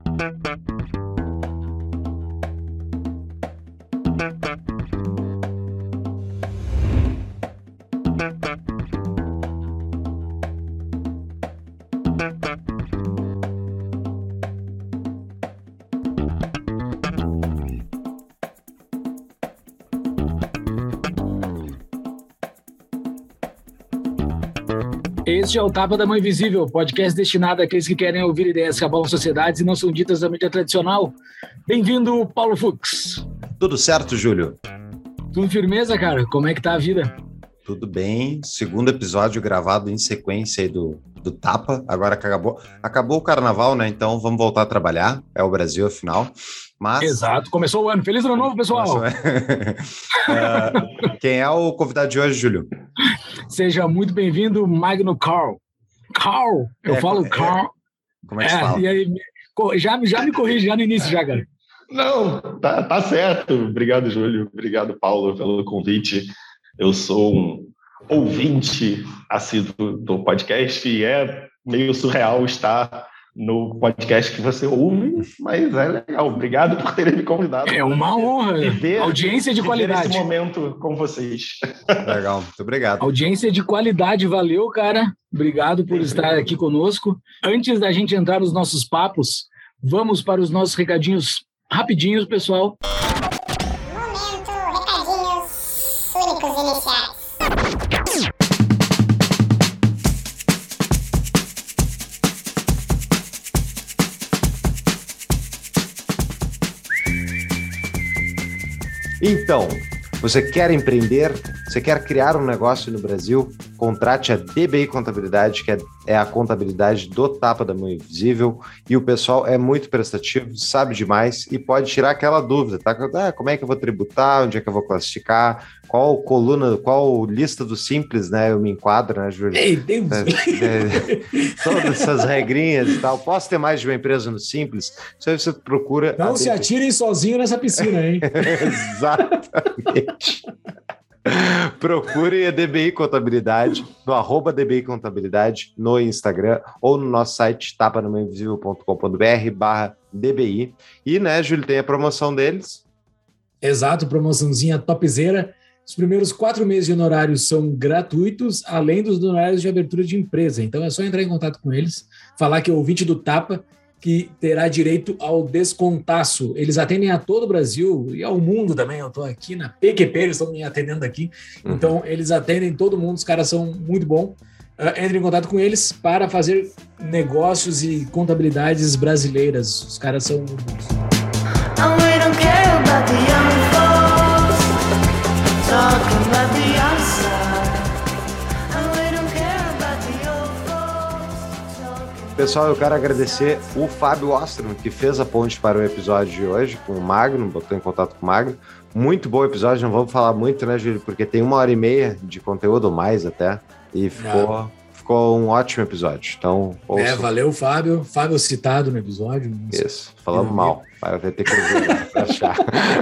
Este é o Tapa da Mão Invisível, podcast destinado àqueles que querem ouvir ideias que abalam sociedades e não são ditas da mídia tradicional. Bem-vindo, Paulo Fux. Tudo certo, Júlio? Tudo firmeza, cara? Como é que tá a vida? Tudo bem. Segundo episódio gravado em sequência aí do Tapa. Agora que acabou o carnaval, né? Então vamos voltar a trabalhar. É o Brasil, afinal. Mas... Exato. Começou o ano. Feliz ano novo, pessoal! Quem é o convidado de hoje, Júlio? Seja muito bem-vindo, Magno Carl. Carl! Eu falo Carl. Como é que se fala? E aí, já me corrige já no início, já, cara. Não, tá certo. Obrigado, Júlio. Obrigado, Paulo, pelo convite. Eu sou um ouvinte assíduo do podcast e é meio surreal estar no podcast que você ouve, mas é legal. Obrigado por terem me convidado. É uma honra. Audiência de qualidade. Esse momento com vocês. Legal, muito obrigado. Audiência de qualidade, valeu, cara. Obrigado por estar aqui conosco. Antes da gente entrar nos nossos papos, vamos para os nossos recadinhos rapidinhos, pessoal. Momento, recadinhos únicos iniciais. Então, você quer empreender? Você quer criar um negócio no Brasil? Contrate a DBI Contabilidade, que é a contabilidade do Tapa da Mão Invisível, e o pessoal é muito prestativo, sabe demais e pode tirar aquela dúvida, tá? Como é que eu vou tributar? Onde é que eu vou classificar? Qual coluna, qual lista do Simples, né? Eu me enquadro, né, Júlio? Ei, Deus! Todas essas regrinhas e tal. Posso ter mais de uma empresa no Simples? Isso aí você procura... Não se atirem sozinho nessa piscina, hein? Exatamente. Procure a DBI Contabilidade no @DBI Contabilidade no Instagram ou no nosso site tapadamainvisível.com.br/DBI. E, né, Júlio, tem a promoção deles. Exato, promoçãozinha topzera. Os primeiros 4 meses de honorários são gratuitos, além dos honorários de abertura de empresa. Então é só entrar em contato com eles, falar que é ouvinte do Tapa, que terá direito ao descontaço. Eles atendem a todo o Brasil e ao mundo também. Eu estou aqui na PQP, eles estão me atendendo aqui. Então, eles atendem todo mundo, os caras são muito bons. Entre em contato com eles para fazer negócios e contabilidades brasileiras. Os caras são muito bons. Pessoal, eu quero agradecer o Fábio Ostrom, que fez a ponte para o episódio de hoje com o Magno, botou em contato com o Magno. Muito bom episódio, não vamos falar muito, né, Júlio? Porque tem 1h30 de conteúdo, mais até, e ficou um ótimo episódio. Então, valeu, Fábio. Fábio citado no episódio. Isso, falamos mal. Vai ter que ver para achar.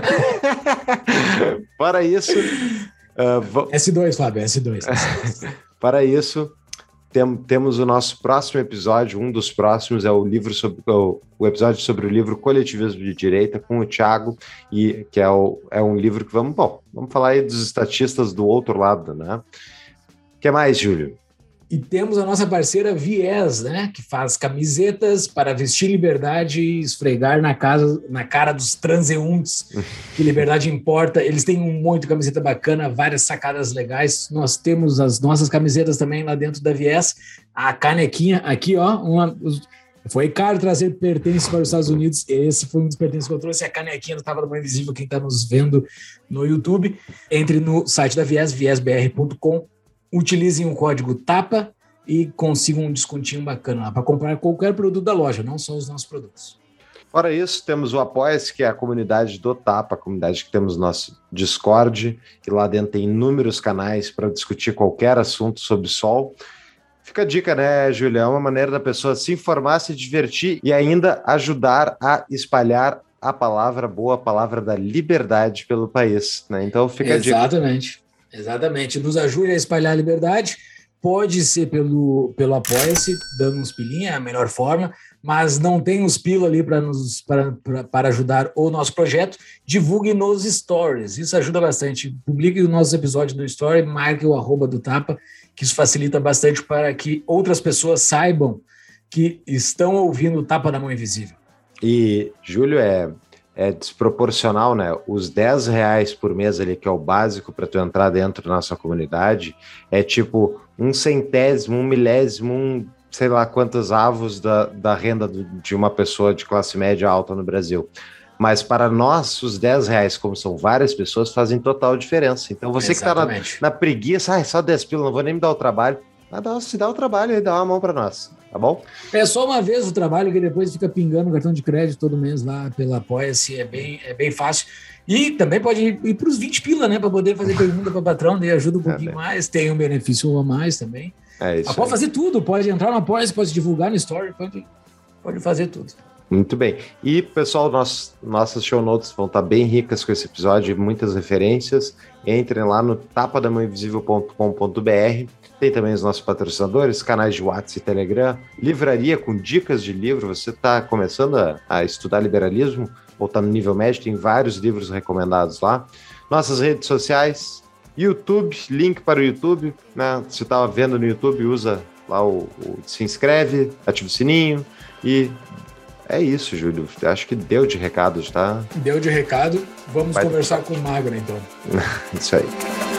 Para isso... S2, Fábio, S2. Para isso... Temos o nosso próximo episódio, um dos próximos é o episódio sobre o livro Coletivismo de Direita, com o Thiago, e que é um livro que vamos falar aí dos estatistas do outro lado, né? O que mais, Júlio? E temos a nossa parceira Viés, né? Que faz camisetas para vestir liberdade e esfregar na cara dos transeuntes, que liberdade importa. Eles têm um monte de camiseta bacana, várias sacadas legais. Nós temos as nossas camisetas também lá dentro da Viés. A canequinha aqui, ó, foi caro trazer pertences para os Estados Unidos. Esse foi um dos pertences que eu trouxe. A canequinha do Tapa da Mão Invisível, quem está nos vendo no YouTube. Entre no site da Viés, viesbr.com. Utilizem o código TAPA e consigam um descontinho bacana lá para comprar qualquer produto da loja, não só os nossos produtos. Fora isso, temos o Apoia-se, que é a comunidade do Tapa, a comunidade que temos nosso Discord, e lá dentro tem inúmeros canais para discutir qualquer assunto sobre sol. Fica a dica, né, Júlia? É uma maneira da pessoa se informar, se divertir e ainda ajudar a espalhar a palavra boa, a palavra da liberdade pelo país, né? Então fica a dica. Exatamente. Nos ajude a espalhar a liberdade. Pode ser pelo Apoia-se, dando uns pilinha, é a melhor forma. mas não tem os pila ali para ajudar o nosso projeto, divulgue nos stories. Isso ajuda bastante. Publique os nossos episódios no story, marque o @ do Tapa, que isso facilita bastante para que outras pessoas saibam que estão ouvindo o Tapa da Mão Invisível. E, Júlio, é desproporcional, né? Os R$10 por mês ali, que é o básico para tu entrar dentro da nossa comunidade, é tipo 1/100º, 1/1000º, sei lá quantos avos da renda de uma pessoa de classe média alta no Brasil. Mas para nós, os R$10, como são várias pessoas, fazem total diferença. Então você que está na preguiça, só 10 pila, não vou nem me dar o trabalho. Se dá o trabalho aí, dá uma mão para nós, tá bom? É só uma vez o trabalho, que depois fica pingando o cartão de crédito todo mês lá pela Apoia-se, é bem fácil. E também pode ir para os 20 pila, né, para poder fazer pergunta para o patrão, daí ajuda um pouquinho mais, tem um benefício a mais também. Pode fazer tudo, pode entrar no Apoia-se, pode divulgar no Story, pode fazer tudo. Muito bem. E, pessoal, nossas show notes vão estar bem ricas com esse episódio, muitas referências. Entrem lá no tapadamãoinvisível.com.br. Tem também os nossos patrocinadores, canais de WhatsApp e Telegram, livraria com dicas de livro. Você está começando a estudar liberalismo ou está no nível médio, tem vários livros recomendados lá. Nossas redes sociais, YouTube, link para o YouTube, né? Se estava vendo no YouTube, usa lá se inscreve, ativa o sininho e é isso, Júlio. Acho que deu de recado, tá? Deu de recado. Vamos conversar com o Magno, então. Isso aí.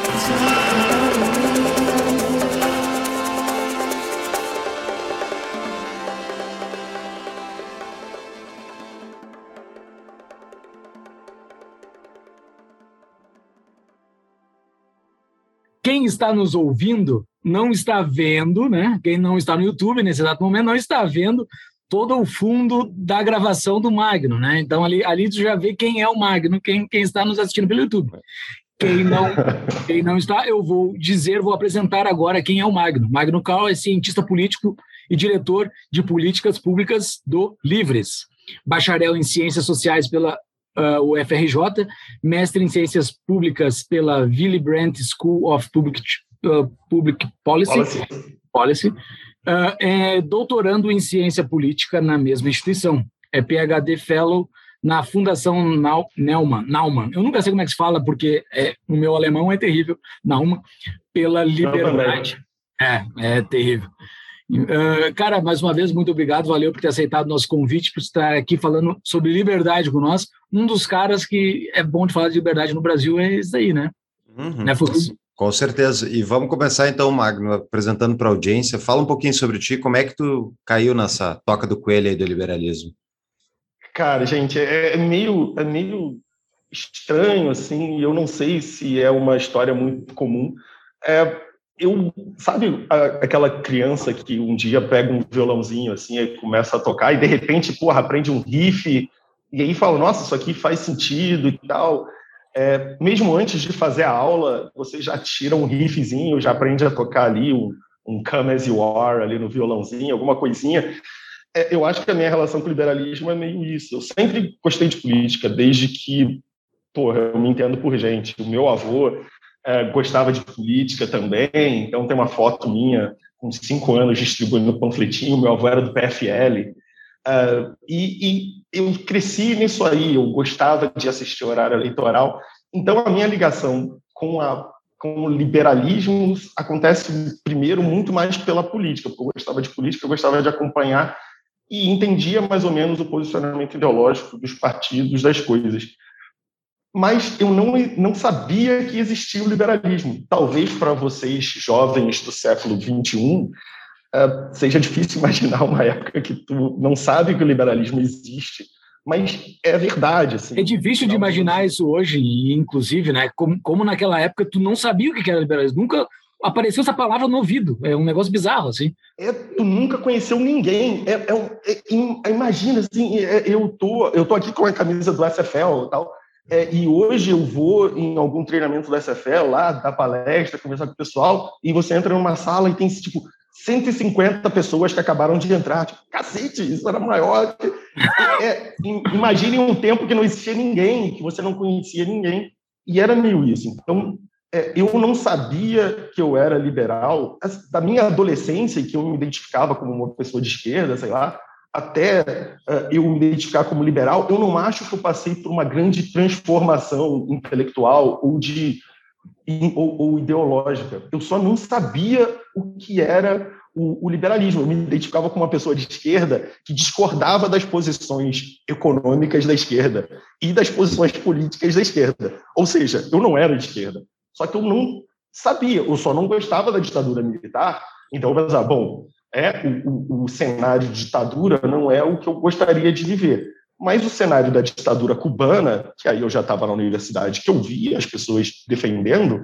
Quem está nos ouvindo não está vendo, né? Quem não está no YouTube nesse exato momento não está vendo todo o fundo da gravação do Magno, né? Então ali tu já vê quem é o Magno, quem está nos assistindo pelo YouTube. Quem não está, eu vou apresentar agora quem é o Magno. Magno Cal é cientista político e diretor de políticas públicas do Livres. Bacharel em Ciências Sociais pela UFRJ, mestre em Ciências Públicas pela Willy Brandt School of Public Policy. É doutorando em Ciência Política na mesma instituição. É PhD Fellow na Fundação Naumann. Eu nunca sei como é que se fala, porque o meu alemão é terrível. Naumann, pela liberdade. É terrível. Cara, mais uma vez, muito obrigado, valeu por ter aceitado o nosso convite, por estar aqui falando sobre liberdade com nós. Um dos caras que é bom de falar de liberdade no Brasil é esse aí, né? Né, com certeza. E vamos começar então, Magno, apresentando para a audiência. Fala um pouquinho sobre ti, como é que tu caiu nessa toca do coelho aí do liberalismo? Cara, gente, é meio estranho, assim, eu não sei se é uma história muito comum. Sabe aquela criança que um dia pega um violãozinho, assim, e começa a tocar, e de repente, aprende um riff, e aí fala, nossa, isso aqui faz sentido e tal. Mesmo antes de fazer a aula, você já tira um riffzinho, já aprende a tocar ali um Come As You Are ali no violãozinho, alguma coisinha. Eu acho que a minha relação com o liberalismo é meio isso. Eu sempre gostei de política, desde que, eu me entendo por gente. O meu avô gostava de política também, então tem uma foto minha com 5 anos distribuindo panfletinho. Meu avô era do PFL. E eu cresci nisso aí, eu gostava de assistir horário eleitoral. Então, a minha ligação com o liberalismo acontece primeiro muito mais pela política, porque eu gostava de política, eu gostava de acompanhar e entendia mais ou menos o posicionamento ideológico dos partidos, das coisas. Mas eu não sabia que existia o liberalismo. Talvez para vocês, jovens do século XXI, seja difícil imaginar uma época que tu não sabe que o liberalismo existe, mas é verdade. Assim. É difícil de imaginar isso hoje, e inclusive, né, como naquela época tu não sabia o que era liberalismo, nunca apareceu essa palavra no ouvido, é um negócio bizarro, assim. Tu nunca conheceu ninguém, imagina, assim, eu tô aqui com a camisa do SFL e tal, e hoje eu vou em algum treinamento do SFL lá, dar palestra, conversar com o pessoal, e você entra numa sala e tem, 150 pessoas que acabaram de entrar. Cacete, isso era maior. Imagine um tempo que não existia ninguém, que você não conhecia ninguém. E era meio isso. Então, eu não sabia que eu era liberal. Da minha adolescência, que eu me identificava como uma pessoa de esquerda, sei lá, até eu me identificar como liberal, eu não acho que eu passei por uma grande transformação intelectual ou ideológica. Eu só não sabia o que era o liberalismo. Eu me identificava como uma pessoa de esquerda que discordava das posições econômicas da esquerda e das posições políticas da esquerda. Ou seja, eu não era de esquerda. Só que eu não sabia, eu só não gostava da ditadura militar. Então eu pensava, bom, o cenário de ditadura não é o que eu gostaria de viver. Mas o cenário da ditadura cubana, que aí eu já estava na universidade, que eu via as pessoas defendendo,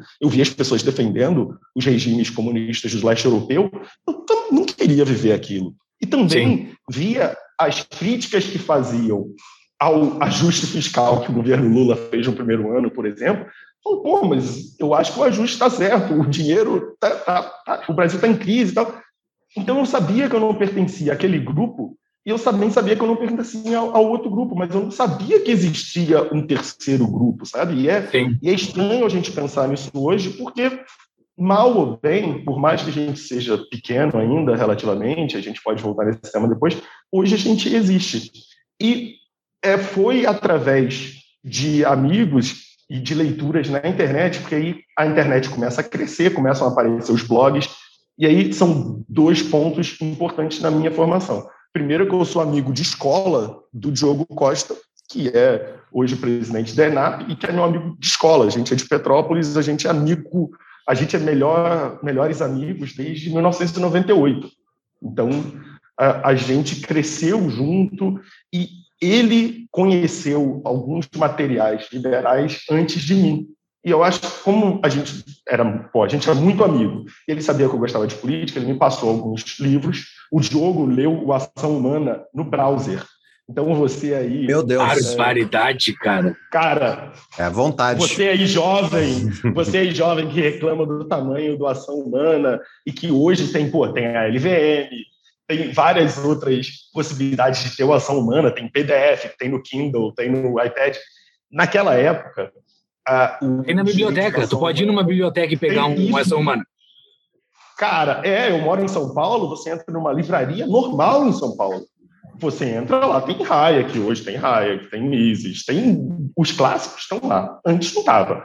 os regimes comunistas do leste europeu, eu não queria viver aquilo. E também via as críticas que faziam ao ajuste fiscal que o governo Lula fez no primeiro ano, por exemplo. Pô, mas eu acho que o ajuste está certo, o dinheiro, o Brasil está em crise e tal. Então eu sabia que eu não pertencia àquele grupo, e eu também sabia que eu não pertencia ao outro grupo, mas eu não sabia que existia um terceiro grupo, sabe? E é estranho a gente pensar nisso hoje, porque, mal ou bem, por mais que a gente seja pequeno ainda, relativamente, a gente pode voltar nesse tema depois, hoje a gente existe. E foi através de amigos e de leituras na internet, porque aí a internet começa a crescer, começam a aparecer os blogs, e aí são 2 pontos importantes na minha formação. Primeiro, que eu sou amigo de escola do Diogo Costa, que é hoje presidente da ENAP, e que é meu amigo de escola. A gente é de Petrópolis, a gente é amigo, a gente é melhores amigos desde 1998. Então, a gente cresceu junto e ele conheceu alguns materiais liberais antes de mim. E eu acho que, como a gente era muito amigo, ele sabia que eu gostava de política, ele me passou alguns livros. O Diogo leu o Ação Humana no browser. Então você aí... Meu Deus. Barbaridade, cara. Cara... É à vontade. Você aí jovem que reclama do tamanho do Ação Humana e que hoje tem a LVM, tem várias outras possibilidades de ter o Ação Humana, tem PDF, tem no Kindle, tem no iPad. Naquela época... Tem na biblioteca, tu pode ir numa biblioteca e pegar uma Ação Humana. Cara, eu moro em São Paulo, você entra numa livraria normal em São Paulo. Você entra lá, tem Hayek, hoje tem Hayek, tem Mises, os clássicos estão lá. Antes não estava.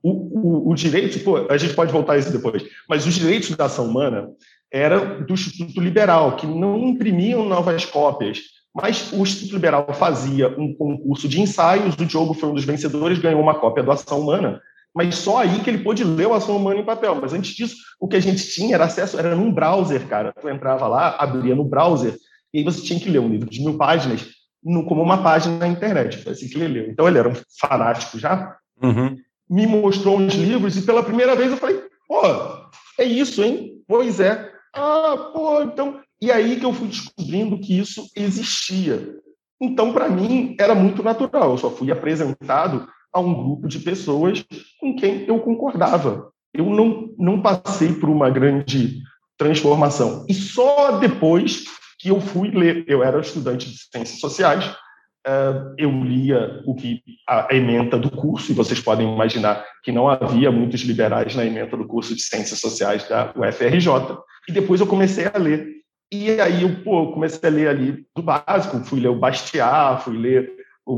O direito, a gente pode voltar a isso depois, mas os direitos da ação humana eram do Instituto Liberal, que não imprimiam novas cópias, mas o Instituto Liberal fazia um concurso de ensaios, o Diogo foi um dos vencedores, ganhou uma cópia do Ação Humana, mas só aí que ele pôde ler o Ação Humana em papel. Mas antes disso, o que a gente tinha era num browser, cara. Tu entrava lá, abria no browser, e aí você tinha que ler um livro de 1000 páginas como uma página na internet. Foi assim que ele leu. Então ele era um fanático já. Uhum. Me mostrou uns livros e pela primeira vez eu falei, pô, é isso, hein? Pois é. Então... E aí que eu fui descobrindo que isso existia. Então, para mim, era muito natural. Eu só fui apresentado a um grupo de pessoas com quem eu concordava. Eu não passei por uma grande transformação. E só depois que eu fui ler. Eu era estudante de Ciências Sociais, eu lia a ementa do curso, e vocês podem imaginar que não havia muitos liberais na ementa do curso de Ciências Sociais da UFRJ. E depois eu comecei a ler. E aí eu comecei a ler ali do básico, fui ler o Bastiat, fui ler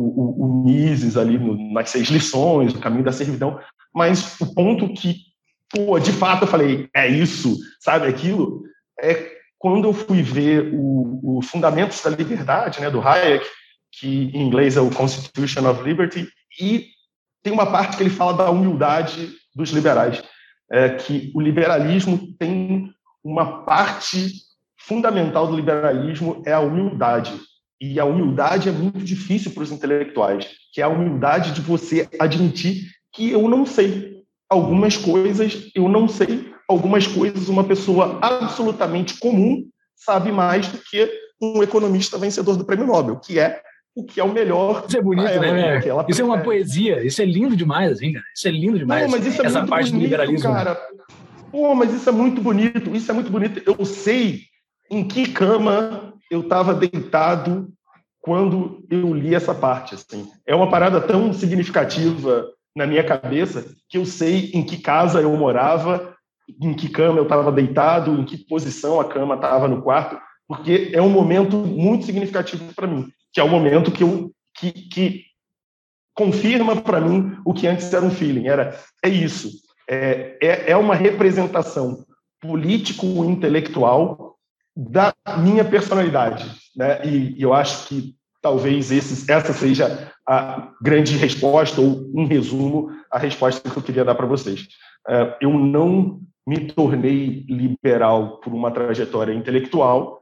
o Mises ali nas 6 lições, o Caminho da Servidão, mas o ponto que, de fato eu falei, é isso, sabe, aquilo, é quando eu fui ver o Fundamentos da Liberdade, né, do Hayek, que em inglês é o Constitution of Liberty, e tem uma parte que ele fala da humildade dos liberais, que o liberalismo tem uma parte fundamental do liberalismo é a humildade. E a humildade é muito difícil para os intelectuais, que é a humildade de você admitir que eu não sei. Algumas coisas eu não sei, algumas coisas uma pessoa absolutamente comum sabe mais do que um economista vencedor do Prêmio Nobel, que é o melhor. Isso é bonito, né, velho? Isso é uma poesia, isso é lindo demais, assim, cara. Isso é lindo demais. Mas isso é essa muito parte bonito, do liberalismo. Cara. Mas isso é muito bonito, Eu sei em que cama eu estava deitado quando eu li essa parte. Assim. É uma parada tão significativa na minha cabeça que eu sei em que casa eu morava, em que cama eu estava deitado, em que posição a cama estava no quarto, porque é um momento muito significativo para mim, que é o momento que confirma para mim o que antes era um feeling. É isso. É uma representação político-intelectual da minha personalidade, né? E eu acho que talvez essa seja a grande resposta, ou um resumo, a resposta que eu queria dar para vocês. Eu não me tornei liberal por uma trajetória intelectual.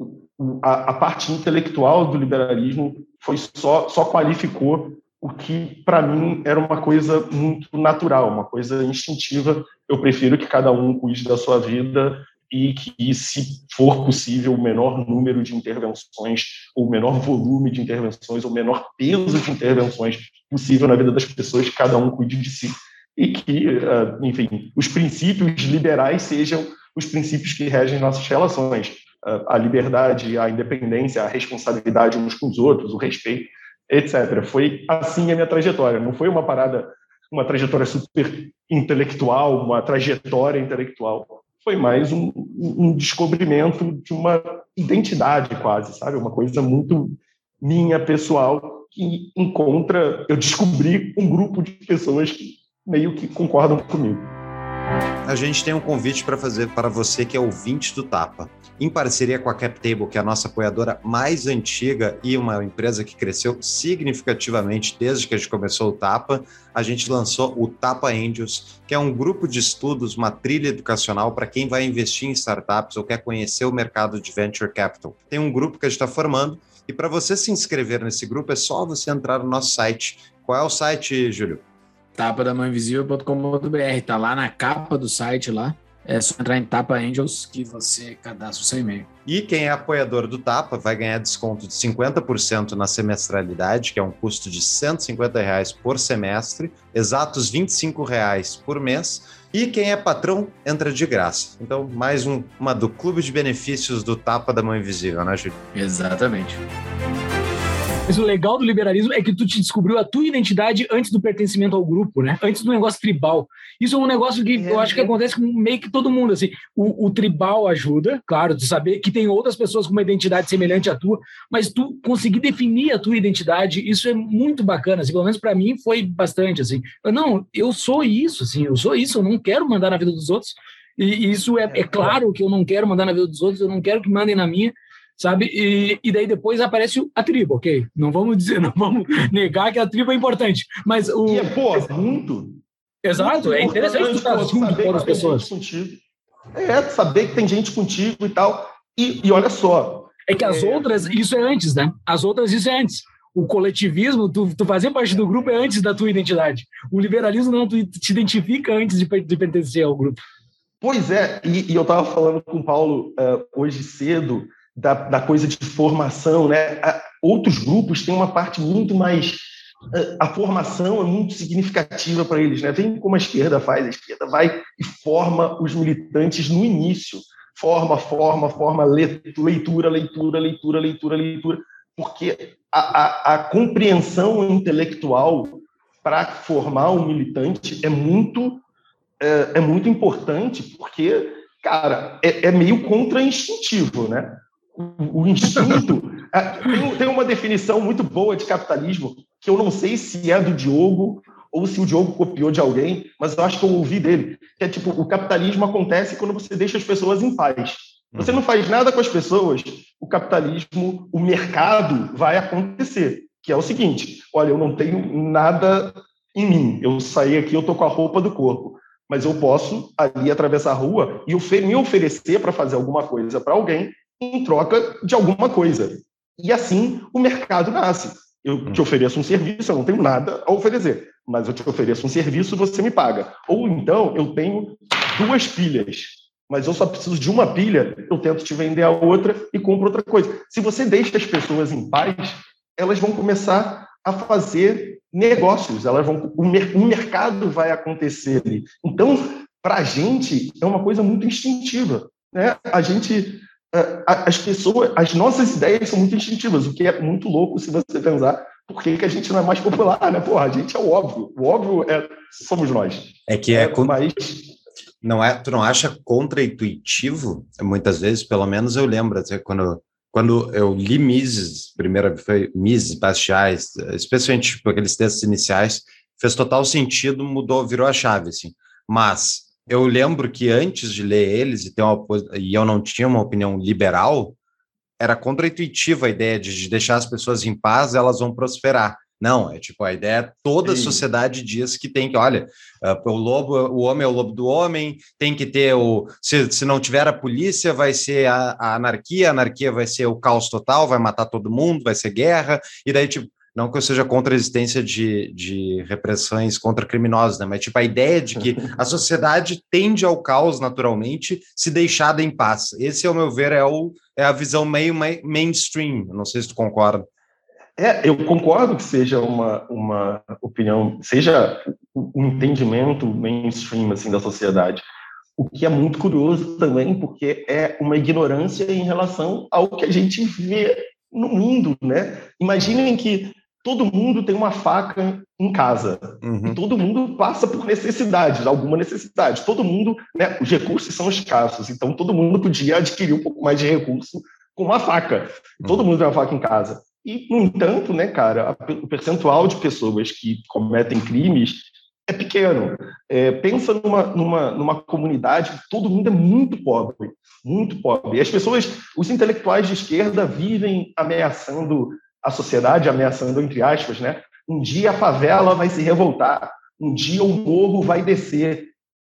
A parte intelectual do liberalismo só qualificou o que, para mim, era uma coisa muito natural, uma coisa instintiva. Eu prefiro que cada um cuide da sua vida e que, se for possível, o menor número de intervenções, ou o menor volume de intervenções, ou o menor peso de intervenções possível na vida das pessoas, que cada um cuide de si. E que, enfim, os princípios liberais sejam os princípios que regem nossas relações. A liberdade, a independência, a responsabilidade uns com os outros, o respeito, etc. Foi assim a minha trajetória. Não foi uma trajetória super intelectual, uma trajetória intelectual. Foi mais um descobrimento de uma identidade quase, sabe? Uma coisa muito minha, pessoal, que eu descobri um grupo de pessoas que meio que concordam comigo. A gente tem um convite para fazer para você que é ouvinte do Tapa. Em parceria com a CapTable, que é a nossa apoiadora mais antiga e uma empresa que cresceu significativamente desde que a gente começou o Tapa, a gente lançou o Tapa Angels, que é um grupo de estudos, uma trilha educacional para quem vai investir em startups ou quer conhecer o mercado de Venture Capital. Tem um grupo que a gente está formando e para você se inscrever nesse grupo é só você entrar no nosso site. Qual é o site, Júlio? tapadamãoinvisível.com.br, tá lá na capa do site lá. É só entrar em Tapa Angels que você cadastra o seu e-mail. E quem é apoiador do Tapa vai ganhar desconto de 50% na semestralidade, que é um custo de R$ 150 por semestre, exatos R$ 25 por mês. E quem é patrão entra de graça. Então, mais uma do Clube de Benefícios do Tapa da Mão Invisível, né, Júlio? Exatamente. Mas o legal do liberalismo é que tu te descobriu a tua identidade antes do pertencimento ao grupo, né? Antes do negócio tribal. Isso é um negócio que eu acho que acontece com meio que todo mundo, assim. O tribal ajuda, claro, tu saber que tem outras pessoas com uma identidade semelhante à tua, mas tu conseguir definir a tua identidade, isso é muito bacana, assim. Pelo menos para mim foi bastante, assim. Eu sou isso, assim, eu não quero mandar na vida dos outros, e isso é claro que eu não quero mandar na vida dos outros, eu não quero que mandem na minha, sabe? E daí depois aparece a tribo, ok? Não vamos negar que a tribo é importante, mas muito. Exato, muito é interessante tu estar junto com as pessoas. Saber que tem gente contigo e tal. E olha só. É que as outras, isso é antes, né? As outras, isso é antes. O coletivismo, tu fazer parte do grupo é antes da tua identidade. O liberalismo não, tu te identifica antes de pertencer ao grupo. Pois é, e eu estava falando com o Paulo hoje cedo, da coisa de formação, né? Outros grupos têm uma parte muito mais... A formação é muito significativa para eles, né? Vem como a esquerda faz, a esquerda vai e forma os militantes no início. Forma, leitura, porque a compreensão intelectual para formar um militante é muito importante, porque, cara, é meio contra-instintivo, né? O instinto... Tem uma definição muito boa de capitalismo, que eu não sei se é do Diogo ou se o Diogo copiou de alguém, mas eu acho que eu ouvi dele, que é tipo, o capitalismo acontece quando você deixa as pessoas em paz. Você não faz nada com as pessoas, o capitalismo, o mercado vai acontecer, que é o seguinte: olha, eu não tenho nada em mim, eu saí aqui, eu tô com a roupa do corpo, mas eu posso ali atravessar a rua e me oferecer para fazer alguma coisa para alguém em troca de alguma coisa. E assim o mercado nasce. Eu te ofereço um serviço, eu não tenho nada a oferecer, mas eu te ofereço um serviço, você me paga. Ou então eu tenho 2 pilhas, mas eu só preciso de uma pilha, eu tento te vender a outra e compro outra coisa. Se você deixa as pessoas em paz, elas vão começar a fazer negócios, o mercado vai acontecer ali. Então, para a gente, é uma coisa muito instintiva, né? As pessoas, as nossas ideias são muito instintivas, o que é muito louco se você pensar por que a gente não é mais popular, né? Porra, a gente é o óbvio. O óbvio somos nós. Tu não acha contraintuitivo? Muitas vezes, pelo menos eu lembro, até quando eu li Mises, primeira foi Mises, Bastiais, especialmente tipo, aqueles textos iniciais, fez total sentido, virou a chave, assim. Mas eu lembro que antes de ler eles e eu não tinha uma opinião liberal, era contraintuitiva a ideia de deixar as pessoas em paz, elas vão prosperar. Não, é tipo, a ideia é toda a sociedade diz que tem que, olha, o homem é o lobo do homem, tem que ter se não tiver a polícia, vai ser a anarquia vai ser o caos total, vai matar todo mundo, vai ser guerra, e daí, tipo, não que eu seja contra a existência de repressões contra criminosos, né? Mas, tipo, a ideia de que a sociedade tende ao caos naturalmente se deixada em paz. Esse, ao meu ver, é a visão meio mainstream. Não sei se tu concorda. Eu concordo que seja uma opinião, seja um entendimento mainstream assim, da sociedade. O que é muito curioso também, porque é uma ignorância em relação ao que a gente vê no mundo, né? Imaginem que todo mundo tem uma faca em casa, e todo mundo passa por necessidade, alguma necessidade. Todo mundo, né? Os recursos são escassos, então todo mundo podia adquirir um pouco mais de recurso com uma faca. Todo mundo tem uma faca em casa. E, no entanto, né, cara, o percentual de pessoas que cometem crimes é pequeno. Pensa numa comunidade que todo mundo é muito pobre, muito pobre. E as pessoas, os intelectuais de esquerda vivem ameaçando a sociedade, ameaçando, entre aspas, né? Um dia a favela vai se revoltar, um dia o morro vai descer.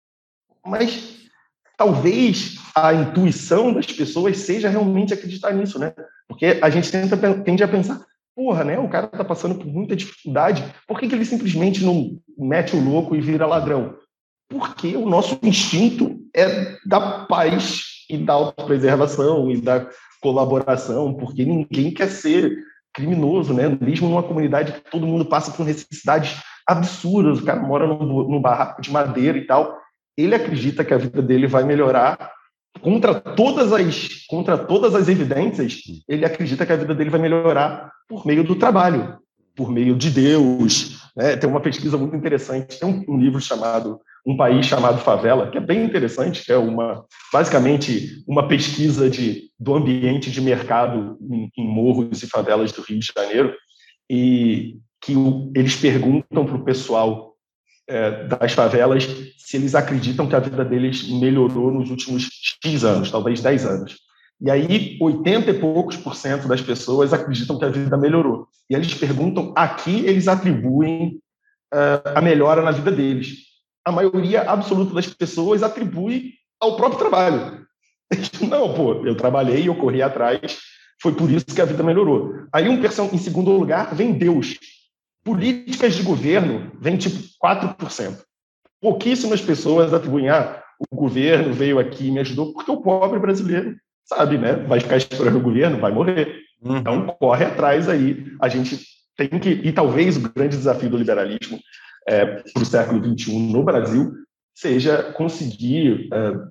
Mas talvez a intuição das pessoas seja realmente acreditar nisso, né? Porque a gente tende a pensar, porra, né? O cara está passando por muita dificuldade, por que ele simplesmente não mete o louco e vira ladrão? Porque o nosso instinto é da paz e da autopreservação e da colaboração, porque ninguém quer ser criminoso, né? Mesmo numa comunidade que todo mundo passa por necessidades absurdas, o cara mora num barraco de madeira e tal, ele acredita que a vida dele vai melhorar contra todas as evidências, ele acredita que a vida dele vai melhorar por meio do trabalho, por meio de Deus, né? Tem uma pesquisa muito interessante, tem um livro chamado Um País Chamado Favela, que é bem interessante, que é basicamente uma pesquisa do ambiente de mercado em morros e favelas do Rio de Janeiro, e que eles perguntam para o pessoal das favelas se eles acreditam que a vida deles melhorou nos últimos X anos, talvez 10 anos. E aí, 80 e poucos % das pessoas acreditam que a vida melhorou. E eles perguntam a que eles atribuem a melhora na vida deles. A maioria absoluta das pessoas atribui ao próprio trabalho. Não, eu trabalhei, eu corri atrás, foi por isso que a vida melhorou. Aí, em segundo lugar, vem Deus. Políticas de governo vem tipo 4%. Pouquíssimas pessoas atribuem, o governo veio aqui e me ajudou, porque o pobre brasileiro sabe, né? Vai ficar esperando o governo, vai morrer. Então, corre atrás aí. A gente tem que... E talvez o grande desafio do liberalismo para o século XXI no Brasil seja conseguir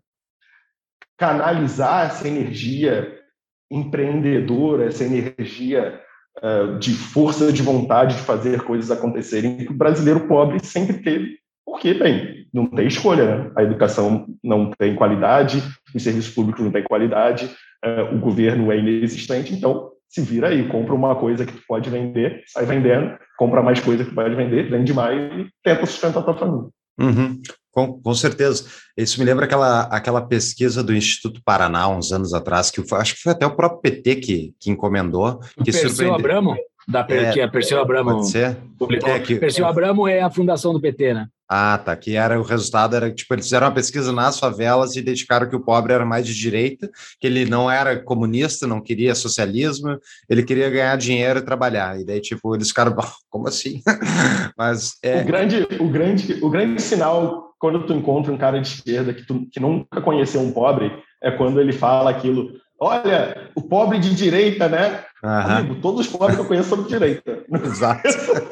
canalizar essa energia empreendedora, essa energia de força de vontade de fazer coisas acontecerem, que o brasileiro pobre sempre teve, porque, bem, não tem escolha, né? A educação não tem qualidade, os serviços públicos não têm qualidade, o governo é inexistente, então se vira aí, compra uma coisa que tu pode vender, sai vendendo, compra mais coisa que tu pode vender, vende mais e tenta sustentar a tua família. Com certeza. Isso me lembra aquela pesquisa do Instituto Paraná, uns anos atrás, acho que foi até o próprio PT que encomendou. Que Perseu Abramo? Que a Perseu Abramo pode ser? Publicou. Perseu Abramo é a fundação do PT, né? Tá. Que o resultado era tipo, eles fizeram uma pesquisa nas favelas e identificaram que o pobre era mais de direita, que ele não era comunista, não queria socialismo, ele queria ganhar dinheiro e trabalhar. E daí, tipo, eles ficaram, como assim? Mas o grande sinal quando tu encontra um cara de esquerda que nunca conheceu um pobre é quando ele fala aquilo. Olha, o pobre de direita, né? Amigo, todos os pobres que eu conheço são de direita. Exato.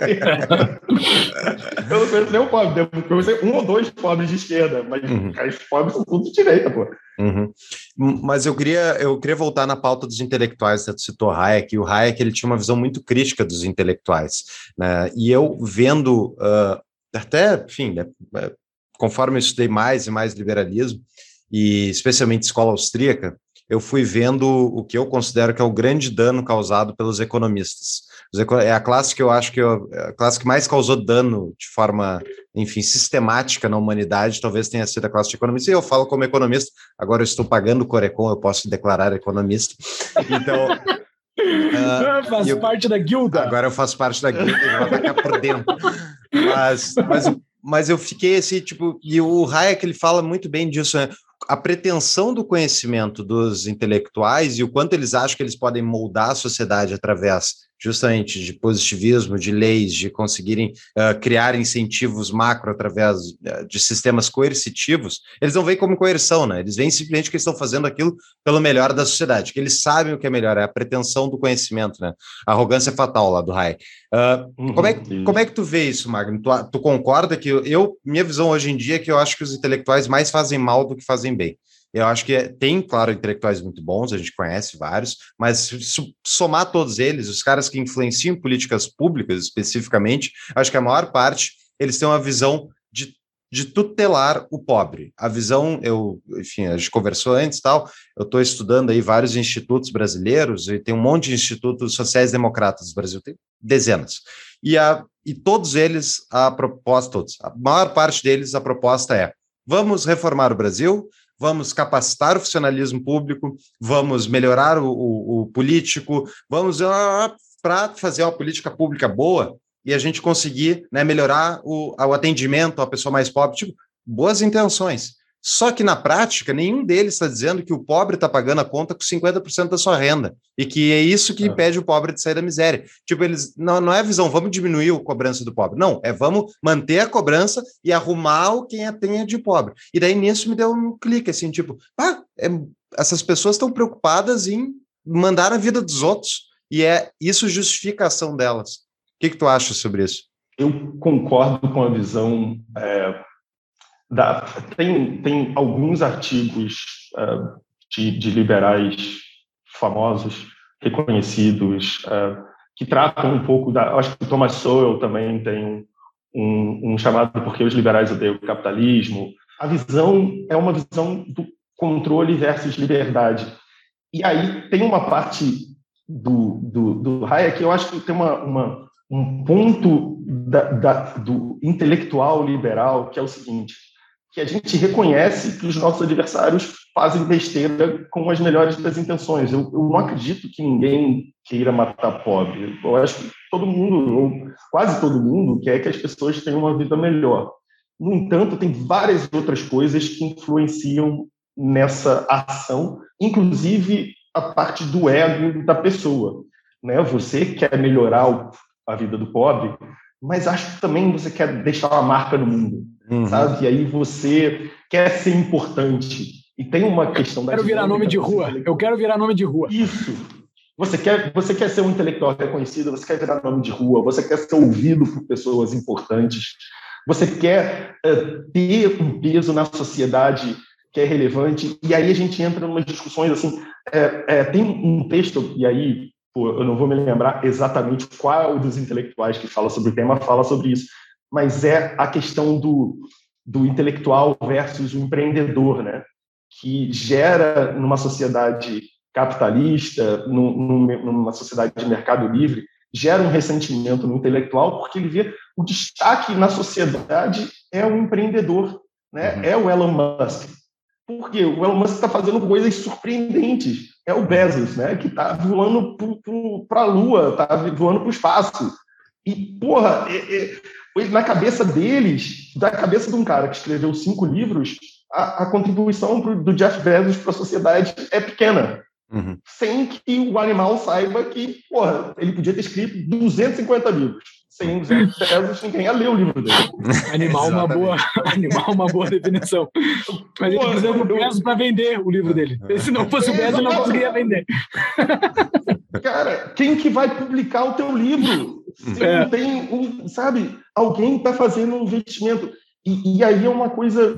Eu não conheço nenhum pobre. Eu conheço 1 ou 2 pobres de esquerda, mas os pobres são todos de direita, pô. Mas eu queria voltar na pauta dos intelectuais. Você citou Hayek, e o Hayek ele tinha uma visão muito crítica dos intelectuais, né? E eu vendo, até, enfim, conforme eu estudei mais e mais liberalismo, e especialmente escola austríaca, eu fui vendo o que eu considero que é o grande dano causado pelos economistas. É a classe que eu acho que a classe que mais causou dano de forma, enfim, sistemática na humanidade, talvez tenha sido a classe de economistas, e eu falo como economista, agora eu estou pagando o Corecon, eu posso declarar economista. Então... faz parte da guilda. Agora eu faço parte da guilda e vou atacar por dentro. Mas eu fiquei assim, tipo, e o Hayek, ele fala muito bem disso, né? A pretensão do conhecimento dos intelectuais e o quanto eles acham que eles podem moldar a sociedade através justamente de positivismo, de leis, de conseguirem criar incentivos macro através de sistemas coercitivos, eles não veem como coerção, né? Eles veem simplesmente que eles estão fazendo aquilo pelo melhor da sociedade, que eles sabem o que é melhor, é a pretensão do conhecimento, né? A arrogância fatal lá do Hayek. Como é que tu vê isso, Magno? Tu concorda que minha visão hoje em dia é que eu acho que os intelectuais mais fazem mal do que fazem bem. Eu acho que tem, claro, intelectuais muito bons, a gente conhece vários, mas se somar todos eles, os caras que influenciam políticas públicas especificamente, acho que a maior parte, eles têm uma visão de tutelar o pobre. A visão, enfim, a gente conversou antes e tal, eu estou estudando aí vários institutos brasileiros, e tem um monte de institutos sociais-democratas no Brasil, tem dezenas. E todos eles, a maior parte deles, a proposta é: vamos reformar o Brasil, vamos capacitar o funcionalismo público, vamos melhorar o político, vamos para fazer uma política pública boa e a gente conseguir, né, melhorar o atendimento à pessoa mais pobre. Tipo, boas intenções. Só que, na prática, nenhum deles está dizendo que o pobre está pagando a conta com 50% da sua renda e que é isso que impede o pobre de sair da miséria. Tipo, eles não é a visão, vamos diminuir a cobrança do pobre. Não, vamos manter a cobrança e arrumar o quem tem de pobre. E daí, nisso, me deu um clique, assim, tipo, essas pessoas estão preocupadas em mandar a vida dos outros e isso justifica a ação delas. O que tu acha sobre isso? Eu concordo com a visão... Tem alguns artigos de liberais famosos, reconhecidos, que tratam um pouco acho que o Thomas Sowell também tem um chamado Porque os Liberais Odeiam o Capitalismo. A visão é uma visão do controle versus liberdade. E aí tem uma parte do Hayek que eu acho que tem um ponto do intelectual liberal, que é o seguinte: que a gente reconhece que os nossos adversários fazem besteira com as melhores das intenções. Eu não acredito que ninguém queira matar pobre. Eu acho que todo mundo, ou quase todo mundo, quer que as pessoas tenham uma vida melhor. No entanto, tem várias outras coisas que influenciam nessa ação, inclusive a parte do ego da pessoa, né? Você quer melhorar a vida do pobre, mas acho que também você quer deixar uma marca no mundo. Sabe? E aí você quer ser importante. E tem uma questão da... Eu quero virar nome de rua. Eu quero virar nome de rua. Isso. Você quer ser um intelectual reconhecido, você quer virar nome de rua, você quer ser ouvido por pessoas importantes, você quer ter um peso na sociedade que é relevante. E aí a gente entra em umas discussões assim... tem um texto, e aí eu não vou me lembrar exatamente qual dos intelectuais que fala sobre o tema fala sobre isso, mas é a questão do intelectual versus o empreendedor, né? Que gera, numa sociedade capitalista, numa sociedade de mercado livre, gera um ressentimento no intelectual porque ele vê o destaque na sociedade é o empreendedor, né? É o Elon Musk. Por quê? O Elon Musk está fazendo coisas surpreendentes. É o Bezos, né? Que está voando para a Lua, está voando para o espaço. E, porra... na cabeça deles, da cabeça de um cara que escreveu 5 livros, a contribuição do Jeff Bezos para a sociedade é pequena. Sem que o animal saiba que, porra, ele podia ter escrito 250 livros. Sem o Jeff Bezos, ninguém ia ler o livro dele. Animal uma boa definição. Mas ele precisa do Bezos para vender o livro dele. Se não fosse o Bezos, ele não conseguiria vender. Cara, quem que vai publicar o teu livro? Se não tem, sabe, alguém está fazendo um investimento. E aí é uma coisa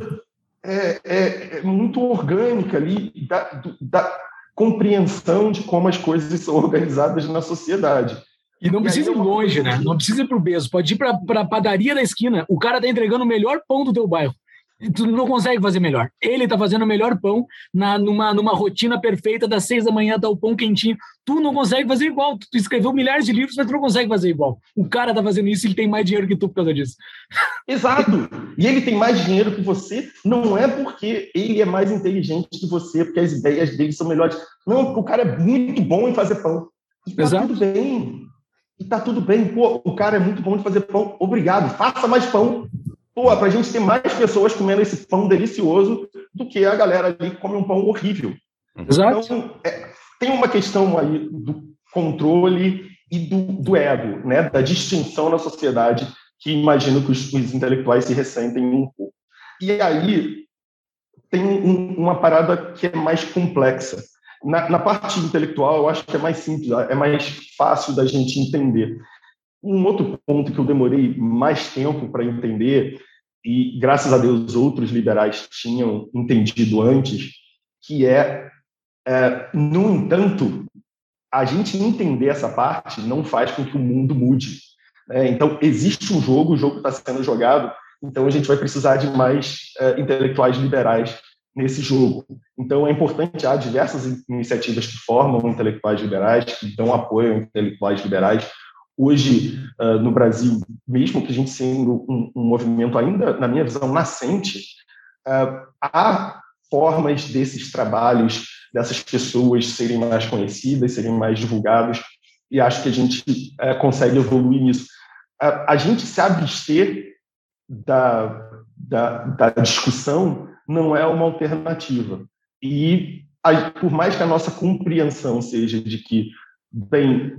muito orgânica ali da compreensão de como as coisas são organizadas na sociedade. E não precisa ir longe, né? Não precisa ir para o Bezos. Pode ir para a padaria da esquina. O cara está entregando o melhor pão do teu bairro. Tu não consegue fazer melhor. Ele está fazendo o melhor pão numa rotina perfeita, das 6 da manhã tá o pão quentinho. Tu não consegue fazer igual. Tu escreveu milhares de livros, mas tu não consegue fazer igual. O cara está fazendo isso e ele tem mais dinheiro que tu por causa disso. Exato. E ele tem mais dinheiro que você, não é porque ele é mais inteligente que você, porque as ideias dele são melhores. Não, porque o cara é muito bom em fazer pão. E tá Exato. tudo bem. E tá tudo bem. Pô, o cara é muito bom de fazer pão. Obrigado. Faça mais pão. Pô, pra gente ter mais pessoas comendo esse pão delicioso do que a galera ali que come um pão horrível. Exato. Então, tem uma questão aí do controle e do ego, né? Da distinção na sociedade, que imagino que os intelectuais se ressentem um pouco. E aí tem uma parada que é mais complexa. Na parte intelectual, eu acho que é mais simples, é mais fácil da gente entender. Um outro ponto que eu demorei mais tempo para entender, e graças a Deus outros liberais tinham entendido antes, que no entanto, a gente entender essa parte não faz com que o mundo mude. Então, existe um jogo, o jogo está sendo jogado, então a gente vai precisar de mais intelectuais liberais nesse jogo. Então, é importante, há diversas iniciativas que formam intelectuais liberais, que dão apoio a intelectuais liberais. Hoje, no Brasil, mesmo que a gente sendo um movimento ainda, na minha visão, nascente, há formas desses trabalhos, dessas pessoas serem mais conhecidas, serem mais divulgados, e acho que a gente consegue evoluir nisso. A gente se abster da discussão não é uma alternativa. E por mais que a nossa compreensão seja de que, bem,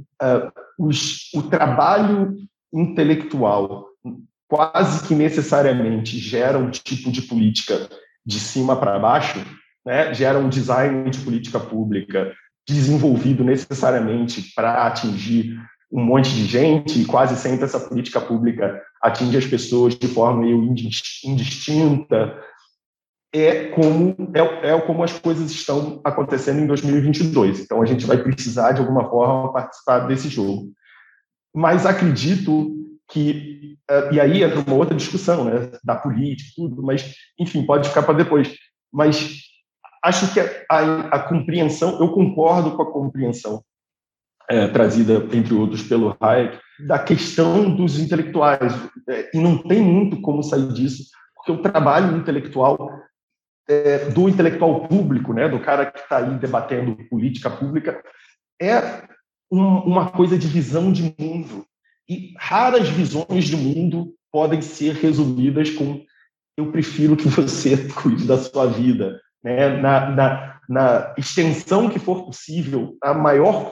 o trabalho intelectual quase que necessariamente gera um tipo de política de cima para baixo, né? Gera um design de política pública desenvolvido necessariamente para atingir um monte de gente, e quase sempre essa política pública atinge as pessoas de forma meio indistinta. É como as coisas estão acontecendo em 2022. Então, a gente vai precisar, de alguma forma, participar desse jogo. Mas acredito que... E aí entra uma outra discussão, né, da política, tudo, mas, enfim, pode ficar para depois. Mas acho que a compreensão... Eu concordo com a compreensão trazida, entre outros, pelo Hayek, da questão dos intelectuais. E não tem muito como sair disso, porque o trabalho intelectual... do intelectual público, né, do cara que está aí debatendo política pública, é uma coisa de visão de mundo. E raras visões de mundo podem ser resumidas com eu prefiro que você cuide da sua vida. Né? Na extensão que for possível, a maior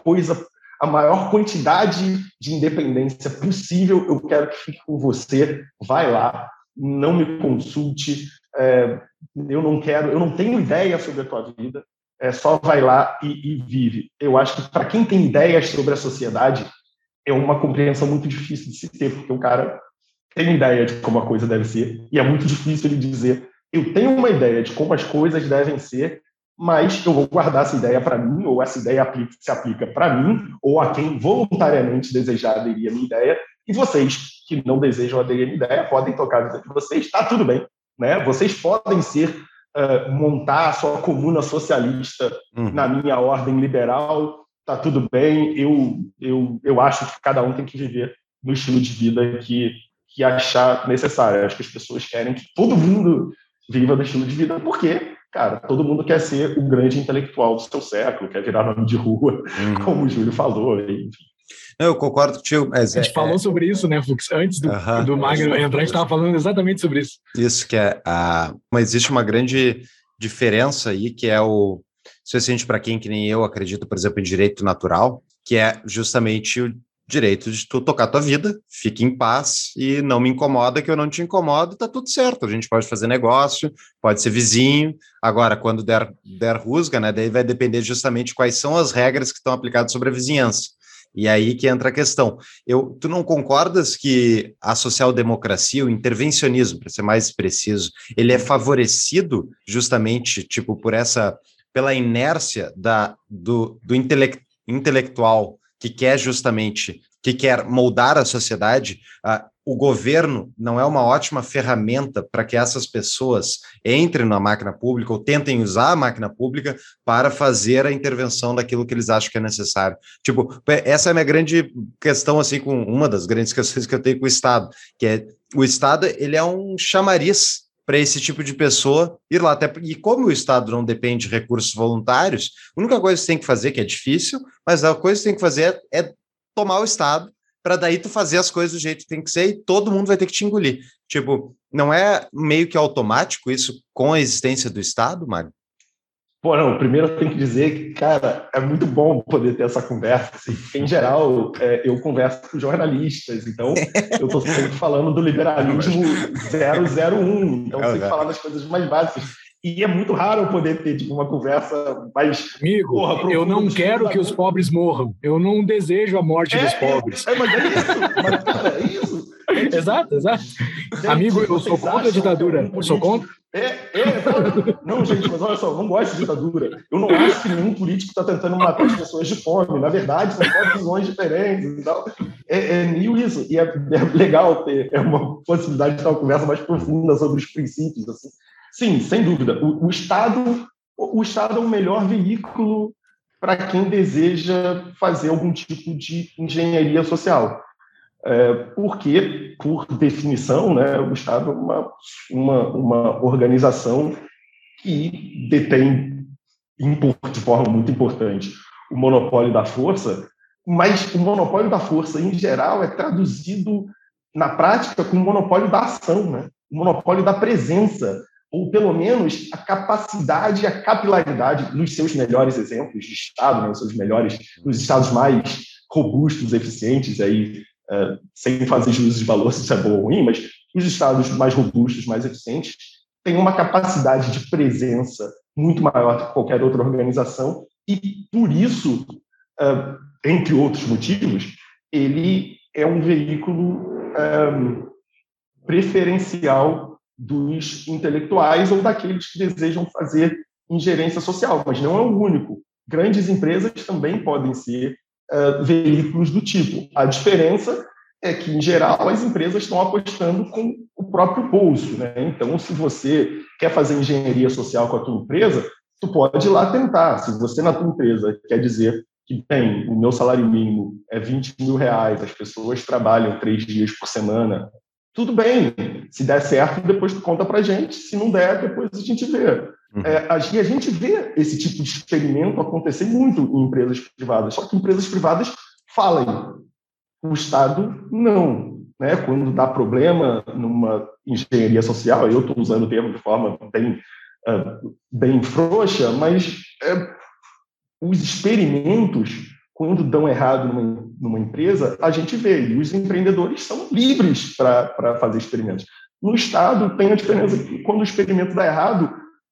quantidade de independência possível, eu quero que fique com você, vai lá, não me consulte, eu não tenho ideia sobre a tua vida, só vai lá e vive. Eu acho que para quem tem ideias sobre a sociedade, é uma compreensão muito difícil de se ter, porque o cara tem ideia de como a coisa deve ser, e é muito difícil ele dizer, eu tenho uma ideia de como as coisas devem ser, mas eu vou guardar essa ideia para mim, ou essa ideia se aplica para mim, ou a quem voluntariamente desejar aderir à minha ideia, e vocês que não desejam aderir à minha ideia podem tocar a vida de vocês, está tudo bem. Né? Vocês podem montar a sua comuna socialista na minha ordem liberal, está tudo bem, eu acho que cada um tem que viver no estilo de vida que achar necessário. Eu acho que as pessoas querem que todo mundo viva no estilo de vida, porque, cara, todo mundo quer ser o grande intelectual do seu século, quer virar nome de rua, como o Júlio falou, enfim. Eu concordo contigo. A gente falou sobre isso, né, Fux? Antes do Magno entrar, a gente estava falando exatamente sobre isso. Isso, que mas existe uma grande diferença aí, que é o suficiente para quem, que nem eu, acredito, por exemplo, em direito natural, que é justamente o direito de tu tocar tua vida, fique em paz e não me incomoda que eu não te incomodo, tá tudo certo, a gente pode fazer negócio, pode ser vizinho, agora quando der rusga, né, daí vai depender justamente quais são as regras que estão aplicadas sobre a vizinhança. E aí que entra a questão. Tu não concordas que a social-democracia, o intervencionismo, para ser mais preciso, ele é favorecido justamente, tipo, pela inércia do intelectual que quer moldar a sociedade, o governo não é uma ótima ferramenta para que essas pessoas entrem na máquina pública ou tentem usar a máquina pública para fazer a intervenção daquilo que eles acham que é necessário. Tipo, essa é a minha grande questão, assim, com uma das grandes questões que eu tenho com o Estado, que é o Estado, ele é um chamariz para esse tipo de pessoa ir lá. E como o Estado não depende de recursos voluntários, a única coisa que você tem que fazer, que é difícil, mas a coisa que você tem que fazer é tomar o Estado, para daí tu fazer as coisas do jeito que tem que ser e todo mundo vai ter que te engolir. Tipo, não é meio que automático isso com a existência do Estado, Mário? Pô, não, primeiro eu tenho que dizer que, cara, é muito bom poder ter essa conversa. Assim. Em geral, eu converso com jornalistas, então eu estou sempre falando do liberalismo 001, então sempre falar das coisas mais básicas. E é muito raro eu poder ter tipo, uma conversa mais... Amigo, eu não quero que os pobres morram. Eu não desejo a morte dos pobres. Mas é isso. Mas, cara, é isso. Exato. Gente, amigo, eu sou contra a ditadura. Eu sou contra. Não, gente, mas olha só, eu não gosto de ditadura. Eu não acho que nenhum político está tentando matar as pessoas de fome. Na verdade, são só visões diferentes. Então, é meio isso. E é legal ter uma possibilidade de ter uma conversa mais profunda sobre os princípios, assim. Sim, sem dúvida. O Estado é o melhor veículo para quem deseja fazer algum tipo de engenharia social. Porque, por definição, né, o Estado é uma organização que detém, de forma muito importante, o monopólio da força, mas o monopólio da força, em geral, é traduzido na prática como o monopólio da ação, né? O monopólio da presença, ou pelo menos a capacidade e a capilaridade nos seus melhores exemplos de Estado, né, nos estados mais robustos, eficientes, aí, sem fazer juízo de valor se isso é bom ou ruim, mas os estados mais robustos, mais eficientes, têm uma capacidade de presença muito maior do que qualquer outra organização e, por isso, entre outros motivos, ele é um veículo preferencial dos intelectuais ou daqueles que desejam fazer ingerência social, mas não é o único. Grandes empresas também podem ser veículos do tipo. A diferença é que, em geral, as empresas estão apostando com o próprio bolso, né? Então, se você quer fazer engenharia social com a tua empresa, tu pode ir lá tentar. Se você, na tua empresa, quer dizer que, bem, o meu salário mínimo é R$20 mil, as pessoas trabalham 3 dias por semana, tudo bem, se der certo, depois tu conta pra gente, se não der, depois a gente vê. E a gente vê esse tipo de experimento acontecer muito em empresas privadas, só que empresas privadas falam, o Estado não. Né? Quando dá problema numa engenharia social, eu estou usando o termo de forma bem frouxa, mas os experimentos, quando dão errado numa empresa, a gente vê, e os empreendedores são livres para fazer experimentos. No Estado, tem a diferença que quando o experimento dá errado,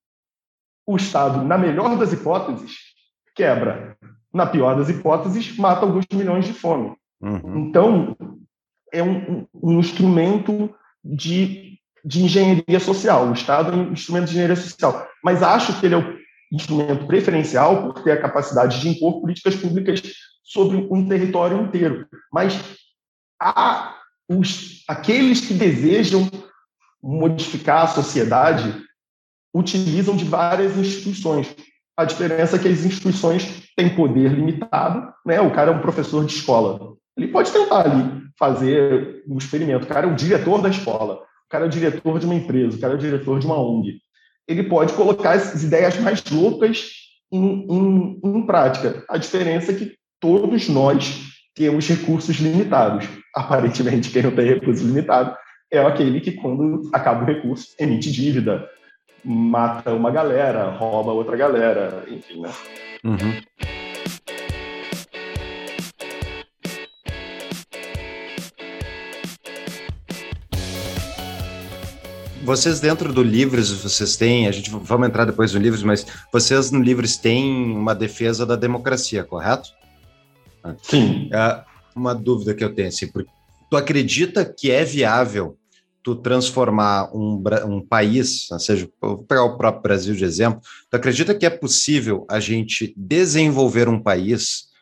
o Estado, na melhor das hipóteses, quebra. Na pior das hipóteses, mata alguns milhões de fome. Uhum. Então, é um instrumento de engenharia social. O Estado é um instrumento de engenharia social. Mas acho que ele é o instrumento preferencial por ter a capacidade de impor políticas públicas sobre um território inteiro. Mas há aqueles que desejam modificar a sociedade utilizam de várias instituições. A diferença é que as instituições têm poder limitado, né? O cara é um professor de escola. Ele pode tentar ali fazer um experimento. O cara é o diretor da escola, o cara é o diretor de uma empresa, o cara é o diretor de uma ONG. Ele pode colocar essas ideias mais loucas em prática. A diferença é que todos nós temos recursos limitados. Aparentemente, quem não tem recurso limitado é aquele que, quando acaba o recurso, emite dívida, mata uma galera, rouba outra galera, enfim, né? Uhum. Vocês dentro do Livres, vocês têm, vamos entrar depois no Livres, mas vocês no Livres têm uma defesa da democracia, correto? Sim. Uma dúvida que eu tenho, assim, tu acredita que é viável tu transformar um país, ou seja, vou pegar o próprio Brasil de exemplo, tu acredita que é possível a gente desenvolver um país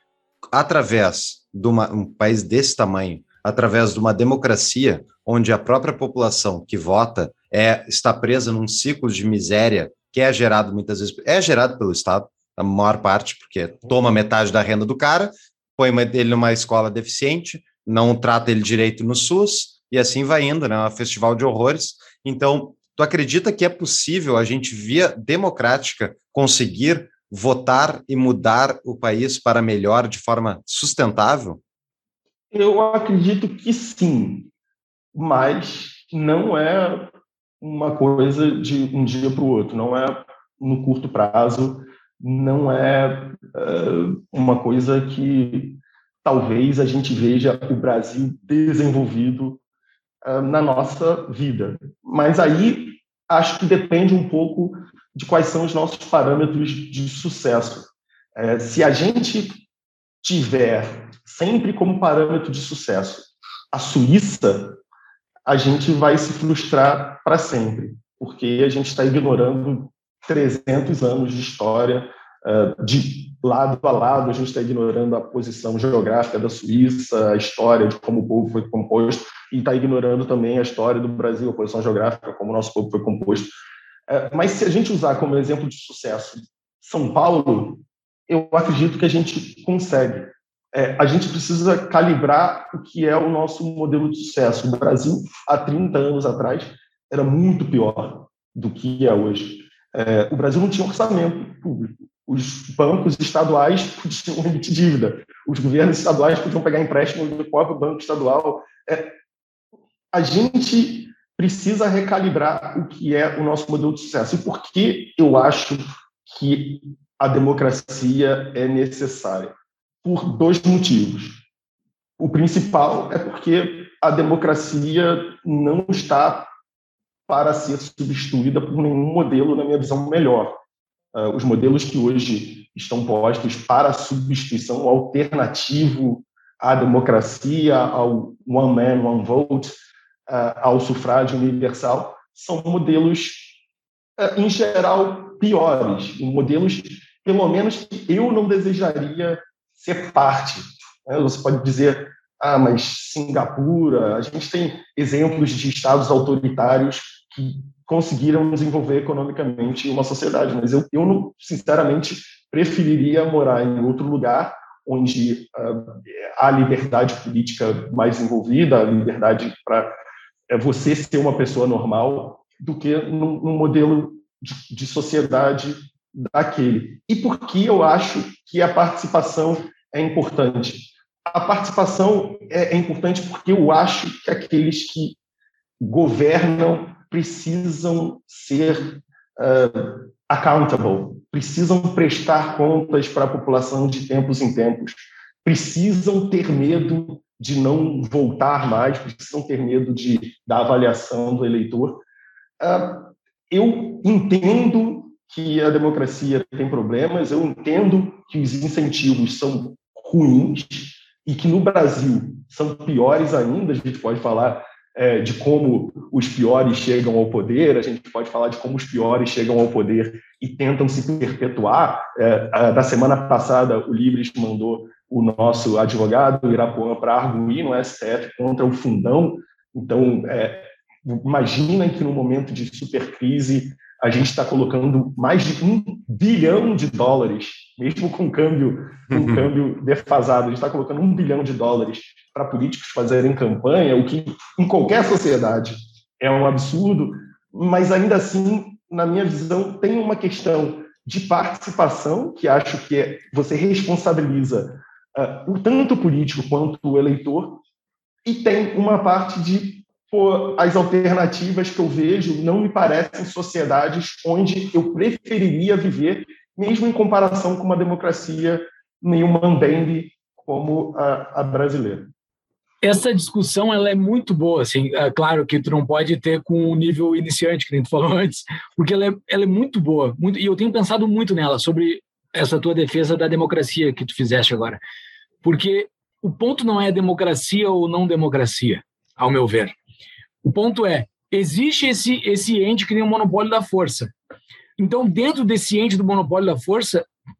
através de um país desse tamanho, através de uma democracia onde a própria população que vota está presa num ciclo de miséria que é gerado muitas vezes, é gerado pelo Estado, a maior parte, porque toma metade da renda do cara, põe ele numa escola deficiente, não trata ele direito no SUS, e assim vai indo, né? Um festival de horrores. Então, tu acredita que é possível a gente, via democrática, conseguir votar e mudar o país para melhor de forma sustentável? Eu acredito que sim, mas não é uma coisa de um dia para o outro, não é no curto prazo, não é uma coisa que talvez a gente veja o Brasil desenvolvido na nossa vida. Mas aí acho que depende um pouco de quais são os nossos parâmetros de sucesso. Se a gente tiver sempre como parâmetro de sucesso a Suíça, a gente vai se frustrar para sempre, porque a gente está ignorando 300 anos de história, de lado a lado, a gente está ignorando a posição geográfica da Suíça, a história de como o povo foi composto, e está ignorando também a história do Brasil, a posição geográfica, como o nosso povo foi composto. Mas se a gente usar como exemplo de sucesso São Paulo, eu acredito que a gente consegue. A gente precisa calibrar o que é o nosso modelo de sucesso. O Brasil, há 30 anos atrás, era muito pior do que é hoje. O Brasil não tinha orçamento público. Os bancos estaduais podiam emitir dívida. Os governos estaduais podiam pegar empréstimo do próprio banco estadual. A gente precisa recalibrar o que é o nosso modelo de sucesso. E por que eu acho que a democracia é necessária? Por dois motivos. O principal é porque a democracia não está para ser substituída por nenhum modelo, na minha visão, melhor. Os modelos que hoje estão postos para a substituição, o alternativo à democracia, ao one man, one vote, ao sufrágio universal, são modelos, em geral, piores, modelos, pelo menos, que eu não desejaria ser parte. Você pode dizer, mas Singapura, a gente tem exemplos de estados autoritários que conseguiram desenvolver economicamente uma sociedade, mas eu não, sinceramente, preferiria morar em outro lugar onde há liberdade política mais desenvolvida, a liberdade para você ser uma pessoa normal, do que num modelo de sociedade daquele. E por que eu acho que a participação é importante? A participação é importante porque eu acho que aqueles que governam precisam ser accountable, precisam prestar contas para a população de tempos em tempos, precisam ter medo de não voltar mais, precisam ter medo da avaliação do eleitor. Eu entendo que a democracia tem problemas, eu entendo que os incentivos são ruins e que no Brasil são piores ainda. A gente pode falar de como os piores chegam ao poder, a gente pode falar de como os piores chegam ao poder e tentam se perpetuar. Na semana passada, o Libres mandou o nosso advogado, o Irapuã, para arguir no STF contra o fundão. Então, imaginem que no momento de supercrise a gente está colocando mais de $1 bilhão, mesmo com câmbio defasado, a gente está colocando $1 bilhão para políticos fazerem campanha, o que em qualquer sociedade é um absurdo, mas ainda assim, na minha visão, tem uma questão de participação, que acho que você responsabiliza tanto o político quanto o eleitor, e tem uma parte de as alternativas que eu vejo não me parecem sociedades onde eu preferiria viver, mesmo em comparação com uma democracia meio mambembe como a brasileira. Essa discussão ela é muito boa, assim, claro que tu não pode ter com o nível iniciante, que nem tu falou antes, porque ela é muito boa, e eu tenho pensado muito nela, sobre essa tua defesa da democracia que tu fizeste agora, porque o ponto não é democracia ou não democracia, ao meu ver. O ponto é, existe esse ente que nem o monopólio da força. Então, dentro desse ente do monopólio da força,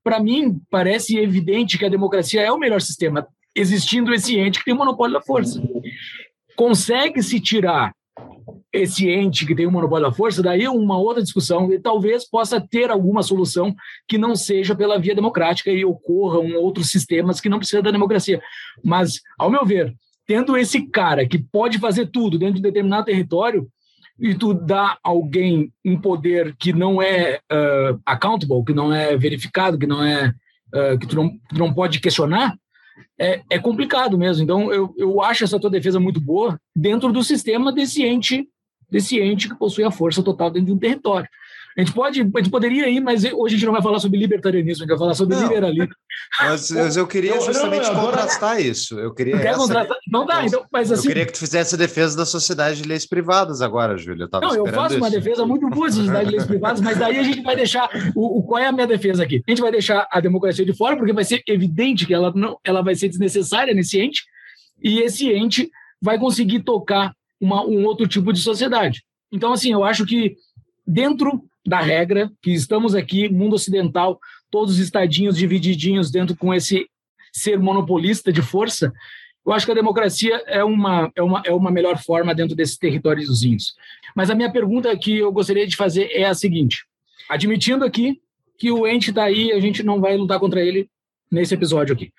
para mim, parece evidente que a democracia é o melhor sistema, existindo esse ente que tem o monopólio da força. Consegue-se tirar esse ente que tem o monopólio da força, daí uma outra discussão, e talvez possa ter alguma solução que não seja pela via democrática e ocorram outros sistemas que não precisam da democracia. Mas, ao meu ver, tendo esse cara que pode fazer tudo dentro de um determinado território, e tu dá alguém um poder que não é accountable, que não é verificado, que não é que tu não pode questionar, é complicado mesmo. Então, eu acho essa tua defesa muito boa dentro do sistema desse ente que possui a força total dentro de um território. A gente poderia ir, mas hoje a gente não vai falar sobre libertarianismo, a gente vai falar sobre liberalismo. Mas eu queria justamente contrastar isso. Eu queria Não dá, então, mas assim... Eu queria que tu fizesse a defesa da sociedade de leis privadas agora, Júlio. Eu faço uma defesa muito boa da sociedade de leis privadas, mas daí a gente vai deixar... Qual é a minha defesa aqui? A gente vai deixar a democracia de fora, porque vai ser evidente que ela vai ser desnecessária nesse ente, e esse ente vai conseguir tocar um outro tipo de sociedade. Então, assim, eu acho que dentro da regra, que estamos aqui, mundo ocidental, todos os estadinhos divididinhos dentro com esse ser monopolista de força, eu acho que a democracia é uma melhor forma dentro desses territóriozinhos. Mas a minha pergunta que eu gostaria de fazer é a seguinte, admitindo aqui que o ente está aí, a gente não vai lutar contra ele nesse episódio aqui.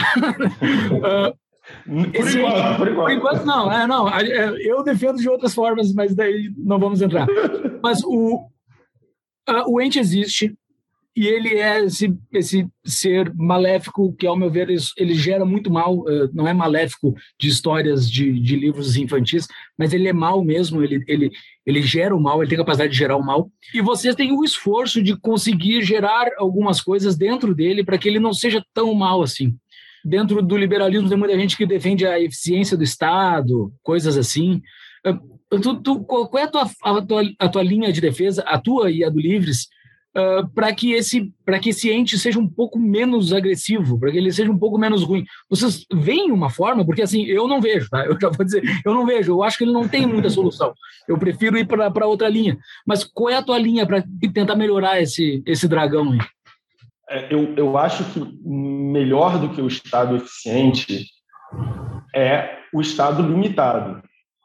Por enquanto não, eu defendo de outras formas, mas daí não vamos entrar. Mas o ente existe e ele é esse ser maléfico que, ao meu ver, ele gera muito mal. Não é maléfico de histórias de livros infantis, mas ele é mal mesmo, ele gera o mal, ele tem capacidade de gerar o mal. E vocês têm o esforço de conseguir gerar algumas coisas dentro dele para que ele não seja tão mal assim. Dentro do liberalismo tem muita gente que defende a eficiência do Estado, coisas assim. Qual é a tua linha de defesa, a tua e a do Livres, para que esse ente seja um pouco menos agressivo, para que ele seja um pouco menos ruim? Vocês veem uma forma? Porque assim, eu não vejo, tá? Eu já vou dizer, eu não vejo, eu acho que ele não tem muita solução. Eu prefiro ir para outra linha. Mas qual é a tua linha para tentar melhorar esse dragão aí? Eu acho que melhor do que o Estado eficiente é o Estado limitado.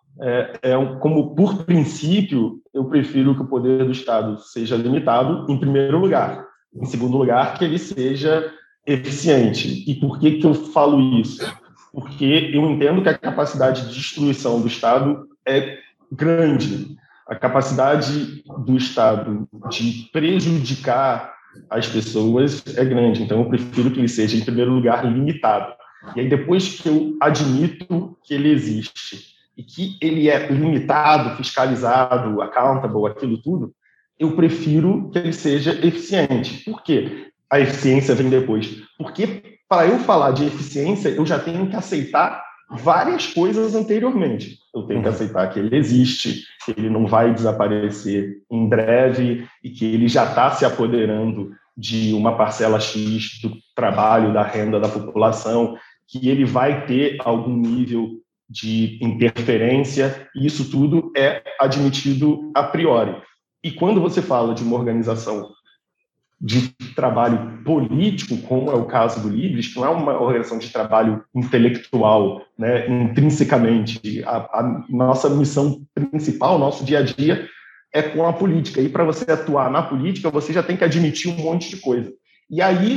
Como, por princípio, eu prefiro que o poder do Estado seja limitado, em primeiro lugar. Em segundo lugar, que ele seja eficiente. E por que eu falo isso? Porque eu entendo que a capacidade de destruição do Estado é grande. A capacidade do Estado de prejudicar as pessoas é grande. Então, eu prefiro que ele seja, em primeiro lugar, limitado. E aí, depois que eu admito que ele existe e que ele é limitado, fiscalizado, accountable, aquilo tudo, eu prefiro que ele seja eficiente. Por quê? A eficiência vem depois. Porque, para eu falar de eficiência, eu já tenho que aceitar várias coisas anteriormente. Eu tenho que aceitar que ele existe, que ele não vai desaparecer em breve e que ele já está se apoderando de uma parcela X do trabalho, da renda da população, que ele vai ter algum nível de interferência, e isso tudo é admitido a priori. E quando você fala de uma organização de trabalho político, como é o caso do Livres, que não é uma organização de trabalho intelectual, né, intrinsecamente. A nossa missão principal, nosso dia a dia, é com a política. E para você atuar na política, você já tem que admitir um monte de coisa. E aí,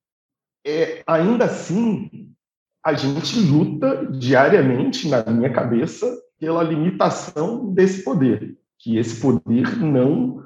ainda assim, a gente luta diariamente, na minha cabeça, pela limitação desse poder. Que esse poder não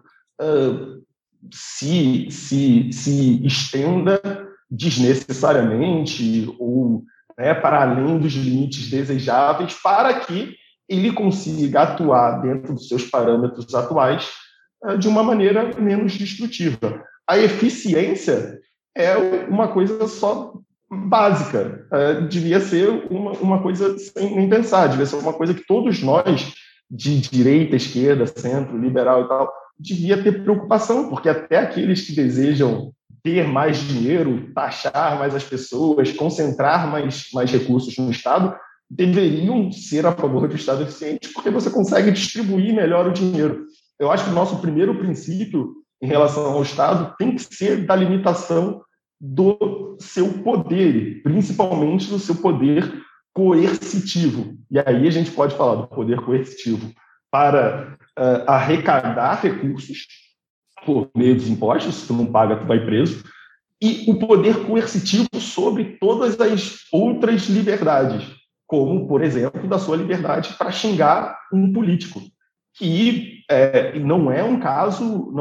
se estenda desnecessariamente ou para além dos limites desejáveis, para que ele consiga atuar dentro dos seus parâmetros atuais de uma maneira menos destrutiva. A eficiência é uma coisa só básica, devia ser uma coisa sem nem pensar, devia ser uma coisa que todos nós, de direita, esquerda, centro, liberal e tal, devia ter preocupação, porque até aqueles que desejam ter mais dinheiro, taxar mais as pessoas, concentrar mais recursos no Estado, deveriam ser a favor do Estado eficiente, porque você consegue distribuir melhor o dinheiro. Eu acho que o nosso primeiro princípio em relação ao Estado tem que ser da limitação do seu poder, principalmente do seu poder coercitivo. E aí a gente pode falar do poder coercitivo para arrecadar recursos por meio dos impostos, se tu não paga, tu vai preso, e o poder coercitivo sobre todas as outras liberdades, como, por exemplo, da sua liberdade para xingar um político, que não é um caso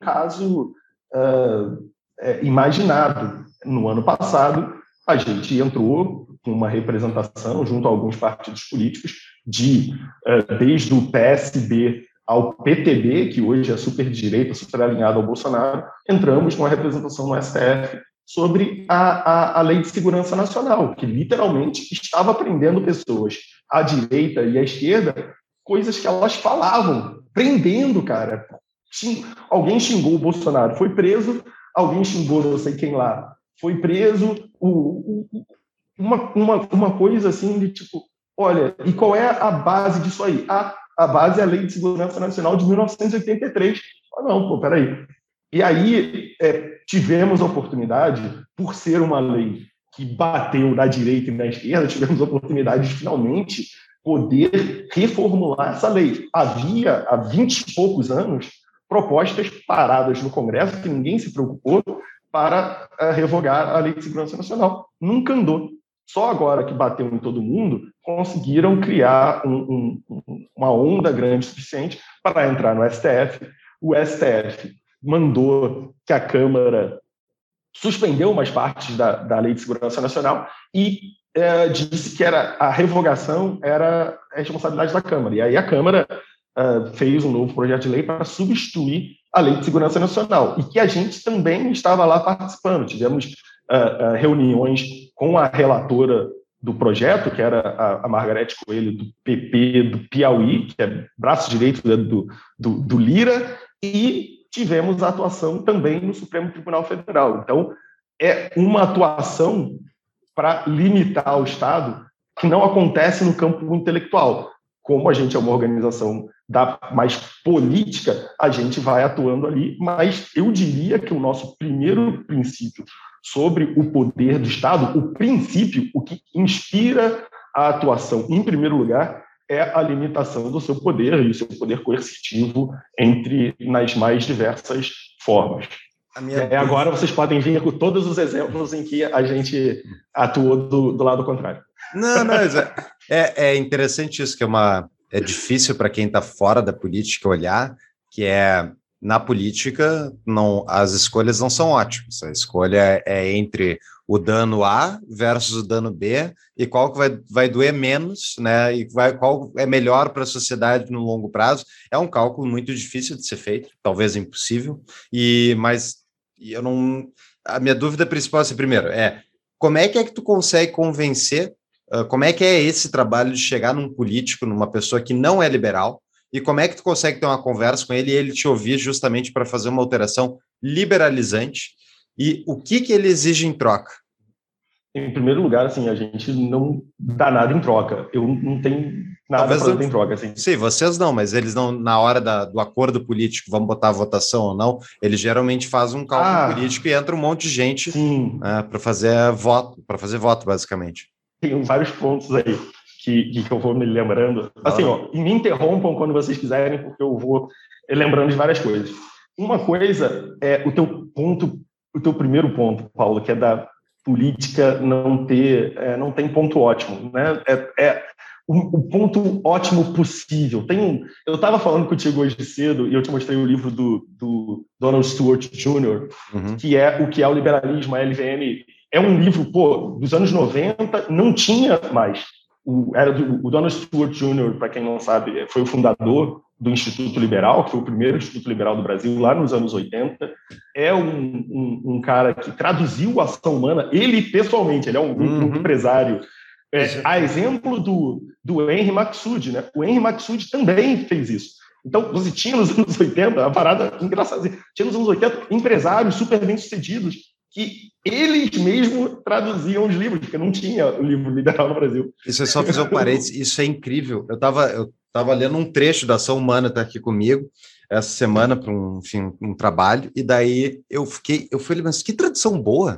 imaginado. No ano passado, a gente entrou com uma representação junto a alguns partidos políticos, desde o PSB ao PTB, que hoje é super direita, super alinhado ao Bolsonaro, entramos com a representação no STF sobre a Lei de Segurança Nacional, que literalmente estava prendendo pessoas à direita e à esquerda, coisas que elas falavam, prendendo, cara. Alguém xingou o Bolsonaro, foi preso, alguém xingou não sei quem lá, foi preso, uma coisa assim de tipo, olha, e qual é a base disso aí? A base é a Lei de Segurança Nacional de 1983. Não, pô, peraí. E aí tivemos a oportunidade, por ser uma lei que bateu na direita e na esquerda, tivemos a oportunidade de finalmente poder reformular essa lei. Havia, há 20 e poucos anos, propostas paradas no Congresso, que ninguém se preocupou, para revogar a Lei de Segurança Nacional. Nunca andou. Só agora que bateu em todo mundo, conseguiram criar uma onda grande o suficiente para entrar no STF. O STF mandou que a Câmara suspendeu umas partes da Lei de Segurança Nacional e disse que a revogação era a responsabilidade da Câmara. E aí a Câmara fez um novo projeto de lei para substituir a Lei de Segurança Nacional, e que a gente também estava lá participando. Tivemos reuniões com a relatora do projeto, que era a Margarete Coelho, do PP do Piauí, que é braço direito do Lira, e tivemos a atuação também no Supremo Tribunal Federal. Então, é uma atuação para limitar o Estado que não acontece no campo intelectual. Como a gente é uma organização mais política, a gente vai atuando ali, mas eu diria que o nosso primeiro princípio sobre o poder do Estado, o princípio, o que inspira a atuação, em primeiro lugar, é a limitação do seu poder e o seu poder coercitivo nas mais diversas formas. Agora vocês podem vir com todos os exemplos em que a gente atuou do lado contrário. Não, mas é interessante isso, que é difícil para quem está fora da política olhar, que na política as escolhas não são ótimas. A escolha é entre o dano A versus o dano B, e qual que vai doer menos, né? E qual é melhor para a sociedade no longo prazo. É um cálculo muito difícil de ser feito, talvez impossível. Mas a minha dúvida principal primeiro como é que tu consegue convencer? Como é que é esse trabalho de chegar num político, numa pessoa que não é liberal, e como é que tu consegue ter uma conversa com ele e ele te ouvir justamente para fazer uma alteração liberalizante? E o que ele exige em troca? Em primeiro lugar, assim, a gente não dá nada em troca. Eu não tenho nada para dar em troca. Assim. Sim, vocês não, mas eles não, na hora do acordo político, vamos botar a votação ou não, eles geralmente fazem um cálculo político e entra um monte de gente para fazer voto, basicamente. Tem vários pontos aí que eu vou me lembrando. Assim, e me interrompam quando vocês quiserem, porque eu vou lembrando de várias coisas. Uma coisa é o teu primeiro ponto, Paulo, que é da política não tem ponto ótimo, né? O ponto ótimo possível. Eu estava falando contigo hoje cedo e eu te mostrei o livro do Donald Stewart Jr., que é O que é o Liberalismo, a LVM. É um livro, dos anos 90, não tinha mais. O Donald Stewart Jr., para quem não sabe, foi o fundador do Instituto Liberal, que foi o primeiro Instituto Liberal do Brasil, lá nos anos 80. É um cara que traduziu a ação humana, ele pessoalmente, ele é um empresário. A exemplo do Henry Maxud, né? O Henry Maxud também fez isso. Então, você tinha nos anos 80, a parada engraçada, tinha nos anos 80 empresários super bem-sucedidos que eles mesmos traduziam os livros, porque não tinha o livro liberal no Brasil. Isso é só fazer um parênteses, isso é incrível. Eu estava lendo um trecho da Ação Humana, tá aqui comigo, essa semana, para um trabalho, e daí eu fui, mas que tradução boa!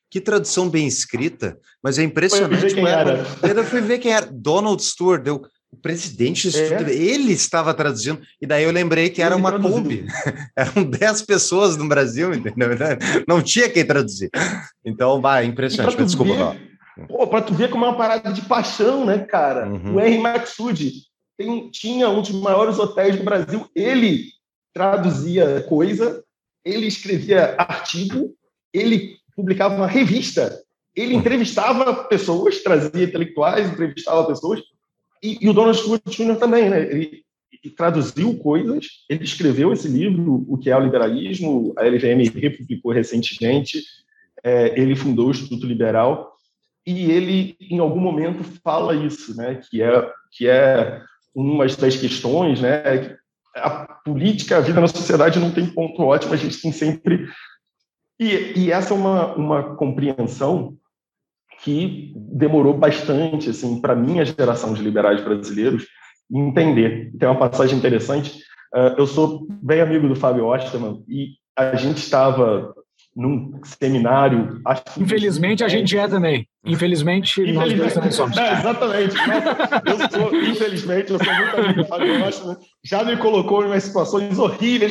que tradução bem escrita, mas é impressionante. Eu fui ver quem era. Donald Stewart, o presidente do Instituto, ele estava traduzindo, e daí eu lembrei que era uma Kombi. Eram 10 pessoas no Brasil, entendeu? Não tinha quem traduzir. Então, impressionante. Desculpa, não. Pô, pra tu ver como é uma parada de paixão, né, cara? O Henry Maxud tinha um dos maiores hotéis do Brasil. Ele traduzia coisa, ele escrevia artigo, ele publicava uma revista, ele entrevistava pessoas, trazia intelectuais, entrevistava pessoas, e o Donald Stewart Jr. também, né? Ele traduziu coisas, ele escreveu esse livro, O que é o Liberalismo, a LVM republicou recentemente, ele fundou o Instituto Liberal, e ele, em algum momento, fala isso, né? Que é uma das questões, né? A política, a vida na sociedade não tem ponto ótimo, a gente tem sempre... E essa é uma compreensão que demorou bastante, assim, para a minha geração de liberais brasileiros entender. Tem uma passagem interessante. Eu sou bem amigo do Fábio Osterman e a gente estava num seminário... Infelizmente, a gente é também. Infelizmente, nós dois também somos. Exatamente. Infelizmente, eu sou muito amigo do Fábio Osterman. Já me colocou em umas situações horríveis.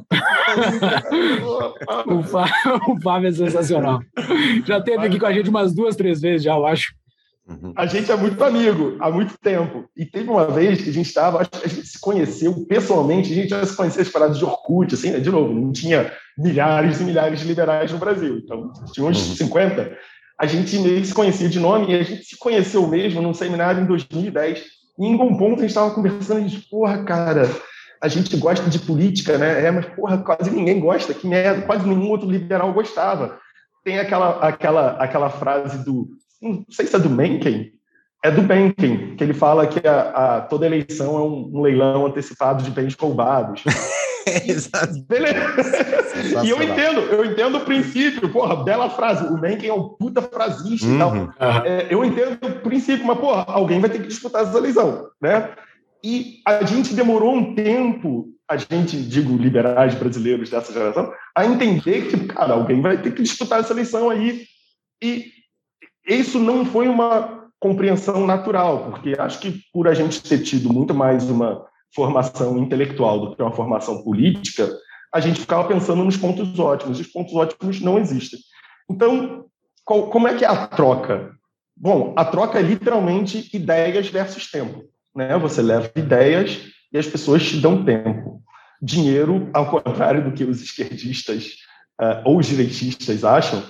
O Fábio é sensacional. Já esteve aqui com a gente umas 2, 3 vezes, já, eu acho. A gente é muito amigo há muito tempo. E teve uma vez que a gente se conheceu pessoalmente, a gente já se conhecia as paradas de Orkut, assim, né? De novo, não tinha milhares e milhares de liberais no Brasil. Então, tinha uns 50. A gente meio que se conhecia de nome e a gente se conheceu mesmo num seminário em 2010. E em algum ponto a gente estava conversando e a gente, porra, cara, a gente gosta de política, né? Mas, porra, quase ninguém gosta. Que merda, quase nenhum outro liberal gostava. Tem aquela frase não sei se é do Mencken, é do Mencken, que ele fala que toda eleição é um leilão antecipado de bens roubados. Exato. Beleza. E eu entendo o princípio, porra, bela frase. O Mencken é um puta frasista e tal. Eu entendo o princípio, mas, porra, alguém vai ter que disputar essa eleição, né? E a gente demorou um tempo, digo, liberais brasileiros dessa geração, a entender que, cara, alguém vai ter que disputar essa eleição aí. E isso não foi uma compreensão natural, porque acho que por a gente ter tido muito mais uma formação intelectual do que uma formação política, a gente ficava pensando nos pontos ótimos, e os pontos ótimos não existem. Então, como é que é a troca? Bom, a troca é literalmente ideias versus tempo, né? Você leva ideias e as pessoas te dão tempo. Dinheiro, ao contrário do que os esquerdistas ou os direitistas acham,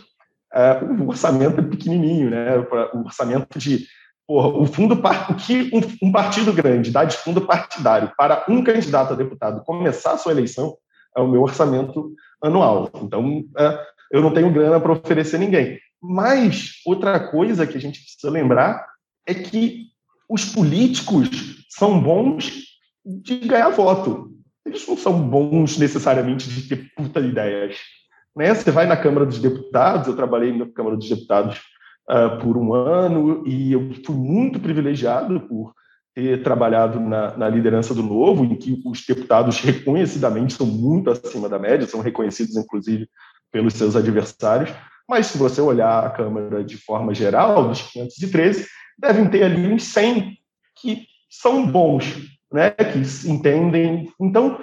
o orçamento é pequenininho, né? O orçamento de... o que um partido grande dá de fundo partidário para um candidato a deputado começar a sua eleição é o meu orçamento anual. Então, eu não tenho grana para oferecer a ninguém. Mas outra coisa que a gente precisa lembrar é que os políticos são bons de ganhar voto. Eles não são bons necessariamente de ter puta ideias. Né? Você vai na Câmara dos Deputados, eu trabalhei na Câmara dos Deputados por um ano e eu fui muito privilegiado por ter trabalhado na liderança do Novo, em que os deputados reconhecidamente são muito acima da média, são reconhecidos, inclusive, pelos seus adversários, mas se você olhar a Câmara de forma geral, dos 513, devem ter ali uns 100 que são bons, né? Que se entendem. Então,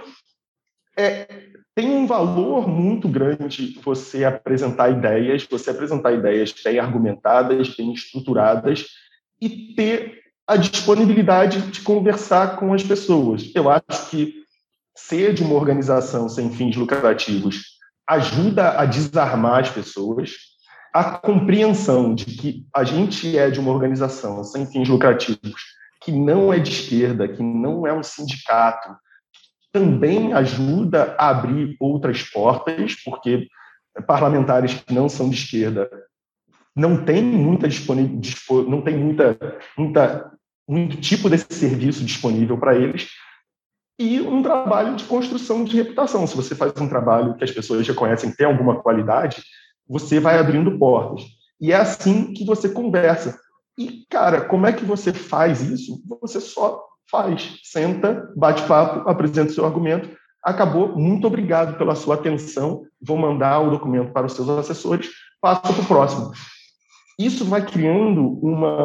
tem um valor muito grande você apresentar ideias bem argumentadas, bem estruturadas e ter a disponibilidade de conversar com as pessoas. Eu acho que ser de uma organização sem fins lucrativos ajuda a desarmar as pessoas. A compreensão de que a gente é de uma organização sem fins lucrativos, que não é de esquerda, que não é um sindicato, também ajuda a abrir outras portas, porque parlamentares que não são de esquerda não têm muito tipo desse serviço disponível para eles, e um trabalho de construção de reputação. Se você faz um trabalho que as pessoas reconhecem que tem alguma qualidade, você vai abrindo portas. E é assim que você conversa. E, cara, como é que você faz isso? Você só faz. Senta, bate papo, apresenta o seu argumento. Acabou. Muito obrigado pela sua atenção. Vou mandar o documento para os seus assessores. passa para o próximo. Isso vai criando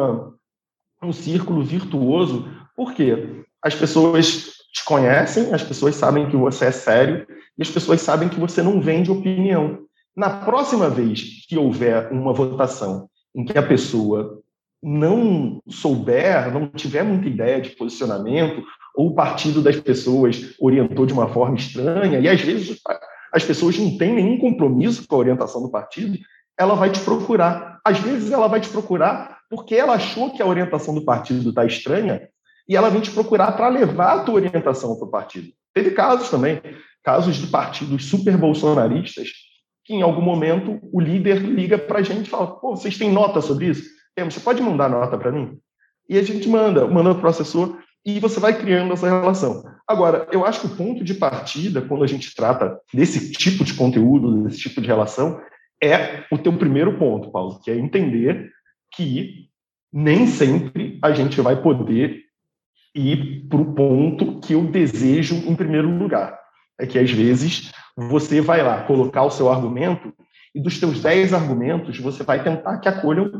um círculo virtuoso, porque as pessoas te conhecem, as pessoas sabem que você é sério e as pessoas sabem que você não vende opinião. Na próxima vez que houver uma votação em que a pessoa não souber, não tiver muita ideia de posicionamento, ou o partido das pessoas orientou de uma forma estranha, e às vezes as pessoas não têm nenhum compromisso com a orientação do partido, ela vai te procurar. Às vezes ela vai te procurar porque ela achou que a orientação do partido está estranha e ela vem te procurar para levar a tua orientação para o partido. Teve casos também, casos de partidos super bolsonaristas, que em algum momento o líder liga para a gente e fala, pô, vocês têm nota sobre isso? Você pode mandar nota para mim? E a gente manda para o assessor e você vai criando essa relação. Agora, eu acho que o ponto de partida, quando a gente trata desse tipo de conteúdo, desse tipo de relação, é o teu primeiro ponto, Paulo, que é entender que nem sempre a gente vai poder ir para o ponto que eu desejo em primeiro lugar. É que, às vezes, você vai lá colocar o seu argumento e dos teus 10 argumentos você vai tentar que acolham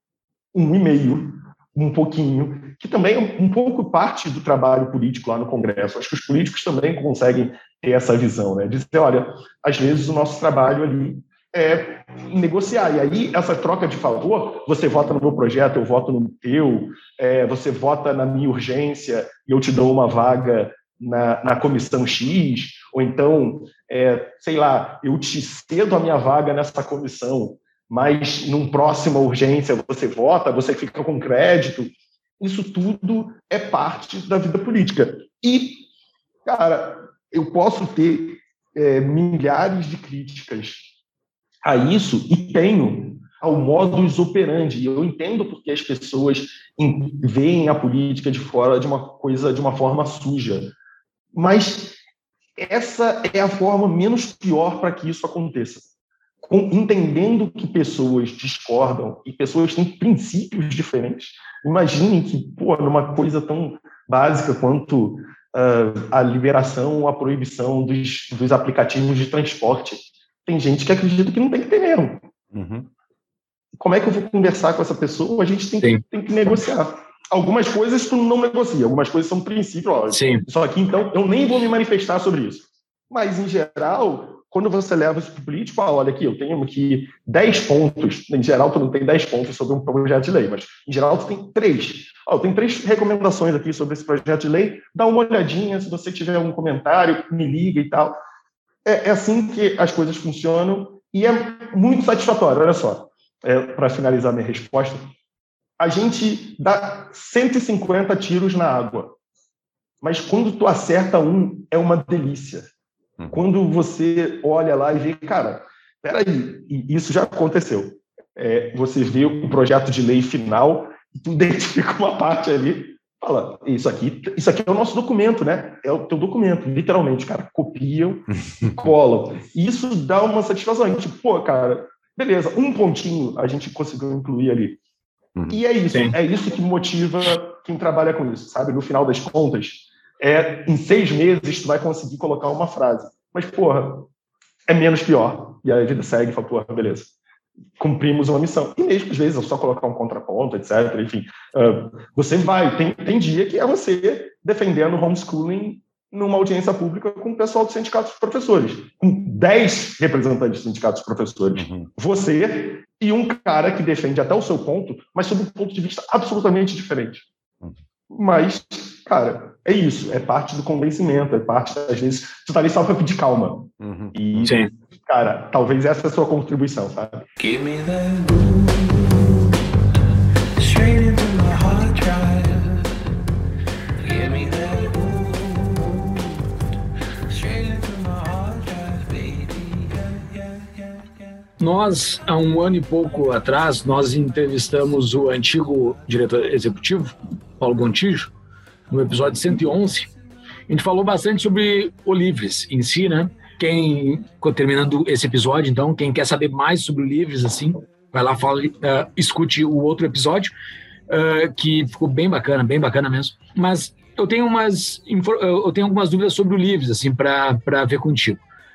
um e meio, um pouquinho, que também é um pouco parte do trabalho político lá no Congresso. Acho que os políticos também conseguem ter essa visão, né? Dizer, olha, às vezes o nosso trabalho ali é negociar. E aí, essa troca de favor, você vota no meu projeto, eu voto no teu, você vota na minha urgência e eu te dou uma vaga na comissão X, ou então, sei lá, eu te cedo a minha vaga nessa comissão, mas num próxima urgência você vota, você fica com crédito. Isso tudo é parte da vida política. E, cara, eu posso ter milhares de críticas a isso e tenho ao modus operandi. Eu entendo porque as pessoas veem a política de fora de uma forma suja. Mas essa é a forma menos pior para que isso aconteça. Entendendo que pessoas discordam e pessoas têm princípios diferentes. Imaginem que, numa coisa tão básica quanto a liberação ou a proibição dos aplicativos de transporte, tem gente que acredita que não tem que ter mesmo. Uhum. Como é que eu vou conversar com essa pessoa? A gente tem que negociar. Algumas coisas tu não negocia, algumas coisas são princípio, isso aqui, então, eu nem vou me manifestar sobre isso. Mas, em geral, quando você leva isso para o político, olha aqui, eu tenho aqui 10 pontos, em geral tu não tem 10 pontos sobre um projeto de lei, mas, em geral, tu tem 3. Eu tenho 3 recomendações aqui sobre esse projeto de lei, dá uma olhadinha, se você tiver algum comentário, me liga e tal. É assim que as coisas funcionam e é muito satisfatório. Olha só, para finalizar minha resposta, a gente dá 150 tiros na água, mas quando tu acerta um, é uma delícia. Quando você olha lá e vê, cara, peraí, e isso já aconteceu. Você vê o projeto de lei final e tu identifica uma parte ali, fala, isso aqui é o nosso documento, né? É o teu documento, literalmente, cara, copiam e colam. E isso dá uma satisfação. A gente, cara, beleza, um pontinho a gente conseguiu incluir ali. E é isso que motiva quem trabalha com isso, sabe? No final das contas, em 6 meses tu vai conseguir colocar uma frase. Mas, é menos pior. E aí a vida segue e fala, beleza, cumprimos uma missão. E mesmo, às vezes, é só colocar um contraponto, etc. Enfim, você vai... Tem dia que é você defendendo homeschooling numa audiência pública com o pessoal do sindicato dos professores, com 10 representantes do sindicato dos professores. Você e um cara que defende até o seu ponto, mas sob um ponto de vista absolutamente diferente. Mas, cara, é isso. É parte do convencimento, é parte, às vezes, você tá ali só para pedir calma. E, cara, talvez essa é a sua contribuição, sabe? Give me that straight into my hard drive. Give me that straight into my hard drive, baby. Nós, há um ano e pouco atrás, nós entrevistamos o antigo diretor executivo, Paulo Gontijo, no episódio 111. A gente falou bastante sobre o Livres em si, né? Terminando esse episódio, então, quem quer saber mais sobre o Livres, assim, vai lá, escute o outro episódio, que ficou bem bacana mesmo. Mas eu tenho algumas dúvidas sobre o Livres, assim, para ver contigo.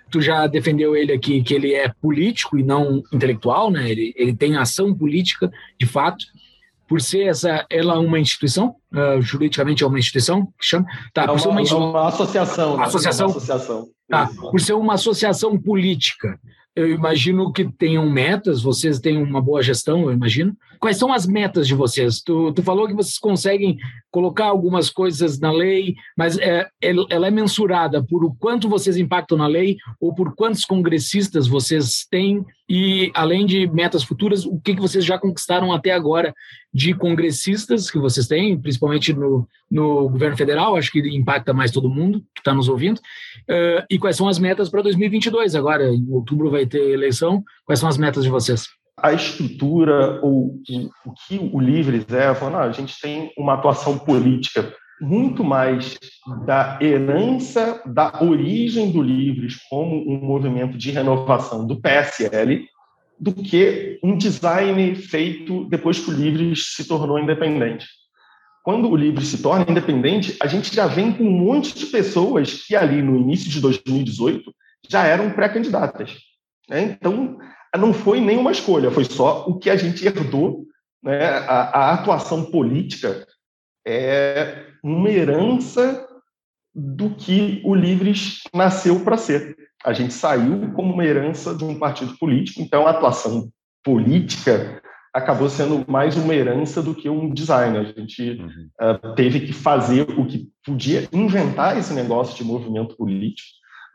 tu já defendeu ele aqui, que ele é político e não intelectual, né? Ele tem ação política, de fato. Por ser ela uma instituição, juridicamente é uma instituição, que chama? Tá, por ser uma associação. Né? Associação? Uma associação. Tá, por ser uma associação política, eu imagino que tenham metas, vocês têm uma boa gestão, eu imagino. Quais são as metas de vocês? Tu falou que vocês conseguem colocar algumas coisas na lei, mas ela é mensurada por o quanto vocês impactam na lei ou por quantos congressistas vocês têm e, além de metas futuras, o que vocês já conquistaram até agora de congressistas que vocês têm, principalmente no governo federal, acho que impacta mais todo mundo que está nos ouvindo, e quais são as metas para 2022? Agora, em outubro vai ter eleição, quais são as metas de vocês? A estrutura, ou o que o Livres a gente tem uma atuação política muito mais da herança, da origem do Livres como um movimento de renovação do PSL, do que um design feito depois que o Livres se tornou independente. Quando o Livres se torna independente, a gente já vem com um monte de pessoas que ali no início de 2018 já eram pré-candidatas. Então, não foi nenhuma escolha, foi só o que a gente herdou. Né? A atuação política é uma herança do que o Livres nasceu para ser. A gente saiu como uma herança de um partido político, então a atuação política acabou sendo mais uma herança do que um design. A gente teve que fazer o que podia, inventar esse negócio de movimento político.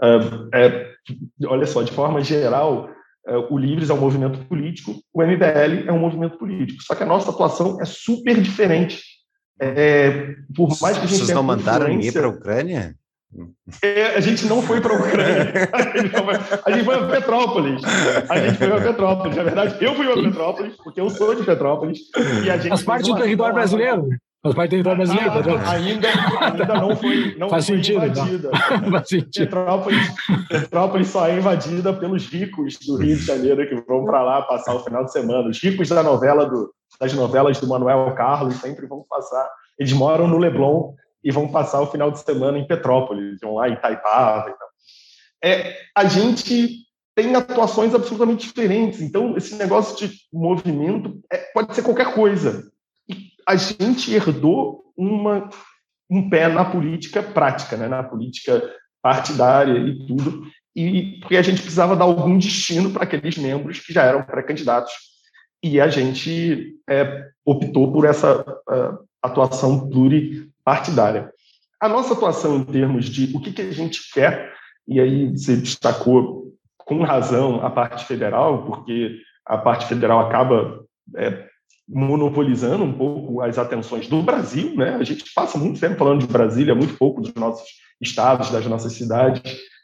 Olha só, de forma geral, o Livres é um movimento político, o MBL é um movimento político. Só que a nossa atuação é super diferente. Por mais que a gente Vocês não mandaram ninguém para a Ucrânia? A gente não foi para a Ucrânia. A gente foi a Petrópolis. Na verdade, eu fui a Petrópolis, porque eu sou de Petrópolis. E a gente faz parte do território brasileiro. Faz parte do território brasileiro. Ainda não foi Faz sentido, invadida. Faz sentido. Petrópolis só é invadida pelos ricos do Rio de Janeiro que vão para lá passar o final de semana. Os ricos das novelas do Manuel Carlos sempre vão passar. Eles moram no Leblon e vão passar o final de semana em Petrópolis, vão lá em Itaipava e tal. A gente tem atuações absolutamente diferentes. Então, esse negócio de movimento pode ser qualquer coisa. A gente herdou um pé na política prática, né? Na política partidária e tudo, e porque a gente precisava dar algum destino para aqueles membros que já eram pré-candidatos. E a gente optou por essa atuação pluripartidária. A nossa atuação em termos de o que a gente quer, e aí você destacou com razão a parte federal, porque a parte federal acaba monopolizando um pouco as atenções do Brasil, né? A gente passa muito tempo falando de Brasília, muito pouco dos nossos estados, das nossas cidades.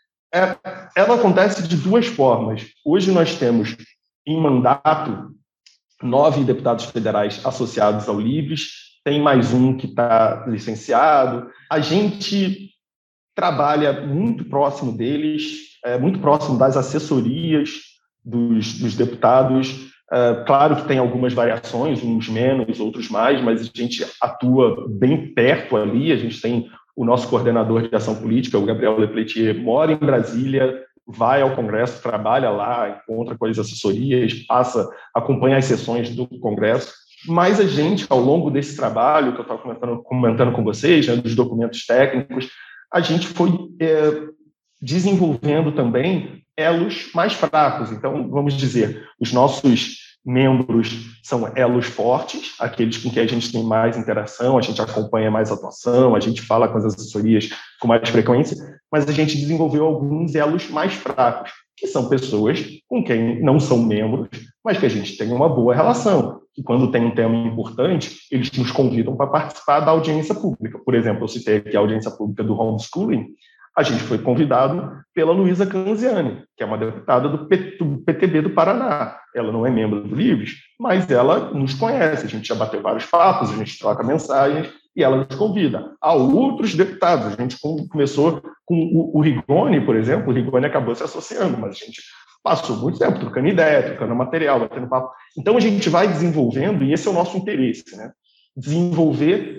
Ela acontece de duas formas. Hoje nós temos em mandato 9 deputados federais associados ao Livres, tem mais um que está licenciado. A gente trabalha muito próximo deles, muito próximo das assessorias dos deputados. Claro que tem algumas variações, uns menos, outros mais, mas a gente atua bem perto ali. A gente tem o nosso coordenador de ação política, o Gabriel Lepletier, mora em Brasília, vai ao Congresso, trabalha lá, encontra com as assessorias, acompanha as sessões do Congresso. Mas a gente, ao longo desse trabalho que eu estava comentando com vocês, né, dos documentos técnicos, a gente foi desenvolvendo também elos mais fracos. Então, vamos dizer, os nossos membros são elos fortes, aqueles com quem a gente tem mais interação, a gente acompanha mais atuação, a gente fala com as assessorias com mais frequência, mas a gente desenvolveu alguns elos mais fracos, que são pessoas com quem não são membros, mas que a gente tem uma boa relação. E quando tem um tema importante, eles nos convidam para participar da audiência pública. Por exemplo, eu citei aqui a audiência pública do homeschooling. A gente foi convidado pela Luísa Canziani, que é uma deputada do PTB do Paraná. Ela não é membro do Livres, mas ela nos conhece. A gente já bateu vários papos, a gente troca mensagens e ela nos convida. Há outros deputados. A gente começou com o Rigoni, por exemplo. O Rigoni acabou se associando, mas a gente passou muito tempo trocando ideia, trocando material, batendo papo. Então, a gente vai desenvolvendo, e esse é o nosso interesse, né? Desenvolver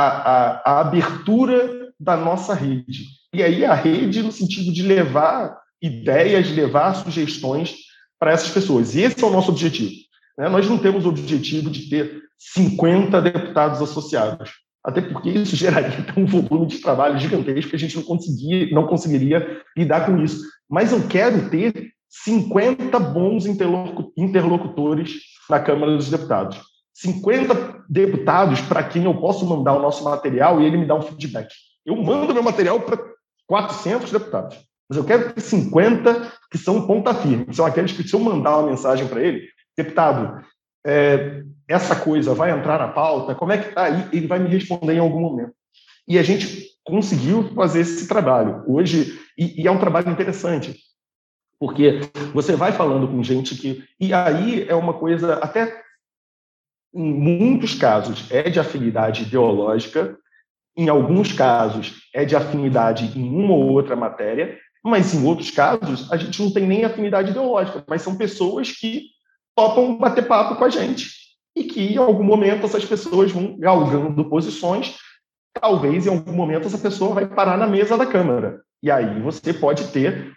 a abertura da nossa rede. E aí a rede no sentido de levar ideias, levar sugestões para essas pessoas. E esse é o nosso objetivo. Né? Nós não temos o objetivo de ter 50 deputados associados, até porque isso geraria um volume de trabalho gigantesco que a gente não conseguiria lidar com isso. Mas eu quero ter 50 bons interlocutores na Câmara dos Deputados. 50 deputados para quem eu posso mandar o nosso material e ele me dá um feedback. Eu mando meu material para 400 deputados, mas eu quero ter 50 que são ponta firme, que são aqueles que, se eu mandar uma mensagem para ele, deputado, essa coisa vai entrar na pauta, como é que está aí? Ele vai me responder em algum momento. E a gente conseguiu fazer esse trabalho hoje, e é um trabalho interessante, porque você vai falando com gente que... E aí é uma coisa, até em muitos casos, é de afinidade ideológica, em alguns casos é de afinidade em uma ou outra matéria, mas em outros casos a gente não tem nem afinidade ideológica, mas são pessoas que topam bater papo com a gente e que em algum momento essas pessoas vão galgando posições, talvez em algum momento essa pessoa vai parar na mesa da Câmara. E aí você pode ter,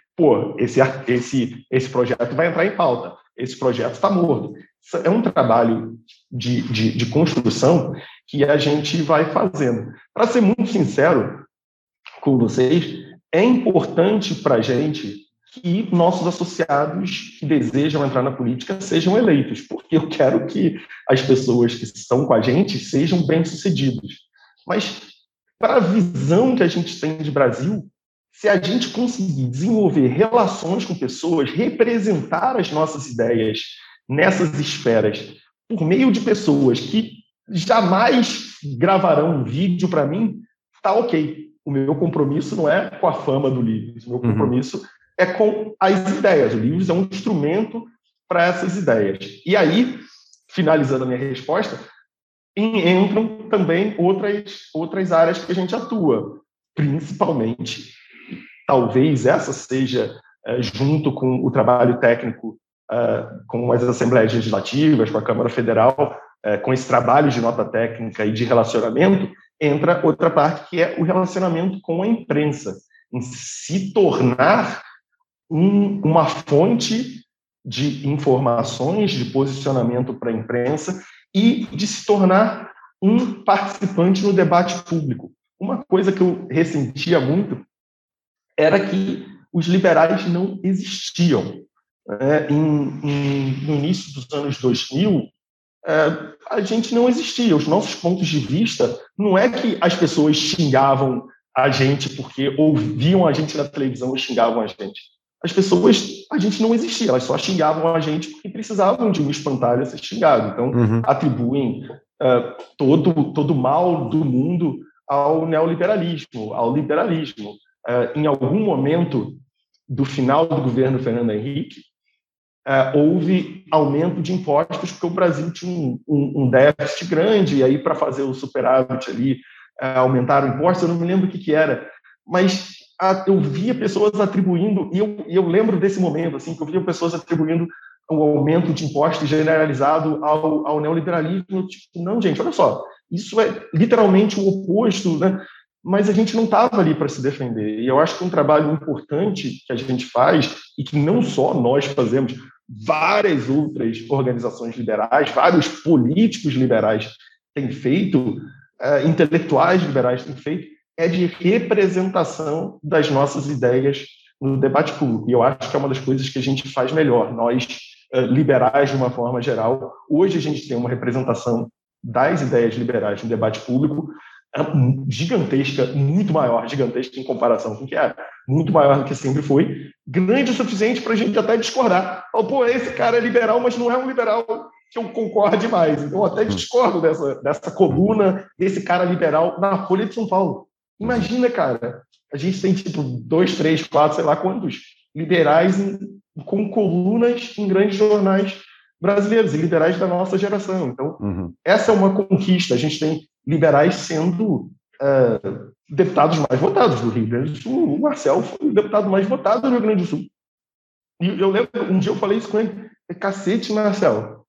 esse projeto vai entrar em pauta, esse projeto está morto. É um trabalho de construção que a gente vai fazendo. Para ser muito sincero com vocês, é importante para a gente que nossos associados que desejam entrar na política sejam eleitos, porque eu quero que as pessoas que estão com a gente sejam bem-sucedidas. Mas, para a visão que a gente tem de Brasil, se a gente conseguir desenvolver relações com pessoas, representar as nossas ideias nessas esferas, por meio de pessoas que jamais gravarão um vídeo para mim, tá ok. O meu compromisso não é com a fama do Livres, o meu compromisso é com as ideias. O Livres é um instrumento para essas ideias. E aí, finalizando a minha resposta, entram também outras áreas que a gente atua, principalmente, talvez essa seja, junto com o trabalho técnico, com as Assembleias Legislativas, com a Câmara Federal, com esse trabalho de nota técnica e de relacionamento, entra outra parte que é o relacionamento com a imprensa, em se tornar uma fonte de informações, de posicionamento para a imprensa e de se tornar um participante no debate público. Uma coisa que eu ressentia muito era que os liberais não existiam. No início dos anos 2000, a gente não existia. Os nossos pontos de vista, não é que as pessoas xingavam a gente porque ouviam a gente na televisão e xingavam a gente. As pessoas, a gente não existia, elas só xingavam a gente porque precisavam de um espantalho a ser xingado. Então, atribuem todo o mal do mundo ao neoliberalismo, ao liberalismo. Em algum momento do final do governo Fernando Henrique, houve aumento de impostos porque o Brasil tinha um déficit grande, e aí para fazer o superávit ali, aumentaram impostos, eu não me lembro o que era, mas eu via pessoas atribuindo, e eu lembro desse momento, assim, que eu via pessoas atribuindo o aumento de impostos generalizado ao neoliberalismo. Tipo, não, gente, olha só, isso é literalmente o oposto, né? Mas a gente não estava ali para se defender. E eu acho que um trabalho importante que a gente faz, e que não só nós fazemos, várias outras organizações liberais, vários políticos liberais têm feito, intelectuais liberais têm feito, é de representação das nossas ideias no debate público. E eu acho que é uma das coisas que a gente faz melhor. Nós, liberais, de uma forma geral, hoje a gente tem uma representação das ideias liberais no debate público gigantesca, muito maior, gigantesca em comparação com o que era, muito maior do que sempre foi, grande o suficiente para a gente até discordar. Pô, esse cara é liberal, mas não é um liberal que eu concorde mais. Então, eu até discordo dessa coluna, desse cara liberal na Folha de São Paulo. Imagina, cara, a gente tem tipo 2, 3, 4, sei lá quantos liberais com colunas em grandes jornais brasileiros e liberais da nossa geração. Então, essa é uma conquista. A gente tem liberais sendo deputados mais votados do Rio Grande do Sul. O Marcel foi o deputado mais votado do Rio Grande do Sul. E eu lembro, um dia eu falei isso com ele, cacete, Marcel,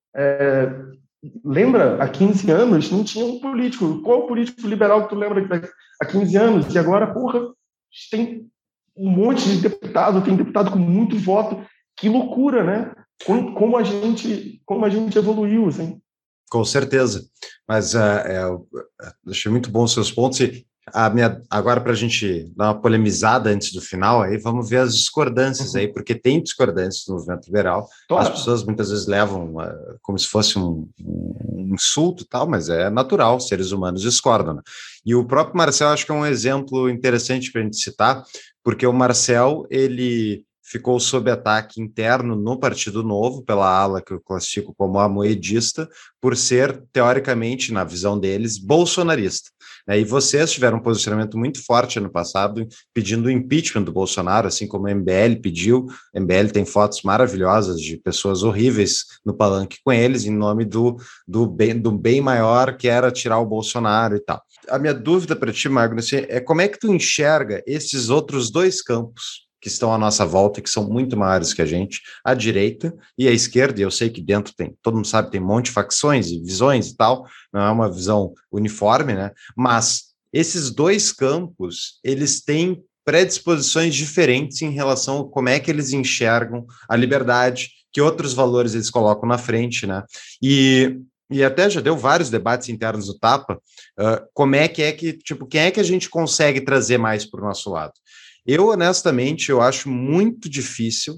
lembra, há 15 anos não tinha um político. Qual político liberal que tu lembra que há 15 anos? E agora, porra, tem um monte de deputado, tem deputado com muito voto. Que loucura, né? Como a gente evoluiu, assim. Com certeza. Mas eu achei muito bom os seus pontos. E agora, para a gente dar uma polemizada antes do final, aí vamos ver as discordâncias aí, porque tem discordâncias no movimento liberal. Claro. As pessoas muitas vezes levam como se fosse um insulto e tal, mas é natural, seres humanos discordam, né? E o próprio Marcel acho que é um exemplo interessante para a gente citar, porque o Marcel, ele ficou sob ataque interno no Partido Novo, pela ala que eu classifico como amoedista, por ser, teoricamente, na visão deles, bolsonarista. E vocês tiveram um posicionamento muito forte ano passado, pedindo o impeachment do Bolsonaro, assim como a MBL pediu. A MBL tem fotos maravilhosas de pessoas horríveis no palanque com eles, em nome do bem maior, que era tirar o Bolsonaro e tal. A minha dúvida para ti, Magno, é como é que tu enxerga esses outros dois campos que estão à nossa volta e que são muito maiores que a gente, a direita e a esquerda, e eu sei que dentro tem, todo mundo sabe, tem um monte de facções e visões e tal, não é uma visão uniforme, né? Mas esses dois campos, eles têm predisposições diferentes em relação a como é que eles enxergam a liberdade, que outros valores eles colocam na frente, né? E até já deu vários debates internos do Tapa, como é que, tipo, quem é que a gente consegue trazer mais para o nosso lado? Eu, honestamente, eu acho muito difícil,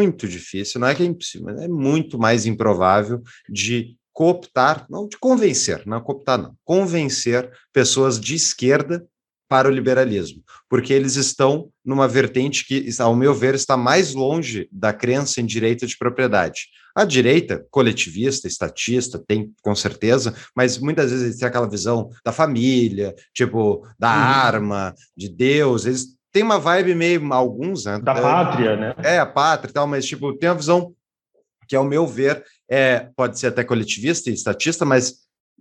não é que é impossível, mas é muito mais improvável de cooptar, não de convencer, não cooptar não, convencer pessoas de esquerda para o liberalismo, porque eles estão numa vertente que, ao meu ver, está mais longe da crença em direito de propriedade. A direita, coletivista, estatista, tem com certeza, mas muitas vezes eles têm aquela visão da família, tipo, da arma, de Deus, eles tem uma vibe meio, alguns, né? Da pátria, né? A pátria e tal, mas, tipo, tem uma visão que, ao meu ver, pode ser até coletivista e estatista, mas,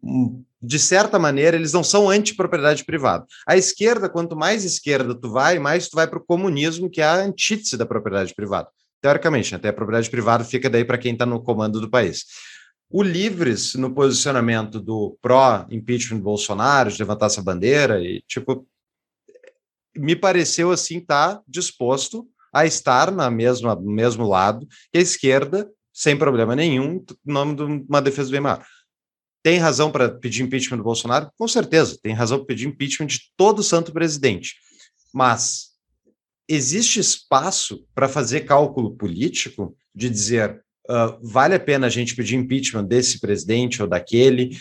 de certa maneira, eles não são anti-propriedade privada. A esquerda, quanto mais esquerda tu vai, mais tu vai para o comunismo, que é a antítese da propriedade privada. Teoricamente, até a propriedade privada fica daí para quem está no comando do país. O Livres, no posicionamento do pró-impeachment do Bolsonaro, de levantar essa bandeira e, tipo, me pareceu assim estar disposto a estar no mesmo lado que a esquerda, sem problema nenhum, em nome de uma defesa do bem maior. Tem razão para pedir impeachment do Bolsonaro? Com certeza, tem razão para pedir impeachment de todo santo presidente. Mas existe espaço para fazer cálculo político de dizer vale a pena a gente pedir impeachment desse presidente ou daquele?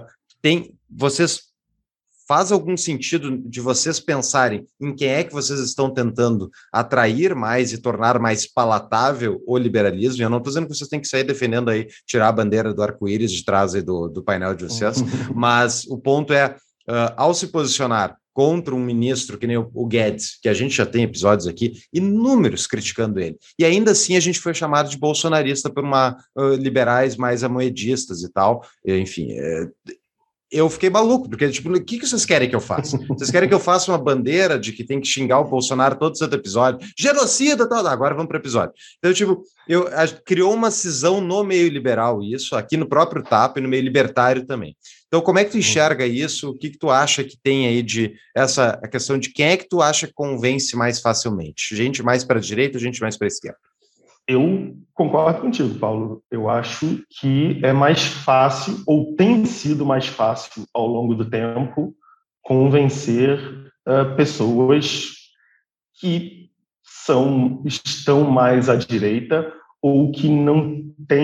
Faz algum sentido de vocês pensarem em quem é que vocês estão tentando atrair mais e tornar mais palatável o liberalismo? Eu não estou dizendo que vocês têm que sair defendendo aí, tirar a bandeira do arco-íris de trás aí do painel de vocês, mas o ponto é, ao se posicionar contra um ministro que nem o Guedes, que a gente já tem episódios aqui, inúmeros criticando ele, e ainda assim a gente foi chamado de bolsonarista por liberais mais amoedistas e tal, enfim... Eu fiquei maluco, porque, tipo, o que vocês querem que eu faça? Vocês querem que eu faça uma bandeira de que tem que xingar o Bolsonaro todo santo episódio? Genocida, tal, agora vamos para o episódio. Então, tipo, criou uma cisão no meio liberal, isso, aqui no próprio Tapa e no meio libertário também. Então, como é que tu enxerga isso? O que tu acha que tem aí a questão de quem é que tu acha que convence mais facilmente? Gente mais para a direita ou gente mais para a esquerda? Eu concordo contigo, Paulo. Eu acho que é mais fácil, ou tem sido mais fácil ao longo do tempo, convencer pessoas que estão mais à direita ou que não têm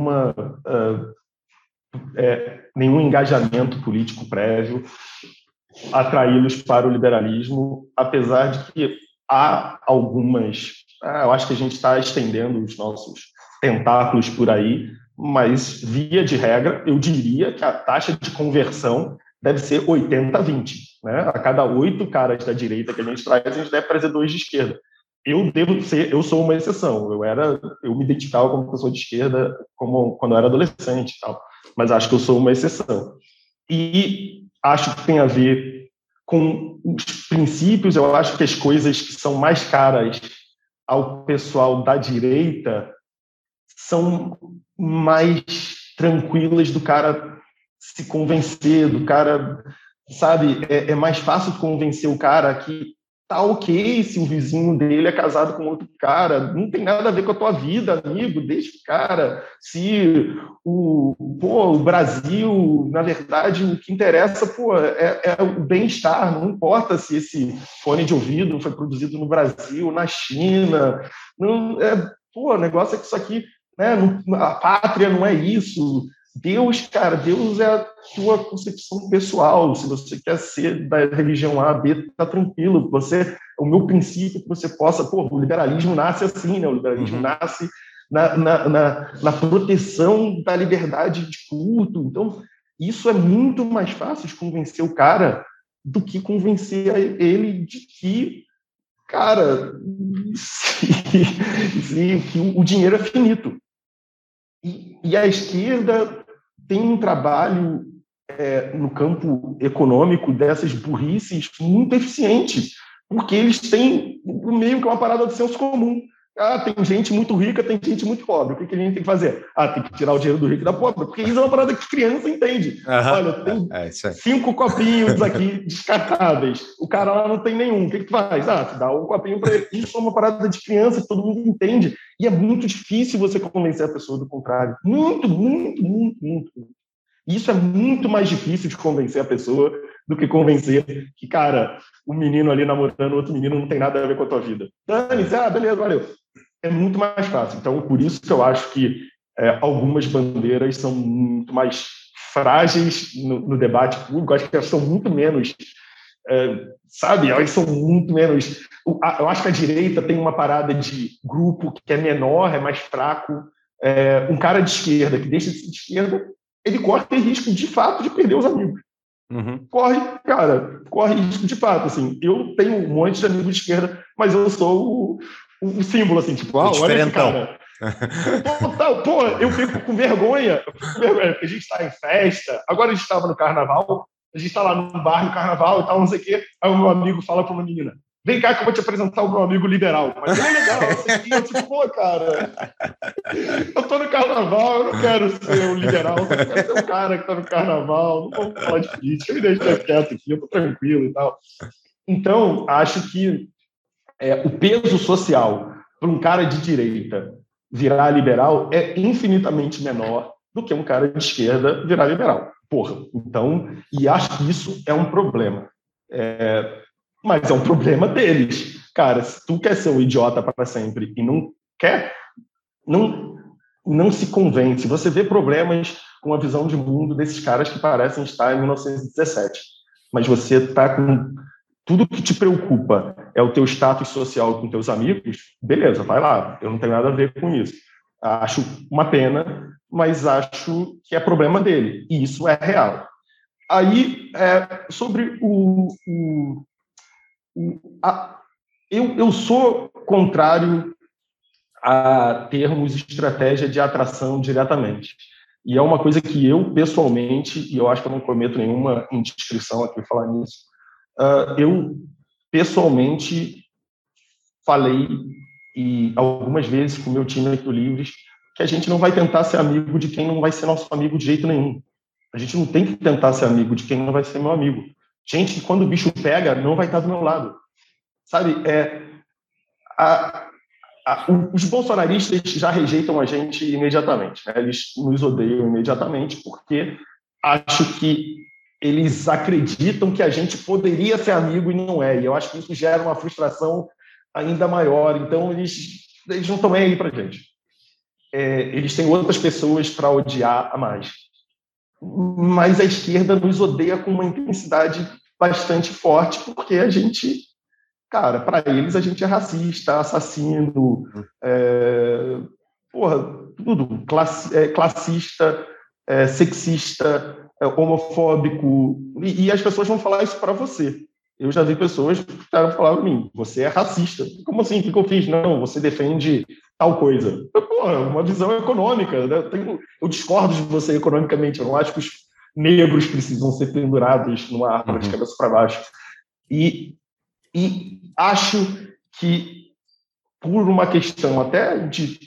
nenhum engajamento político prévio, atraí-los para o liberalismo, apesar de que há algumas... eu acho que a gente está estendendo os nossos tentáculos por aí, mas, via de regra, eu diria que a taxa de conversão deve ser 80-20. Né? A cada 8 caras da direita que a gente traz, a gente deve trazer 2 de esquerda. Eu sou uma exceção. Eu me identificava como pessoa de esquerda quando eu era adolescente e tal, mas acho que eu sou uma exceção. E acho que tem a ver com os princípios. Eu acho que as coisas que são mais caras ao pessoal da direita são mais tranquilas do cara se convencer, do cara, sabe? É mais fácil convencer o cara que tá ok se o vizinho dele é casado com outro cara, não tem nada a ver com a tua vida, amigo, deixa o cara. Se o Brasil, na verdade, o que interessa, é o bem-estar, não importa se esse fone de ouvido foi produzido no Brasil, na China, não, o negócio é que isso aqui, né, a pátria não é isso. Deus, cara, Deus é a tua concepção pessoal. Se você quer ser da religião A, B, tá tranquilo. O meu princípio que você possa... o liberalismo nasce assim, né? O liberalismo nasce na proteção da liberdade de culto. Então, isso é muito mais fácil de convencer o cara do que convencer ele de que, cara, que o dinheiro é finito. E a esquerda tem um trabalho no campo econômico dessas burrices muito eficiente, porque eles têm meio que uma parada de senso comum. Tem gente muito rica, tem gente muito pobre. O que a gente tem que fazer? Tem que tirar o dinheiro do rico e da pobre, porque isso é uma parada que criança entende. Olha, tem 5 copinhos aqui descartáveis. O cara lá não tem nenhum. O que tu faz? Tu dá um copinho para ele. Isso é uma parada de criança que todo mundo entende. E é muito difícil você convencer a pessoa do contrário. Muito, muito, muito, muito. Isso é muito mais difícil de convencer a pessoa do que convencer que, cara, o menino ali namorando outro menino não tem nada a ver com a tua vida. Dane-se, beleza, valeu. É muito mais fácil. Então, por isso que eu acho que algumas bandeiras são muito mais frágeis no debate público. Eu acho que elas são muito menos... elas são muito menos... Eu acho que a direita tem uma parada de grupo que é menor, é mais fraco. Um cara de esquerda que deixa de ser de esquerda, ele corre risco, de fato, de perder os amigos. Corre risco de fato. Assim, eu tenho um monte de amigos de esquerda, mas eu sou o símbolo, assim, tipo, olha esse cara. Eu fico com vergonha, porque a gente está em festa, agora a gente estava no carnaval, a gente está lá no bar no carnaval e tal, não sei o quê, aí o meu amigo fala para uma menina, vem cá que eu vou te apresentar o meu amigo liberal. Mas ele é legal, eu tipo, cara, eu tô no carnaval, eu não quero ser um liberal, eu quero ser um cara que tá no carnaval, não vamos falar de política, me deixa quieto aqui, eu tô tranquilo e tal. Então, acho que o peso social para um cara de direita virar liberal é infinitamente menor do que um cara de esquerda virar liberal. Então, e acho que isso é um problema. Mas é um problema deles. Cara, se tu quer ser um idiota para sempre e não quer, não se convence. Você vê problemas com a visão de mundo desses caras que parecem estar em 1917. Mas você está com... Tudo que te preocupa é o teu status social com teus amigos, beleza, vai lá. Eu não tenho nada a ver com isso. Acho uma pena, mas acho que é problema dele. E isso é real. Aí, sobre eu sou contrário a termos estratégia de atração diretamente. E é uma coisa que eu, pessoalmente, e eu acho que eu não cometo nenhuma indiscrição aqui falar nisso, eu, pessoalmente, falei, e algumas vezes com o meu time aqui do Livres, que a gente não vai tentar ser amigo de quem não vai ser nosso amigo de jeito nenhum. A gente não tem que tentar ser amigo de quem não vai ser meu amigo. Gente que, quando o bicho pega, não vai estar do meu lado. Sabe, os bolsonaristas já rejeitam a gente imediatamente, né? Eles nos odeiam imediatamente porque acho que eles acreditam que a gente poderia ser amigo e não é. E eu acho que isso gera uma frustração ainda maior. Então, eles não estão nem aí para a gente. Eles têm outras pessoas para odiar a mais. Mas a esquerda nos odeia com uma intensidade bastante forte, porque a gente, cara, para eles a gente é racista, assassino, tudo, classista, sexista, homofóbico, e as pessoas vão falar isso para você. Eu já vi pessoas que estavam falando para mim, você é racista. Como assim? O que eu fiz? Não, você defende tal coisa. Uma visão econômica, né? Eu discordo de você economicamente, eu não acho que os negros precisam ser pendurados numa árvore de cabeça para baixo. E acho que, por uma questão até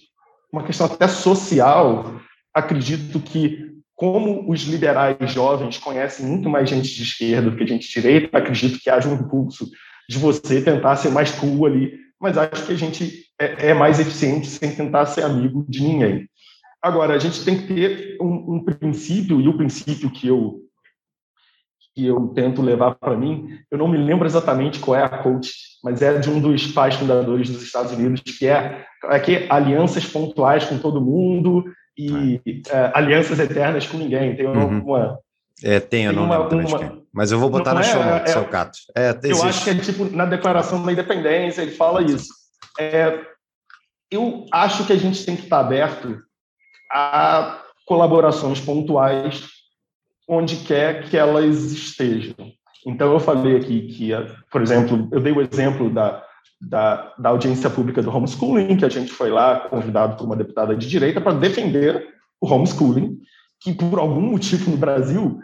social, acredito que, como os liberais jovens conhecem muito mais gente de esquerda do que gente de direita, acredito que haja um impulso de você tentar ser mais cool ali, mas acho que a gente é mais eficiente sem tentar ser amigo de ninguém. Agora, a gente tem que ter um princípio, e o princípio que eu tento levar para mim, eu não me lembro exatamente qual é a quote, mas é de um dos pais fundadores dos Estados Unidos, que é alianças pontuais com todo mundo e alianças eternas com ninguém. Tem uma... eu não lembro também de quem. Mas eu vou botar na show notes, seu Cato. Eu acho que é tipo na Declaração da Independência, ele fala isso. Eu acho que a gente tem que estar aberto a colaborações pontuais onde quer que elas estejam. Então, eu falei aqui que, por exemplo, eu dei o exemplo da audiência pública do homeschooling, que a gente foi lá convidado por uma deputada de direita para defender o homeschooling, que por algum motivo no Brasil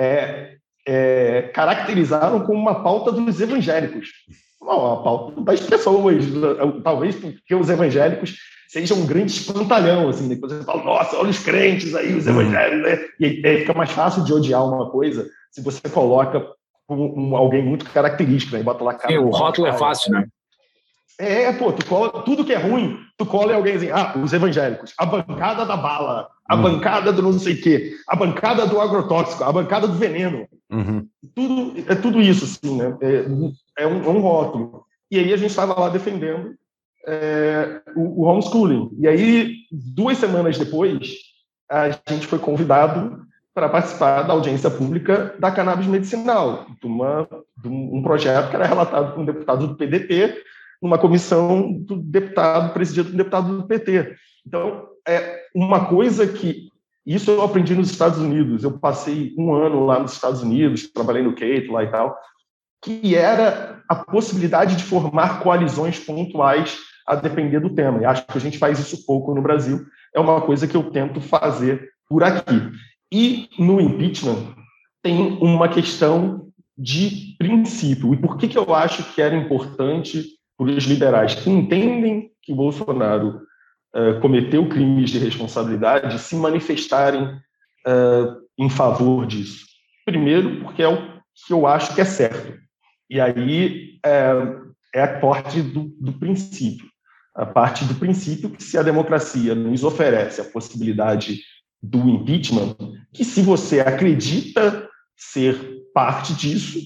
caracterizaram como uma pauta dos evangélicos. Não, a pauta das pessoas, talvez porque os evangélicos sejam um grande espantalhão, assim, depois você fala, nossa, olha os crentes aí, os evangélicos, né? E aí fica mais fácil de odiar uma coisa se você coloca alguém muito característico, né? E bota lá cara. Sim, o rótulo é fácil, né? Tu cola tudo que é ruim, tu cola em alguém assim, os evangélicos, a bancada da bala, a bancada do não sei o quê, a bancada do agrotóxico, a bancada do veneno. Tudo isso, assim, né? É um rótulo. E aí a gente estava lá defendendo o homeschooling. E aí, 2 semanas depois, a gente foi convidado para participar da audiência pública da cannabis medicinal, de um projeto que era relatado por um deputado do PDT, numa comissão do deputado, presidido por um deputado do PT. Então, uma coisa que... Isso eu aprendi nos Estados Unidos. Eu passei 1 ano lá nos Estados Unidos, trabalhei no Cato lá e tal, que era a possibilidade de formar coalizões pontuais a depender do tema. E acho que a gente faz isso pouco no Brasil. É uma coisa que eu tento fazer por aqui. E no impeachment tem uma questão de princípio. E por que eu acho que era importante para os liberais que entendem que Bolsonaro cometeu crimes de responsabilidade se manifestarem em favor disso? Primeiro, porque é o que eu acho que é certo. E aí é a parte do princípio. A parte do princípio que se a democracia nos oferece a possibilidade do impeachment, que se você acredita ser parte disso,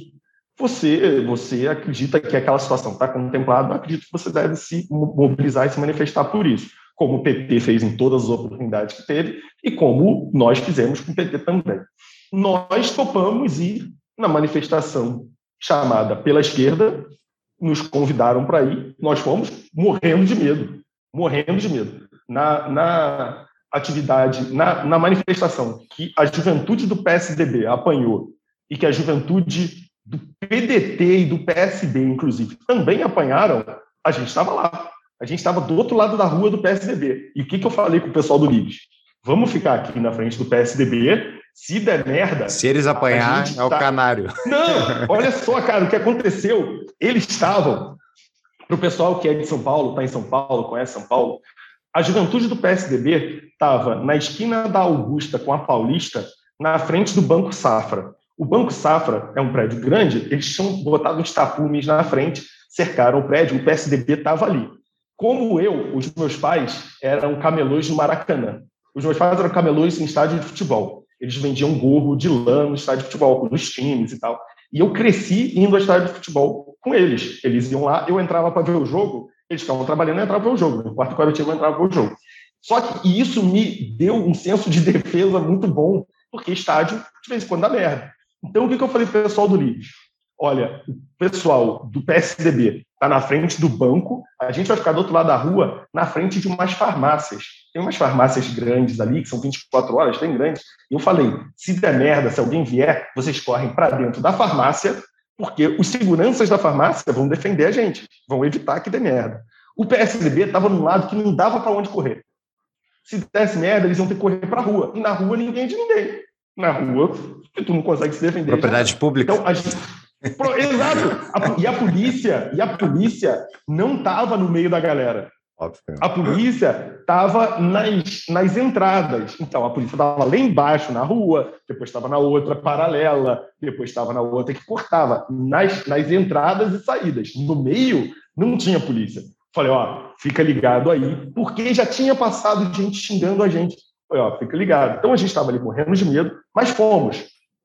você acredita que aquela situação está contemplada, acredito que você deve se mobilizar e se manifestar por isso, como o PT fez em todas as oportunidades que teve e como nós fizemos com o PT também. Nós topamos ir na manifestação chamada pela esquerda, nos convidaram para ir, nós fomos morrendo de medo. Na atividade, na manifestação que a juventude do PSDB apanhou e que a juventude do PDT e do PSB, inclusive, também apanharam, a gente estava lá. A gente estava do outro lado da rua do PSDB. E o que eu falei com o pessoal do Livres? Vamos ficar aqui na frente do PSDB, se der merda... Se eles apanhar, o canário. Não, olha só, cara, o que aconteceu. Eles estavam... Para o pessoal que é de São Paulo, está em São Paulo, conhece São Paulo, a juventude do PSDB estava na esquina da Augusta com a Paulista, na frente do Banco Safra. O Banco Safra é um prédio grande, eles tinham botado uns tapumes na frente, cercaram o prédio, o PSDB estava ali. Como os meus pais eram camelôs no Maracanã. Os meus pais eram camelôs em estádio de futebol. Eles vendiam gorro de lã no estádio de futebol, nos times e tal. E eu cresci indo ao estádio de futebol com eles. Eles iam lá, eu entrava para ver o jogo, eles ficavam trabalhando e eu entrava para ver o jogo. No quarto coletivo eu entrava para ver o jogo. Só que isso me deu um senso de defesa muito bom, porque estádio, de vez em quando, dá merda. Então, o que eu falei para o pessoal do Livres? Olha, o pessoal do PSDB está na frente do banco, a gente vai ficar do outro lado da rua, na frente de umas farmácias. Tem umas farmácias grandes ali, que são 24 horas, tem grandes. E eu falei, se der merda, se alguém vier, vocês correm para dentro da farmácia, porque os seguranças da farmácia vão defender a gente, vão evitar que dê merda. O PSDB estava num lado que não dava para onde correr. Se desse merda, eles iam ter que correr para a rua. E na rua ninguém é de ninguém. Na rua, tu não consegue se defender. Propriedade pública. Então, exato. E a polícia não estava no meio da galera. Óbvio. A polícia estava nas entradas. Então, a polícia estava lá embaixo, na rua, depois estava na outra paralela, depois estava na outra que cortava. Nas entradas e saídas. No meio, não tinha polícia. Falei, fica ligado aí, porque já tinha passado gente xingando a gente. Falei, fica ligado. Então, a gente estava ali morrendo de medo, mas fomos.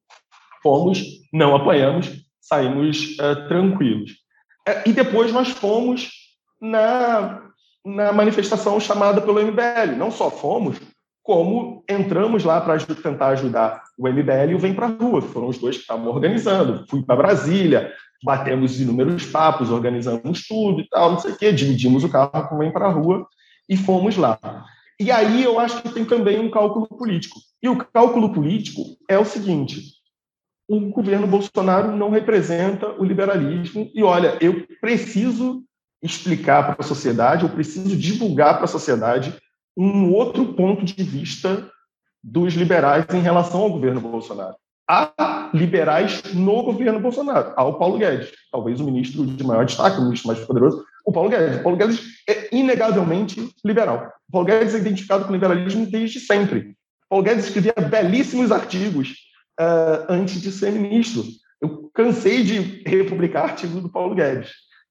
Não apanhamos, saímos tranquilos. E depois nós fomos na manifestação chamada pelo MBL. Não só fomos, como entramos lá para tentar ajudar o MBL e o Vem Pra Rua, que foram os dois que estavam organizando. Fui para Brasília, batemos inúmeros papos, organizamos tudo e tal, não sei o quê, dividimos o carro com o Vem Pra Rua e fomos lá. E aí eu acho que tem também um cálculo político. E o cálculo político é o seguinte: o governo Bolsonaro não representa o liberalismo e, olha, eu preciso explicar para a sociedade, eu preciso divulgar para a sociedade um outro ponto de vista dos liberais em relação ao governo Bolsonaro. Há liberais no governo Bolsonaro. Há o Paulo Guedes, talvez o ministro de maior destaque, o ministro mais poderoso, o Paulo Guedes. O Paulo Guedes é inegavelmente liberal. O Paulo Guedes é identificado com o liberalismo desde sempre. O Paulo Guedes escrevia belíssimos artigos antes de ser ministro. Eu cansei de republicar artigos do Paulo Guedes.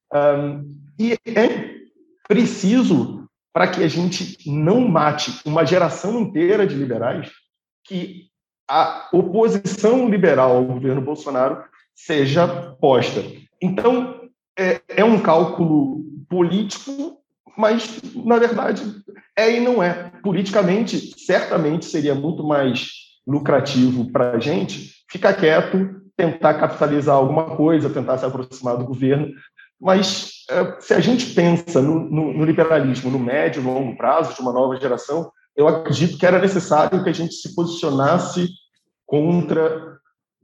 E é preciso, para que a gente não mate uma geração inteira de liberais, que a oposição liberal ao governo Bolsonaro seja posta. Então, é um cálculo político, mas, na verdade, e não é. Politicamente, certamente seria muito mais lucrativo para a gente ficar quieto, tentar capitalizar alguma coisa, tentar se aproximar do governo. Mas se a gente pensa no liberalismo no médio e longo prazo de uma nova geração, eu acredito que era necessário que a gente se posicionasse contra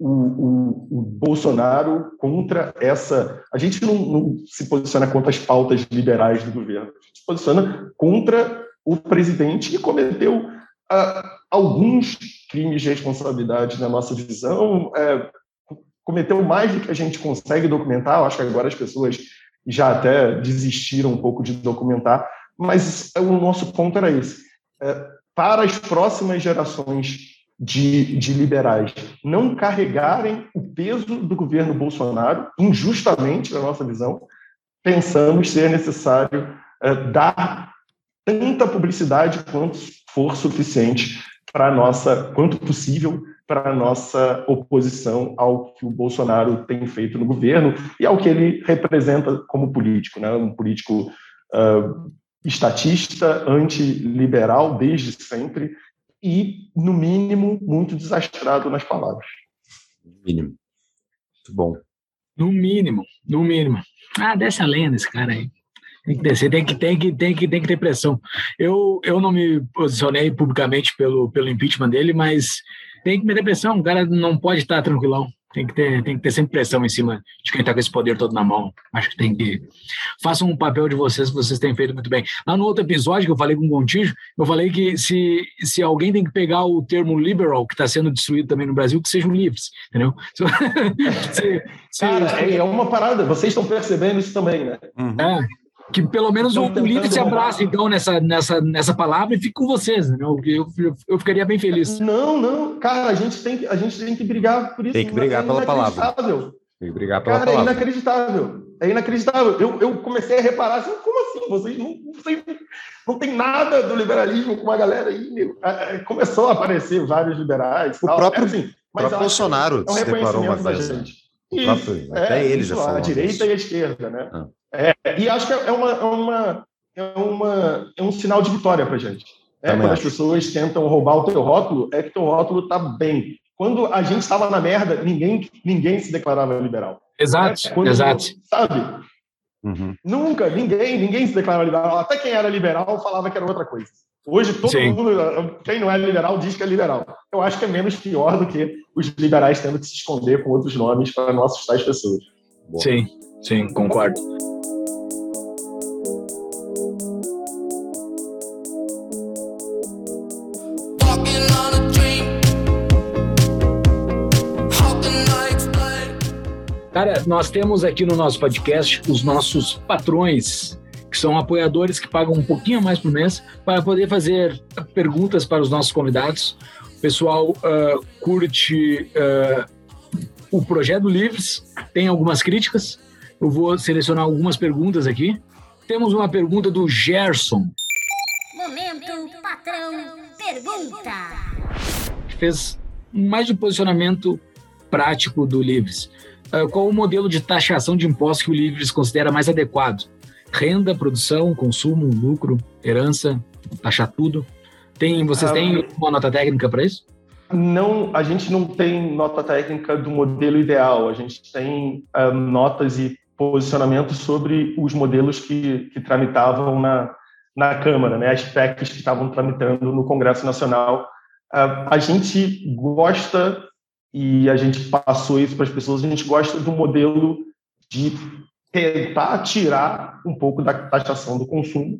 o Bolsonaro, contra essa... A gente não se posiciona contra as pautas liberais do governo, a gente se posiciona contra o presidente que cometeu alguns crimes de responsabilidade na nossa visão, cometeu mais do que a gente consegue documentar. Eu acho que agora as pessoas já até desistiram um pouco de documentar, mas o nosso ponto era esse. Para as próximas gerações de liberais não carregarem o peso do governo Bolsonaro, injustamente, na nossa visão, pensamos ser necessário dar tanta publicidade quanto for suficiente quanto possível, para a nossa oposição ao que o Bolsonaro tem feito no governo e ao que ele representa como político, né? Um político estatista, antiliberal desde sempre e, no mínimo, muito desastrado nas palavras. No mínimo. Muito bom. No mínimo. Desce a lenda esse cara aí. Tem que descer, tem que ter pressão. Eu não me posicionei publicamente pelo impeachment dele, mas tem que meter pressão. O cara não pode estar tranquilão. Tem que ter sempre pressão em cima de quem está com esse poder todo na mão. Acho que tem que... Façam um papel de vocês têm feito muito bem. Lá no outro episódio que eu falei com o Gontijo, eu falei que se alguém tem que pegar o termo liberal, que está sendo destruído também no Brasil, que sejam livres, entendeu? Cara, é uma parada. Vocês estão percebendo isso também, né? Uhum. Que pelo menos o livre se abraça, então, nessa palavra e fica com vocês, né? Eu ficaria bem feliz. Não, cara, a gente tem que brigar por isso. Tem que brigar pela palavra. Tem que brigar pela palavra. É inacreditável. Eu comecei a reparar assim, como assim? Vocês não tem nada do liberalismo com uma galera aí, meu. Começou a aparecer vários liberais. O próprio Bolsonaro se declarou uma vez. Até ele já falou. A direita e a esquerda, né? E acho que é um sinal de vitória para a gente. Quando as pessoas tentam roubar o teu rótulo, é que teu rótulo está bem. Quando a gente estava na merda, ninguém se declarava liberal. Exato. Sabe? Uhum. Nunca, ninguém se declarava liberal. Até quem era liberal falava que era outra coisa. Hoje, todo mundo, quem não é liberal, diz que é liberal. Eu acho que é menos pior do que os liberais tendo que se esconder com outros nomes para não assustar as pessoas. Boa. Sim, concordo. Cara, nós temos aqui no nosso podcast os nossos patrões que são apoiadores que pagam um pouquinho a mais por mês para poder fazer perguntas para os nossos convidados. O pessoal curte o projeto Livres, tem algumas críticas. Eu vou selecionar algumas perguntas aqui. Temos uma pergunta do Gerson. Momento Patrão Pergunta. Que fez mais de posicionamento prático do Livres. Qual o modelo de taxação de impostos que o Livres considera mais adequado? Renda, produção, consumo, lucro, herança, taxar tudo? Vocês têm uma nota técnica para isso? Não, a gente não tem nota técnica do modelo ideal. A gente tem notas e posicionamentos sobre os modelos que tramitavam na Câmara, né? As PECs que estavam tramitando no Congresso Nacional. A gente gosta, e a gente passou isso para as pessoas, a gente gosta do modelo de tentar tirar um pouco da taxação do consumo.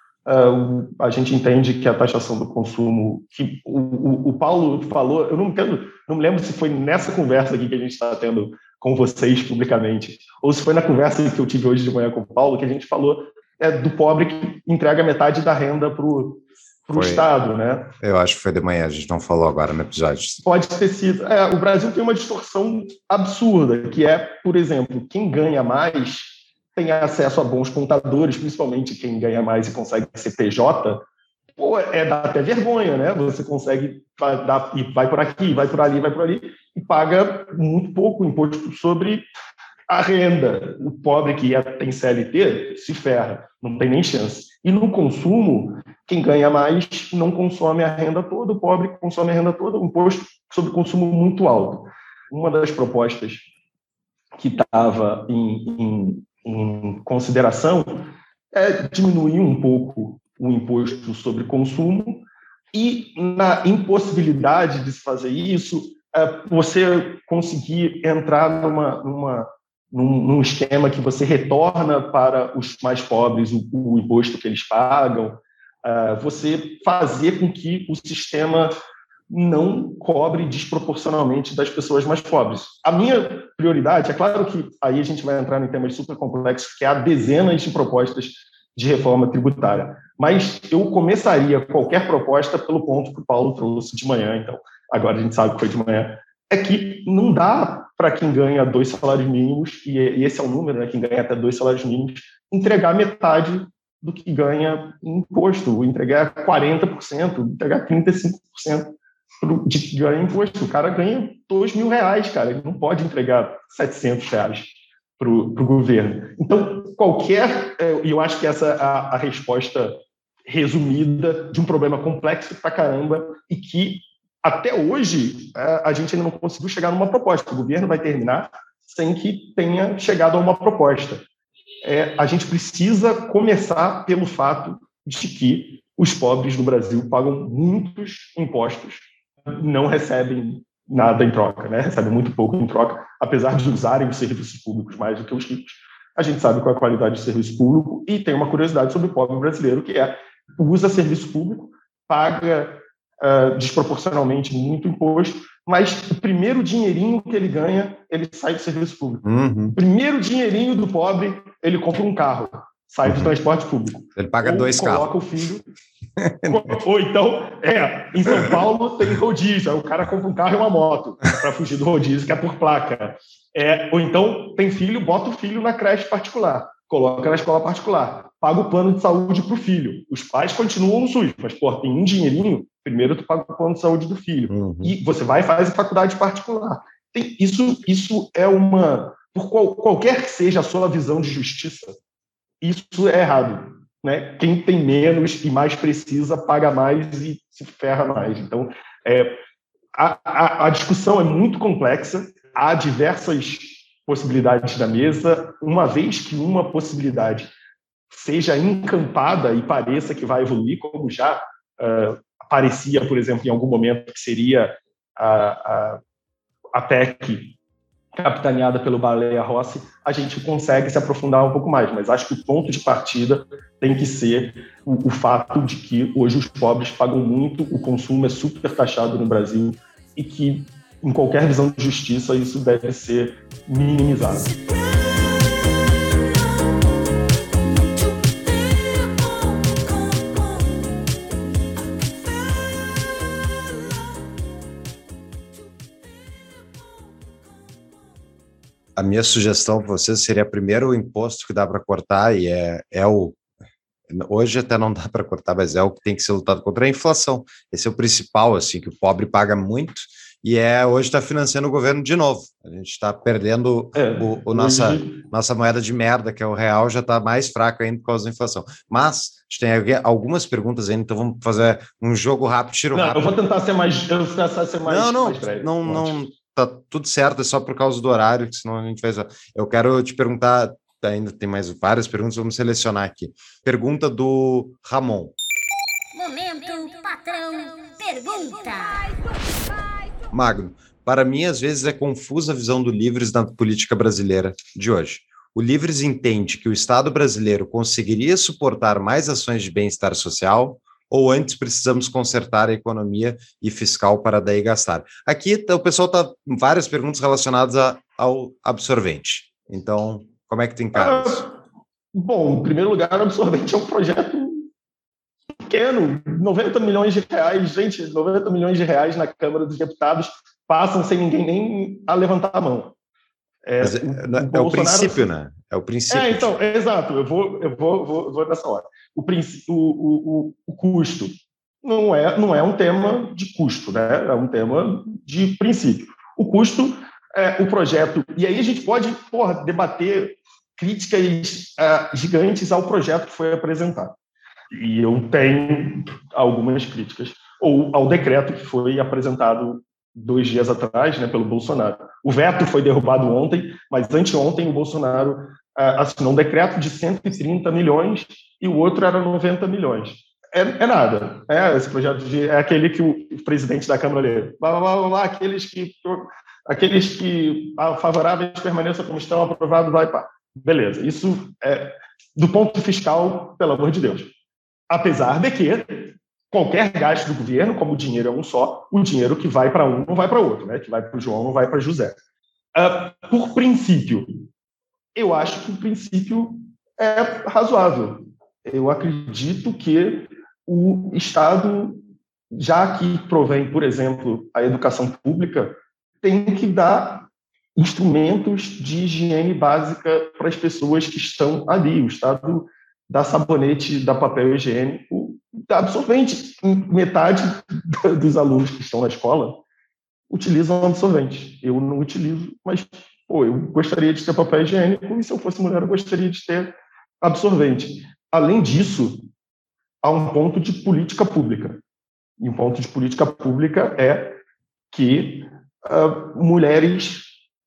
A gente entende que a taxação do consumo, que o Paulo falou, eu não me lembro se foi nessa conversa aqui que a gente está tendo com vocês publicamente, ou se foi na conversa que eu tive hoje de manhã com o Paulo, que a gente falou do pobre que entrega metade da renda para o Estado, né? Eu acho que foi de manhã, a gente não falou agora no episódio. Pode ter sido. O Brasil tem uma distorção absurda, que é, por exemplo, quem ganha mais tem acesso a bons contadores, principalmente quem ganha mais e consegue ser PJ, dá até vergonha, né? Você consegue e vai por aqui, vai por ali, e paga muito pouco imposto sobre a renda. O pobre que tem CLT se ferra, não tem nem chance. E no consumo, quem ganha mais não consome a renda toda, o pobre consome a renda toda, um imposto sobre consumo muito alto. Uma das propostas que estava em consideração é diminuir um pouco o imposto sobre consumo e, na impossibilidade de se fazer isso, você conseguir entrar num esquema que você retorna para os mais pobres o imposto que eles pagam, você fazer com que o sistema não cobre desproporcionalmente das pessoas mais pobres. A minha prioridade, é claro que aí a gente vai entrar em temas super complexos, que há dezenas de propostas de reforma tributária, mas eu começaria qualquer proposta pelo ponto que o Paulo trouxe de manhã, então agora a gente sabe que foi de manhã, é que não dá para quem ganha 2 salários mínimos, e esse é o número, né, quem ganha até 2 salários mínimos, entregar metade do que ganha em imposto, entregar 40%, entregar 35% de ganho em imposto. O cara ganha R$2.000, cara, ele não pode entregar R$700 para o governo. Então, e eu acho que essa é a resposta resumida de um problema complexo pra caramba e que até hoje a gente ainda não conseguiu chegar numa proposta. O governo vai terminar sem que tenha chegado a uma proposta. A gente precisa começar pelo fato de que os pobres no Brasil pagam muitos impostos, não recebem nada em troca, né? Recebem muito pouco em troca, apesar de usarem os serviços públicos mais do que os ricos. A gente sabe qual é a qualidade do serviço público e tem uma curiosidade sobre o pobre brasileiro, que usa serviço público, paga desproporcionalmente muito imposto, mas o primeiro dinheirinho que ele ganha, ele sai do serviço público. Uhum. O primeiro dinheirinho do pobre, ele compra um carro, sai do transporte público. Ele paga 2 carros. Coloca o filho. Ou então, em São Paulo tem rodízio, aí o cara compra um carro e uma moto para fugir do rodízio, que é por placa. Ou então tem filho, bota o filho na creche particular, coloca na escola particular, paga o plano de saúde para o filho. Os pais continuam no SUS, mas tem um dinheirinho, primeiro tu paga o plano de saúde do filho. Uhum. E você vai e faz a faculdade particular. Isso é por qualquer que seja a sua visão de justiça, isso é errado, né? Quem tem menos e mais precisa paga mais e se ferra mais. Então, a discussão é muito complexa, há diversas possibilidades na mesa, uma vez que uma possibilidade seja encampada e pareça que vai evoluir, como já parecia, por exemplo, em algum momento, que seria a PEC capitaneada pelo Baleia Rossi, a gente consegue se aprofundar um pouco mais, mas acho que o ponto de partida tem que ser o fato de que hoje os pobres pagam muito, o consumo é super taxado no Brasil e que, em qualquer visão de justiça, isso deve ser minimizado. minha sugestão para vocês seria primeiro o imposto que dá para cortar, e hoje até não dá para cortar, mas é o que tem que ser lutado contra a inflação. Esse é o principal, assim, que o pobre paga muito, e hoje está financiando o governo de novo. A gente está perdendo nossa moeda de merda, que é o real, já está mais fraco ainda por causa da inflação. Mas a gente tem algumas perguntas ainda, então vamos fazer um jogo rápido, rápido. Eu vou tentar ser mais mais breve. Não, tá tudo certo, é só por causa do horário, que senão a gente faz. Eu quero te perguntar, ainda tem mais várias perguntas, vamos selecionar aqui. Pergunta do Ramon. Momento patrão pergunta. Magno, para mim, às vezes é confusa a visão do Livres na política brasileira de hoje. O Livres entende que o Estado brasileiro conseguiria suportar mais ações de bem-estar social, ou antes precisamos consertar a economia e fiscal para daí gastar? Aqui o pessoal está com várias perguntas relacionadas ao absorvente. Então, como é que tu encara isso? Bom, em primeiro lugar, o absorvente é um projeto pequeno, 90 milhões de reais, gente, 90 milhões de reais na Câmara dos Deputados passam sem ninguém nem a levantar a mão. O princípio, né? É o princípio. Então, exato, eu vou nessa hora. O custo não é um tema de custo, né? É um tema de princípio. O custo é o projeto, e aí a gente pode debater críticas gigantes ao projeto que foi apresentado. E eu tenho algumas críticas, ou ao decreto que foi apresentado 2 dias atrás, né, pelo Bolsonaro. O veto foi derrubado ontem, mas anteontem o Bolsonaro assinou um decreto de 130 milhões e o outro era 90 milhões. É nada. Esse projeto é aquele que o presidente da Câmara lê. Aqueles que favoráveis permaneçam como estão, aprovado, vai para. Beleza. Isso do ponto fiscal, pelo amor de Deus. Apesar de que qualquer gasto do governo, como o dinheiro é um só, o dinheiro que vai para um não vai para outro, né? Que vai para o João não vai para José. Por princípio, eu acho que o princípio é razoável. Eu acredito que o Estado, já que provém, por exemplo, a educação pública, tem que dar instrumentos de higiene básica para as pessoas que estão ali. O Estado dá sabonete, dá papel higiênico, dá absorvente. Metade dos alunos que estão na escola utilizam absorvente. Eu não utilizo, mas eu gostaria de ter papel higiênico e, se eu fosse mulher, eu gostaria de ter absorvente. Além disso, há um ponto de política pública. E um ponto de política pública é que mulheres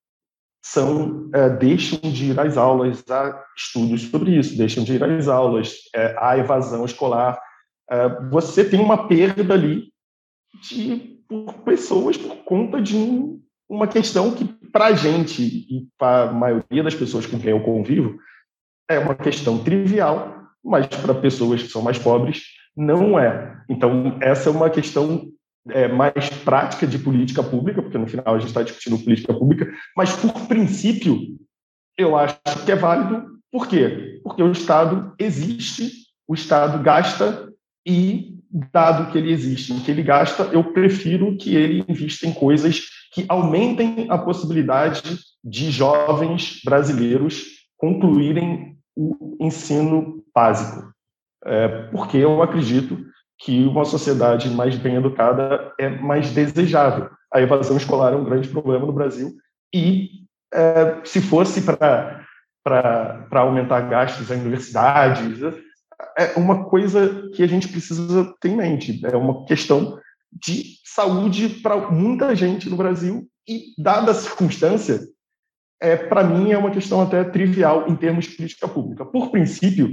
deixam de ir às aulas, há estudos sobre isso, deixam de ir às aulas, há evasão escolar. Você tem uma perda ali por pessoas por conta de uma questão que, para a gente e para a maioria das pessoas com quem eu convivo, é uma questão trivial, mas para pessoas que são mais pobres, não é. Então, essa é uma questão mais prática de política pública, porque no final a gente está discutindo política pública, mas por princípio eu acho que é válido. Por quê? Porque o Estado existe, o Estado gasta, e dado que ele existe e que ele gasta, eu prefiro que ele invista em coisas que aumentem a possibilidade de jovens brasileiros concluírem o ensino básico. Porque eu acredito que uma sociedade mais bem educada é mais desejável. A evasão escolar é um grande problema no Brasil e, se fosse para aumentar gastos em universidades, é uma coisa que a gente precisa ter em mente. É uma questão de saúde para muita gente no Brasil e, dada a circunstância, para mim é uma questão até trivial em termos de política pública. Por princípio,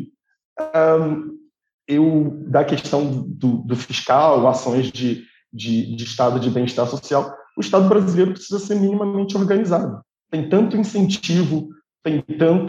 da questão do fiscal, ações de estado de bem-estar social, o Estado brasileiro precisa ser minimamente organizado. Tem tanto incentivo, tem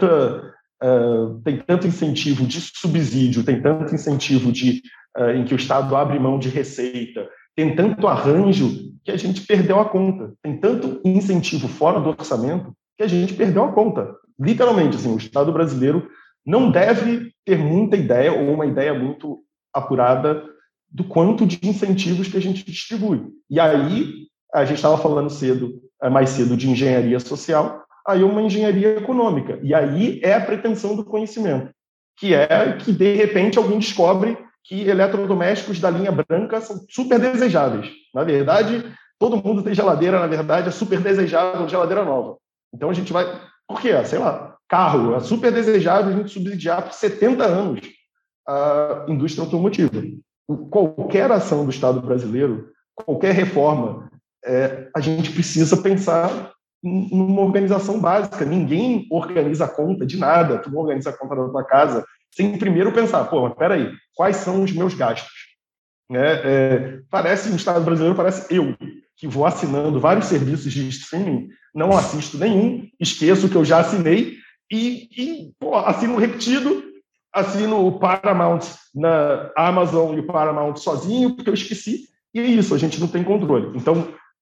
tanto incentivo de subsídio, tem tanto incentivo em que o Estado abre mão de receita, tem tanto arranjo que a gente perdeu a conta. Tem tanto incentivo fora do orçamento que a gente perdeu a conta. Literalmente, assim, o Estado brasileiro não deve ter muita ideia ou uma ideia muito apurada do quanto de incentivos que a gente distribui. E aí, a gente estava falando mais cedo de engenharia social, aí uma engenharia econômica. E aí é a pretensão do conhecimento, que é que, de repente, alguém descobre que eletrodomésticos da linha branca são super desejáveis. Na verdade, todo mundo tem geladeira, na verdade, é super desejável geladeira nova. Então a gente vai... Por quê? Sei lá, carro, é super desejável a gente subsidiar por 70 anos a indústria automotiva. Qualquer ação do Estado brasileiro, qualquer reforma, a gente precisa pensar numa organização básica. Ninguém organiza a conta de nada, tu não organiza a conta da tua casa sem primeiro pensar, pô, mas peraí, quais são os meus gastos? Parece, o Estado brasileiro parece eu, que vou assinando vários serviços de streaming, não assisto nenhum, esqueço que eu já assinei e assino repetido, assino o Paramount na Amazon e o Paramount sozinho, porque eu esqueci, e é isso, a gente não tem controle. Então,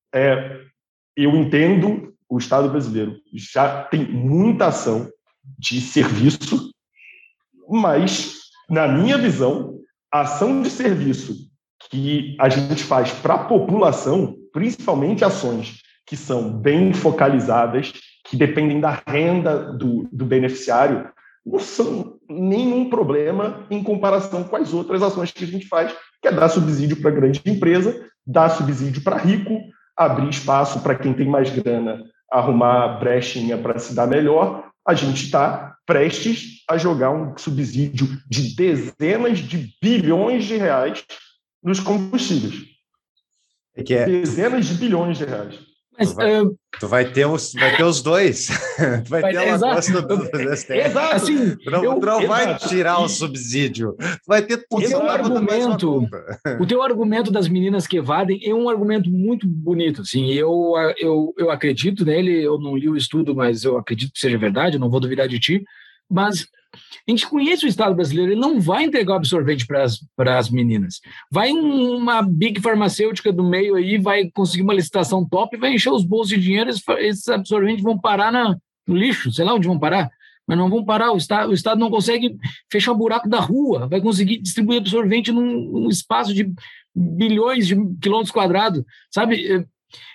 eu entendo, o Estado brasileiro já tem muita ação de serviço, mas, na minha visão, a ação de serviço que a gente faz para a população, principalmente ações que são bem focalizadas, que dependem da renda do beneficiário, não são nenhum problema em comparação com as outras ações que a gente faz, que é dar subsídio para grande empresa, dar subsídio para rico, abrir espaço para quem tem mais grana, arrumar brechinha para se dar melhor. A gente está prestes a jogar um subsídio de dezenas de bilhões de reais nos combustíveis. Dezenas de bilhões de reais. Mas, tu vai ter os dois. Tu vai ter uma gosta do STF. Exato. Assim, Tu não vai tirar o subsídio. Tu vai ter o teu argumento das meninas que evadem é um argumento muito bonito. Assim, eu acredito nele, eu não li o estudo, mas eu acredito que seja verdade, eu não vou duvidar de ti. Mas a gente conhece o Estado brasileiro, ele não vai entregar o absorvente para as meninas. Vai uma big farmacêutica do meio aí, vai conseguir uma licitação top, vai encher os bolsos de dinheiro, esses absorventes vão parar no lixo, sei lá onde vão parar, mas não vão parar. O Estado não consegue fechar o buraco da rua, vai conseguir distribuir absorvente num espaço de bilhões de quilômetros quadrados, sabe?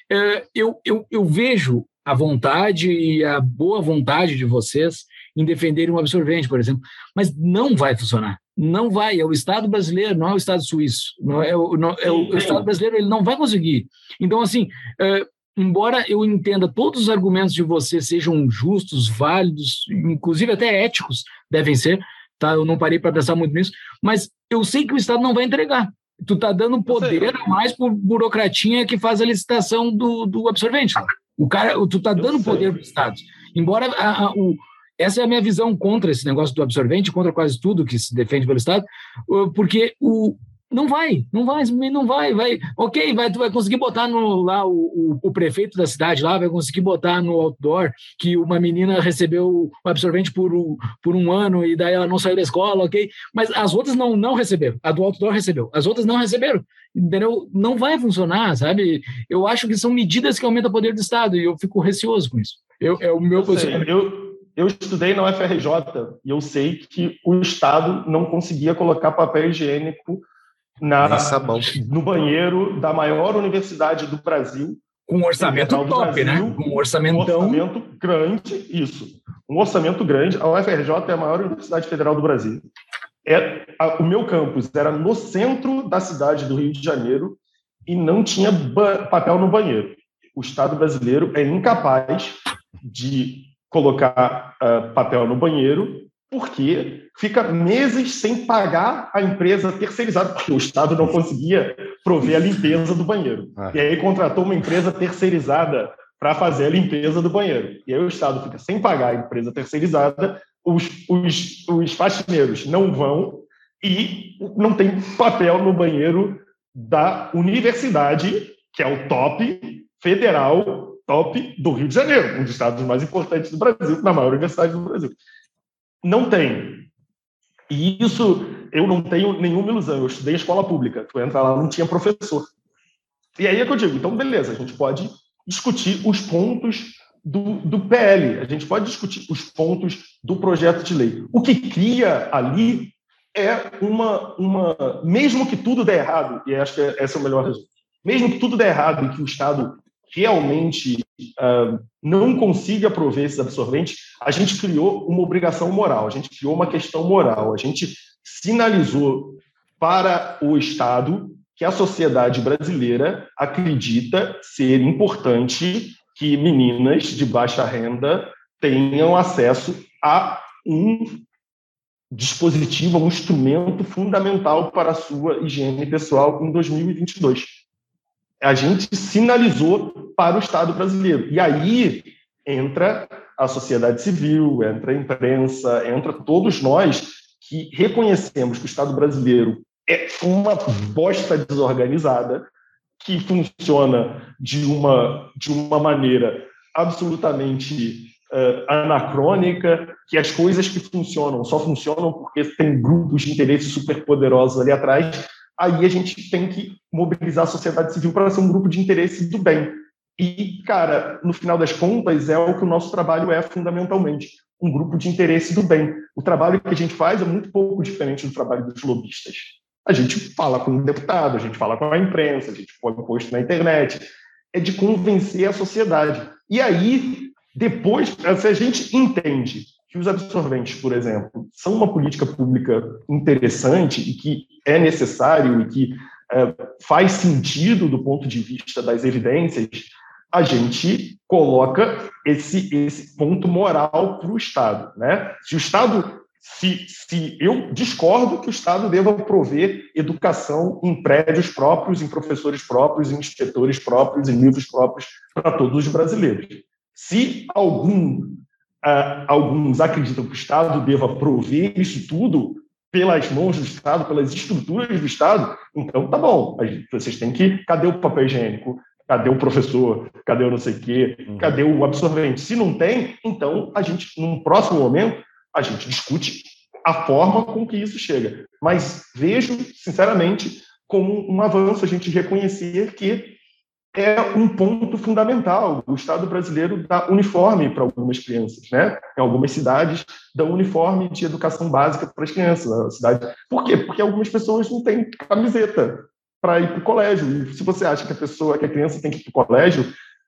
Eu vejo a vontade e a boa vontade de vocês em defenderem um absorvente, por exemplo, mas não vai funcionar, não vai, é o Estado brasileiro, não é o Estado suíço, o Estado brasileiro, ele não vai conseguir. Então, assim, embora eu entenda todos os argumentos de vocês sejam justos, válidos, inclusive até éticos, devem ser, tá? Eu não parei para pensar muito nisso, mas eu sei que o Estado não vai entregar. Tu tá dando poder a mais por burocratinha que faz a licitação do absorvente. Tu tá dando poder para o Estado. Embora essa é a minha visão contra esse negócio do absorvente, contra quase tudo que se defende pelo Estado, porque não vai, ok, tu vai conseguir botar lá o prefeito da cidade lá, vai conseguir botar no outdoor que uma menina recebeu o absorvente por um ano e daí ela não saiu da escola, ok, mas as outras não receberam, a do outdoor recebeu, as outras não receberam, entendeu? Não vai funcionar, sabe? Eu acho que são medidas que aumentam o poder do Estado e eu fico receoso com isso. É o meu posicionamento. Eu estudei na UFRJ e eu sei que o Estado não conseguia colocar papel higiênico no banheiro da maior universidade do Brasil. Com um orçamento top, né? Com um orçamento grande, isso. Um orçamento grande. A UFRJ é a maior universidade federal do Brasil. O meu campus era no centro da cidade do Rio de Janeiro e não tinha papel no banheiro. O Estado brasileiro é incapaz de colocar papel no banheiro, porque fica meses sem pagar a empresa terceirizada, porque o Estado não conseguia prover a limpeza do banheiro. E aí contratou uma empresa terceirizada para fazer a limpeza do banheiro. E aí o Estado fica sem pagar a empresa terceirizada, os faxineiros não vão e não tem papel no banheiro da universidade, que é o top federal, top do Rio de Janeiro, um dos estados mais importantes do Brasil, na maior universidade do Brasil. Não tem. E isso, eu não tenho nenhuma ilusão. Eu estudei em escola pública. Tu entra lá, não tinha professor. E aí é que eu digo, então beleza, a gente pode discutir os pontos do PL, a gente pode discutir os pontos do projeto de lei. O que cria ali é mesmo que tudo der errado, e acho que esse é o melhor resumo, mesmo que tudo der errado e que o Estado realmente não consiga prover esses absorventes, a gente criou uma obrigação moral, a gente criou uma questão moral, a gente sinalizou para o Estado que a sociedade brasileira acredita ser importante que meninas de baixa renda tenham acesso a um dispositivo, um instrumento fundamental para a sua higiene pessoal em 2022. A gente sinalizou para o Estado brasileiro. E aí entra a sociedade civil, entra a imprensa, entra todos nós que reconhecemos que o Estado brasileiro é uma bosta desorganizada que funciona de uma maneira absolutamente anacrônica, que as coisas que funcionam só funcionam porque tem grupos de interesse superpoderosos ali atrás. Aí a gente tem que mobilizar a sociedade civil para ser um grupo de interesse do bem. E, cara, no final das contas, é o que o nosso trabalho é fundamentalmente, um grupo de interesse do bem. O trabalho que a gente faz é muito pouco diferente do trabalho dos lobistas. A gente fala com o deputado, a gente fala com a imprensa, a gente põe um post na internet. É de convencer a sociedade. E aí, depois, se a gente entende que os absorventes, por exemplo, são uma política pública interessante e que é necessário e que faz sentido do ponto de vista das evidências, a gente coloca esse ponto moral para o Estado, né? Se o Estado, se eu discordo que o Estado deva prover educação em prédios próprios, em professores próprios, em inspetores próprios, em livros próprios para todos os brasileiros. Se alguns acreditam que o Estado deva prover isso tudo pelas mãos do Estado, pelas estruturas do Estado, então tá bom. Vocês têm que... Cadê o papel higiênico? Cadê o professor? Cadê o não sei o quê? Cadê o absorvente? Se não tem, então a gente, num próximo momento, a gente discute a forma com que isso chega. Mas vejo, sinceramente, como um avanço a gente reconhecer que é um ponto fundamental. O Estado brasileiro dá uniforme para algumas crianças, né? Em algumas cidades, dá uniforme de educação básica para as crianças. A cidade... Por quê? Porque algumas pessoas não têm camiseta para ir para o colégio. E se você acha que a criança tem que ir para o colégio,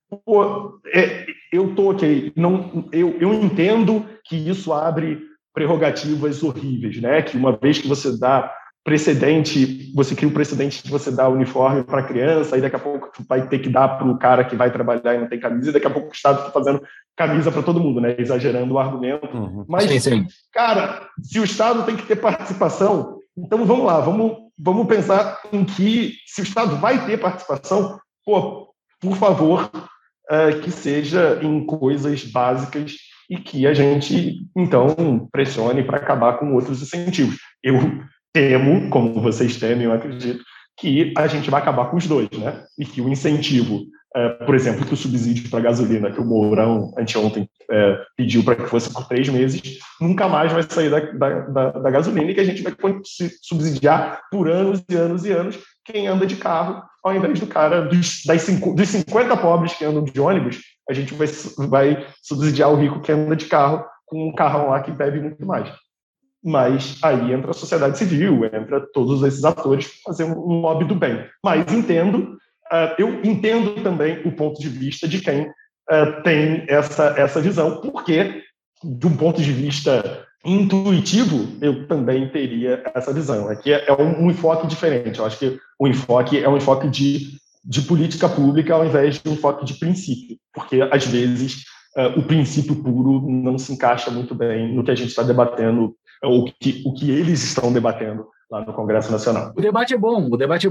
eu tô ok. Eu entendo que isso abre prerrogativas horríveis, né? Que uma vez que você dá precedente, você cria um precedente de você dar uniforme para a criança, aí daqui a pouco vai ter que dar para o cara que vai trabalhar e não tem camisa, e daqui a pouco o Estado está fazendo camisa para todo mundo, né? Exagerando o argumento. Mas, sim. Cara, se o Estado tem que ter participação, então vamos lá, vamos pensar em que, se o Estado vai ter participação, por favor, que seja em coisas básicas e que a gente, então, pressione para acabar com outros incentivos. Eu temo, como vocês temem, eu acredito, que a gente vai acabar com os dois, né? E que o incentivo, por exemplo, que o subsídio para gasolina, que o Mourão, anteontem, pediu para que fosse por 3 meses, nunca mais vai sair da gasolina e que a gente vai subsidiar por anos e anos e anos quem anda de carro, ao invés do cara dos 50 pobres que andam de ônibus, a gente vai subsidiar o rico que anda de carro com um carrão lá que bebe muito mais. Mas aí entra a sociedade civil, entra todos esses atores para fazer um lobby do bem. Mas eu entendo também o ponto de vista de quem tem essa visão, porque, de um ponto de vista intuitivo, eu também teria essa visão. Aqui é um enfoque diferente. Eu acho que o enfoque é um enfoque de política pública ao invés de um enfoque de princípio, porque, às vezes, o princípio puro não se encaixa muito bem no que a gente está debatendo, ou o que eles estão debatendo lá no Congresso Nacional. O debate é bom,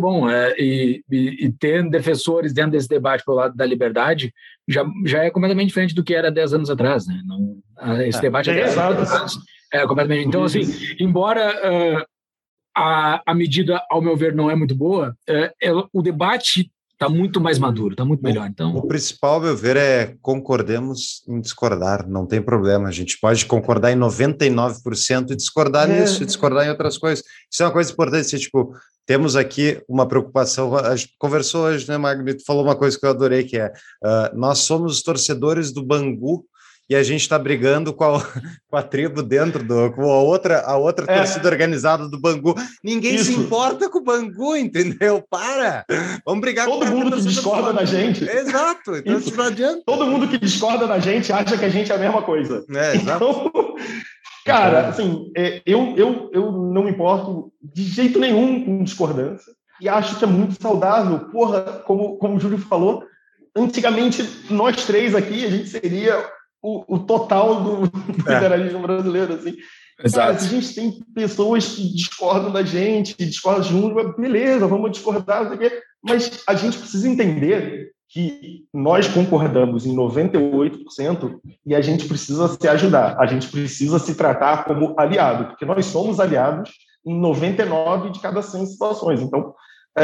e ter defensores dentro desse debate pelo lado da liberdade já é completamente diferente do que era 10 anos atrás, né? Esse debate é 10 anos atrás. Completamente. Então, assim, embora a medida, ao meu ver, não é muito boa, o debate está muito mais maduro, está muito melhor. Então, o principal, ao meu ver, é concordemos em discordar, não tem problema. A gente pode concordar em 99% e discordar nisso, e discordar em outras coisas. Isso é uma coisa importante, tipo, temos aqui uma preocupação, a gente conversou hoje, né, Magno? Tu falou uma coisa que eu adorei, que é, nós somos os torcedores do Bangu e a gente está brigando com a tribo dentro com a outra torcida organizada do Bangu. Ninguém se importa com o Bangu, entendeu? Para! Vamos brigar com todo mundo que discorda da gente. Exato, então isso não adianta. Todo mundo que discorda da gente acha que a gente é a mesma coisa. Exato. Então, cara, assim, eu não me importo de jeito nenhum com discordância e acho que é muito saudável. Porra, como o Júlio falou, antigamente nós três aqui, a gente seria o total do federalismo brasileiro, assim. Exato. Cara, se a gente tem pessoas que discordam da gente, que discordam junto, beleza, vamos discordar, mas a gente precisa entender que nós concordamos em 98% e a gente precisa se ajudar, a gente precisa se tratar como aliado, porque nós somos aliados em 99 de cada 100 situações. Então,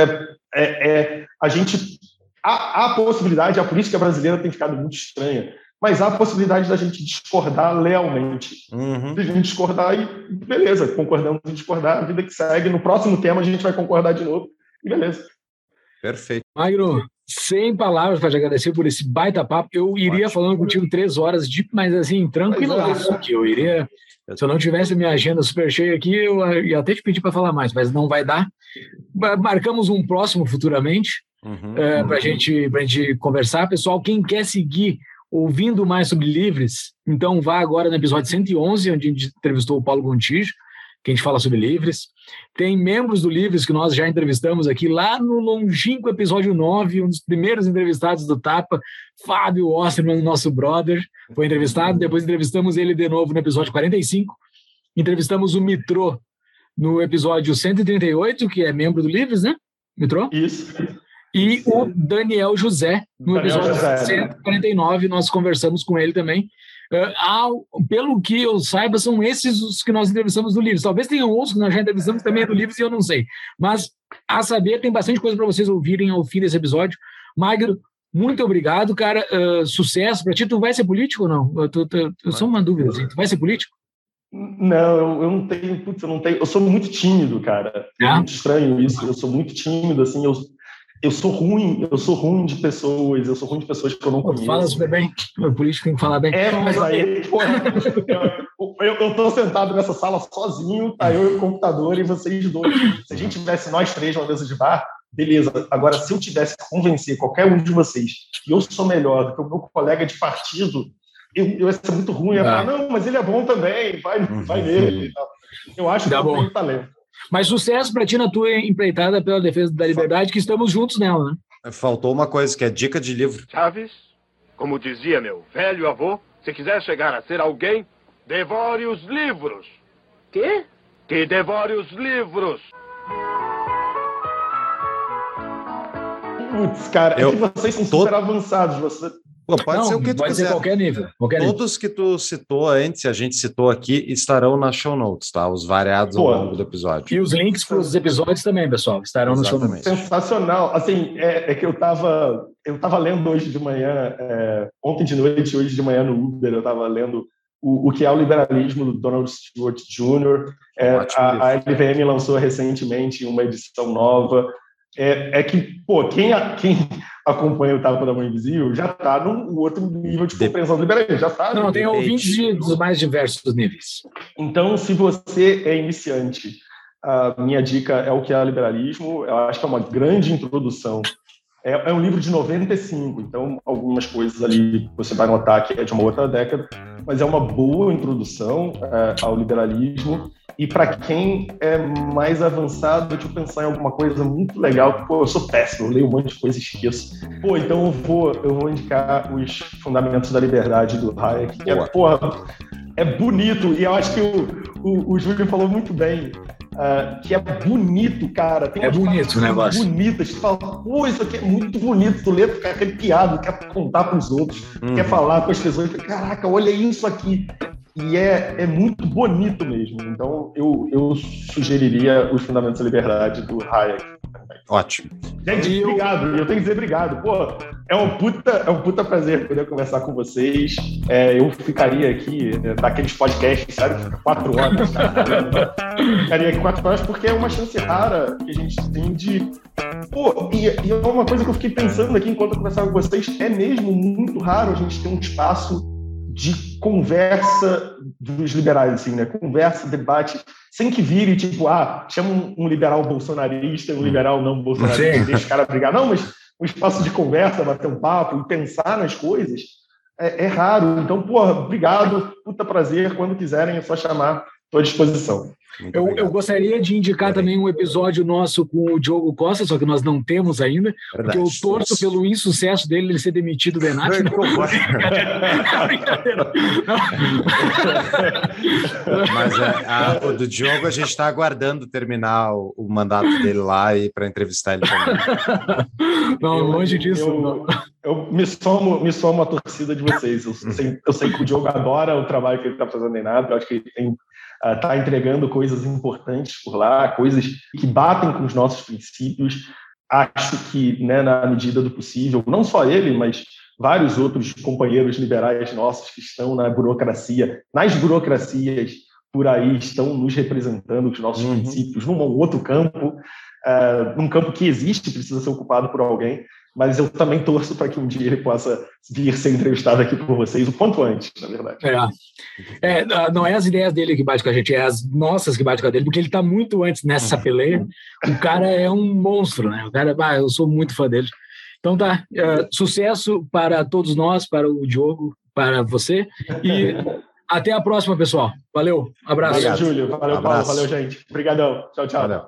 a gente... Há possibilidade, a política brasileira tem ficado muito estranha, mas há a possibilidade da gente discordar lealmente. Se a gente discordar, e beleza, concordamos em discordar, a vida que segue. No próximo tema a gente vai concordar de novo, e beleza. Perfeito. Magno, sem palavras para te agradecer por esse baita papo. Eu iria falando contigo 3 horas, mas assim, tranquilaço, que eu iria... Se eu não tivesse minha agenda super cheia aqui, eu ia até te pedir para falar mais, mas não vai dar. Marcamos um próximo futuramente para a gente conversar. Pessoal, quem quer seguir ouvindo mais sobre Livres, então vá agora no episódio 111, onde a gente entrevistou o Paulo Gontijo, que a gente fala sobre Livres. Tem membros do Livres que nós já entrevistamos aqui, lá no longínquo episódio 9, um dos primeiros entrevistados do Tapa, Fábio Osterman, nosso brother, foi entrevistado. Depois entrevistamos ele de novo no episódio 45. Entrevistamos o Mitrô no episódio 138, que é membro do Livres, né? Mitrô? Isso. E o Daniel José, no episódio 149, nós conversamos com ele também. Pelo que eu saiba, são esses os que nós entrevistamos do Livres. Talvez tenham outros que nós já entrevistamos também do Livres e eu não sei. Mas, a saber, tem bastante coisa para vocês ouvirem ao fim desse episódio. Magno, muito obrigado, cara. Sucesso para ti. Tu vai ser político ou não? Eu só uma dúvida. Assim. Tu vai ser político? Não, eu não tenho. Putz, eu não tenho. Eu sou muito tímido, cara. É muito estranho isso. Eu sou muito tímido, assim. Eu sou ruim de pessoas, que eu não conheço. Fala super bem, o político tem que falar bem. Mas aí, eu tô sentado nessa sala sozinho, tá eu e o computador e vocês dois. Se a gente tivesse nós três numa mesa de bar, beleza. Agora, se eu tivesse que convencer qualquer um de vocês que eu sou melhor do que o meu colega de partido, eu ia ser muito ruim. Eu ia falar, não, mas ele é bom também, vai nele. Eu acho que eu tenho talento. Mas sucesso para ti na tua empreitada pela defesa da liberdade, que estamos juntos nela, né? Faltou uma coisa, que é dica de livro. Chaves, como dizia meu velho avô, se quiser chegar a ser alguém, devore os livros. Quê? Que devore os livros. Putz, cara, é que vocês são super avançados. Pode ser o que tu pode quiser. Ser qualquer nível. Todos que tu citou antes, a gente citou aqui, estarão nas show notes, tá? Os variados ao longo do episódio. E os links para os episódios também, pessoal, estarão nos show notes. Sensacional. Assim, é que eu tava lendo hoje de manhã, ontem de noite, hoje de manhã no Uber, eu tava lendo o que é o liberalismo do Donald Stewart Jr. A LVM lançou recentemente uma edição nova. Que, quem acompanha o Tapa da Mão Invisível já está num outro nível de compreensão do liberalismo. Já tá. Não, tem ouvintes dos mais diversos níveis. Então, se você é iniciante, a minha dica é o que é o liberalismo. Eu acho que é uma grande introdução. É um livro de 95, então algumas coisas ali você vai notar que é de uma outra década, mas é uma boa introdução ao liberalismo. E para quem é mais avançado, deixa eu pensar em alguma coisa muito legal. Eu sou péssimo, eu leio um monte de coisa e esqueço. Então eu vou indicar os Fundamentos da Liberdade do Hayek, que é bonito. E eu acho que o Júlio falou muito bem, que é bonito, cara. Tem bonito o negócio. Bonitas. Tu fala, isso aqui é muito bonito. Tu lê, fica arrepiado, quer contar para os outros, quer falar com as pessoas. Caraca, olha isso aqui. E é muito bonito mesmo. Então, eu sugeriria os Fundamentos da Liberdade do Hayek. Ótimo. Gente, obrigado. Eu tenho que dizer obrigado. É um puta prazer poder conversar com vocês. Eu ficaria aqui, daqueles podcasts, sabe? Fica 4 horas. Ficaria aqui 4 horas porque é uma chance rara que a gente tem de... E é uma coisa que eu fiquei pensando aqui enquanto eu conversava com vocês. É mesmo muito raro a gente ter um espaço de conversa dos liberais, assim, né? Conversa, debate, sem que vire, tipo, chama um liberal bolsonarista, um liberal não bolsonarista, deixa o cara brigar. Não, mas um espaço de conversa, bater um papo e pensar nas coisas é raro. Então, obrigado, puta prazer, quando quiserem é só chamar, estou à disposição. Eu gostaria de indicar também um episódio nosso com o Diogo Costa, só que nós não temos ainda, porque eu torço pelo insucesso dele ele ser demitido do Enat. Mas o do Diogo a gente está aguardando terminar o mandato dele lá e para entrevistar ele também. Não, longe disso. Eu me somo à torcida de vocês. Eu sei que o Diogo adora o trabalho que ele está fazendo em Enat. Eu acho que ele tem está entregando coisas importantes por lá, coisas que batem com os nossos princípios. Acho que, né, na medida do possível, não só ele, mas vários outros companheiros liberais nossos que estão na burocracia, nas burocracias por aí, estão nos representando os nossos princípios num outro campo, num campo que existe, precisa ser ocupado por alguém, mas eu também torço para que um dia ele possa vir ser entrevistado aqui por vocês o quanto antes, na verdade. Não é as ideias dele que batem com a gente, é as nossas que batem com a dele, porque ele está muito antes nessa peleia. O cara é um monstro, né? O cara, eu sou muito fã dele. Então tá, sucesso para todos nós, para o Diogo, para você, e até a próxima, pessoal. Valeu, abraço. Valeu, Júlio. Valeu, Paulo. Valeu, gente. Obrigadão. Tchau, tchau. Valeu.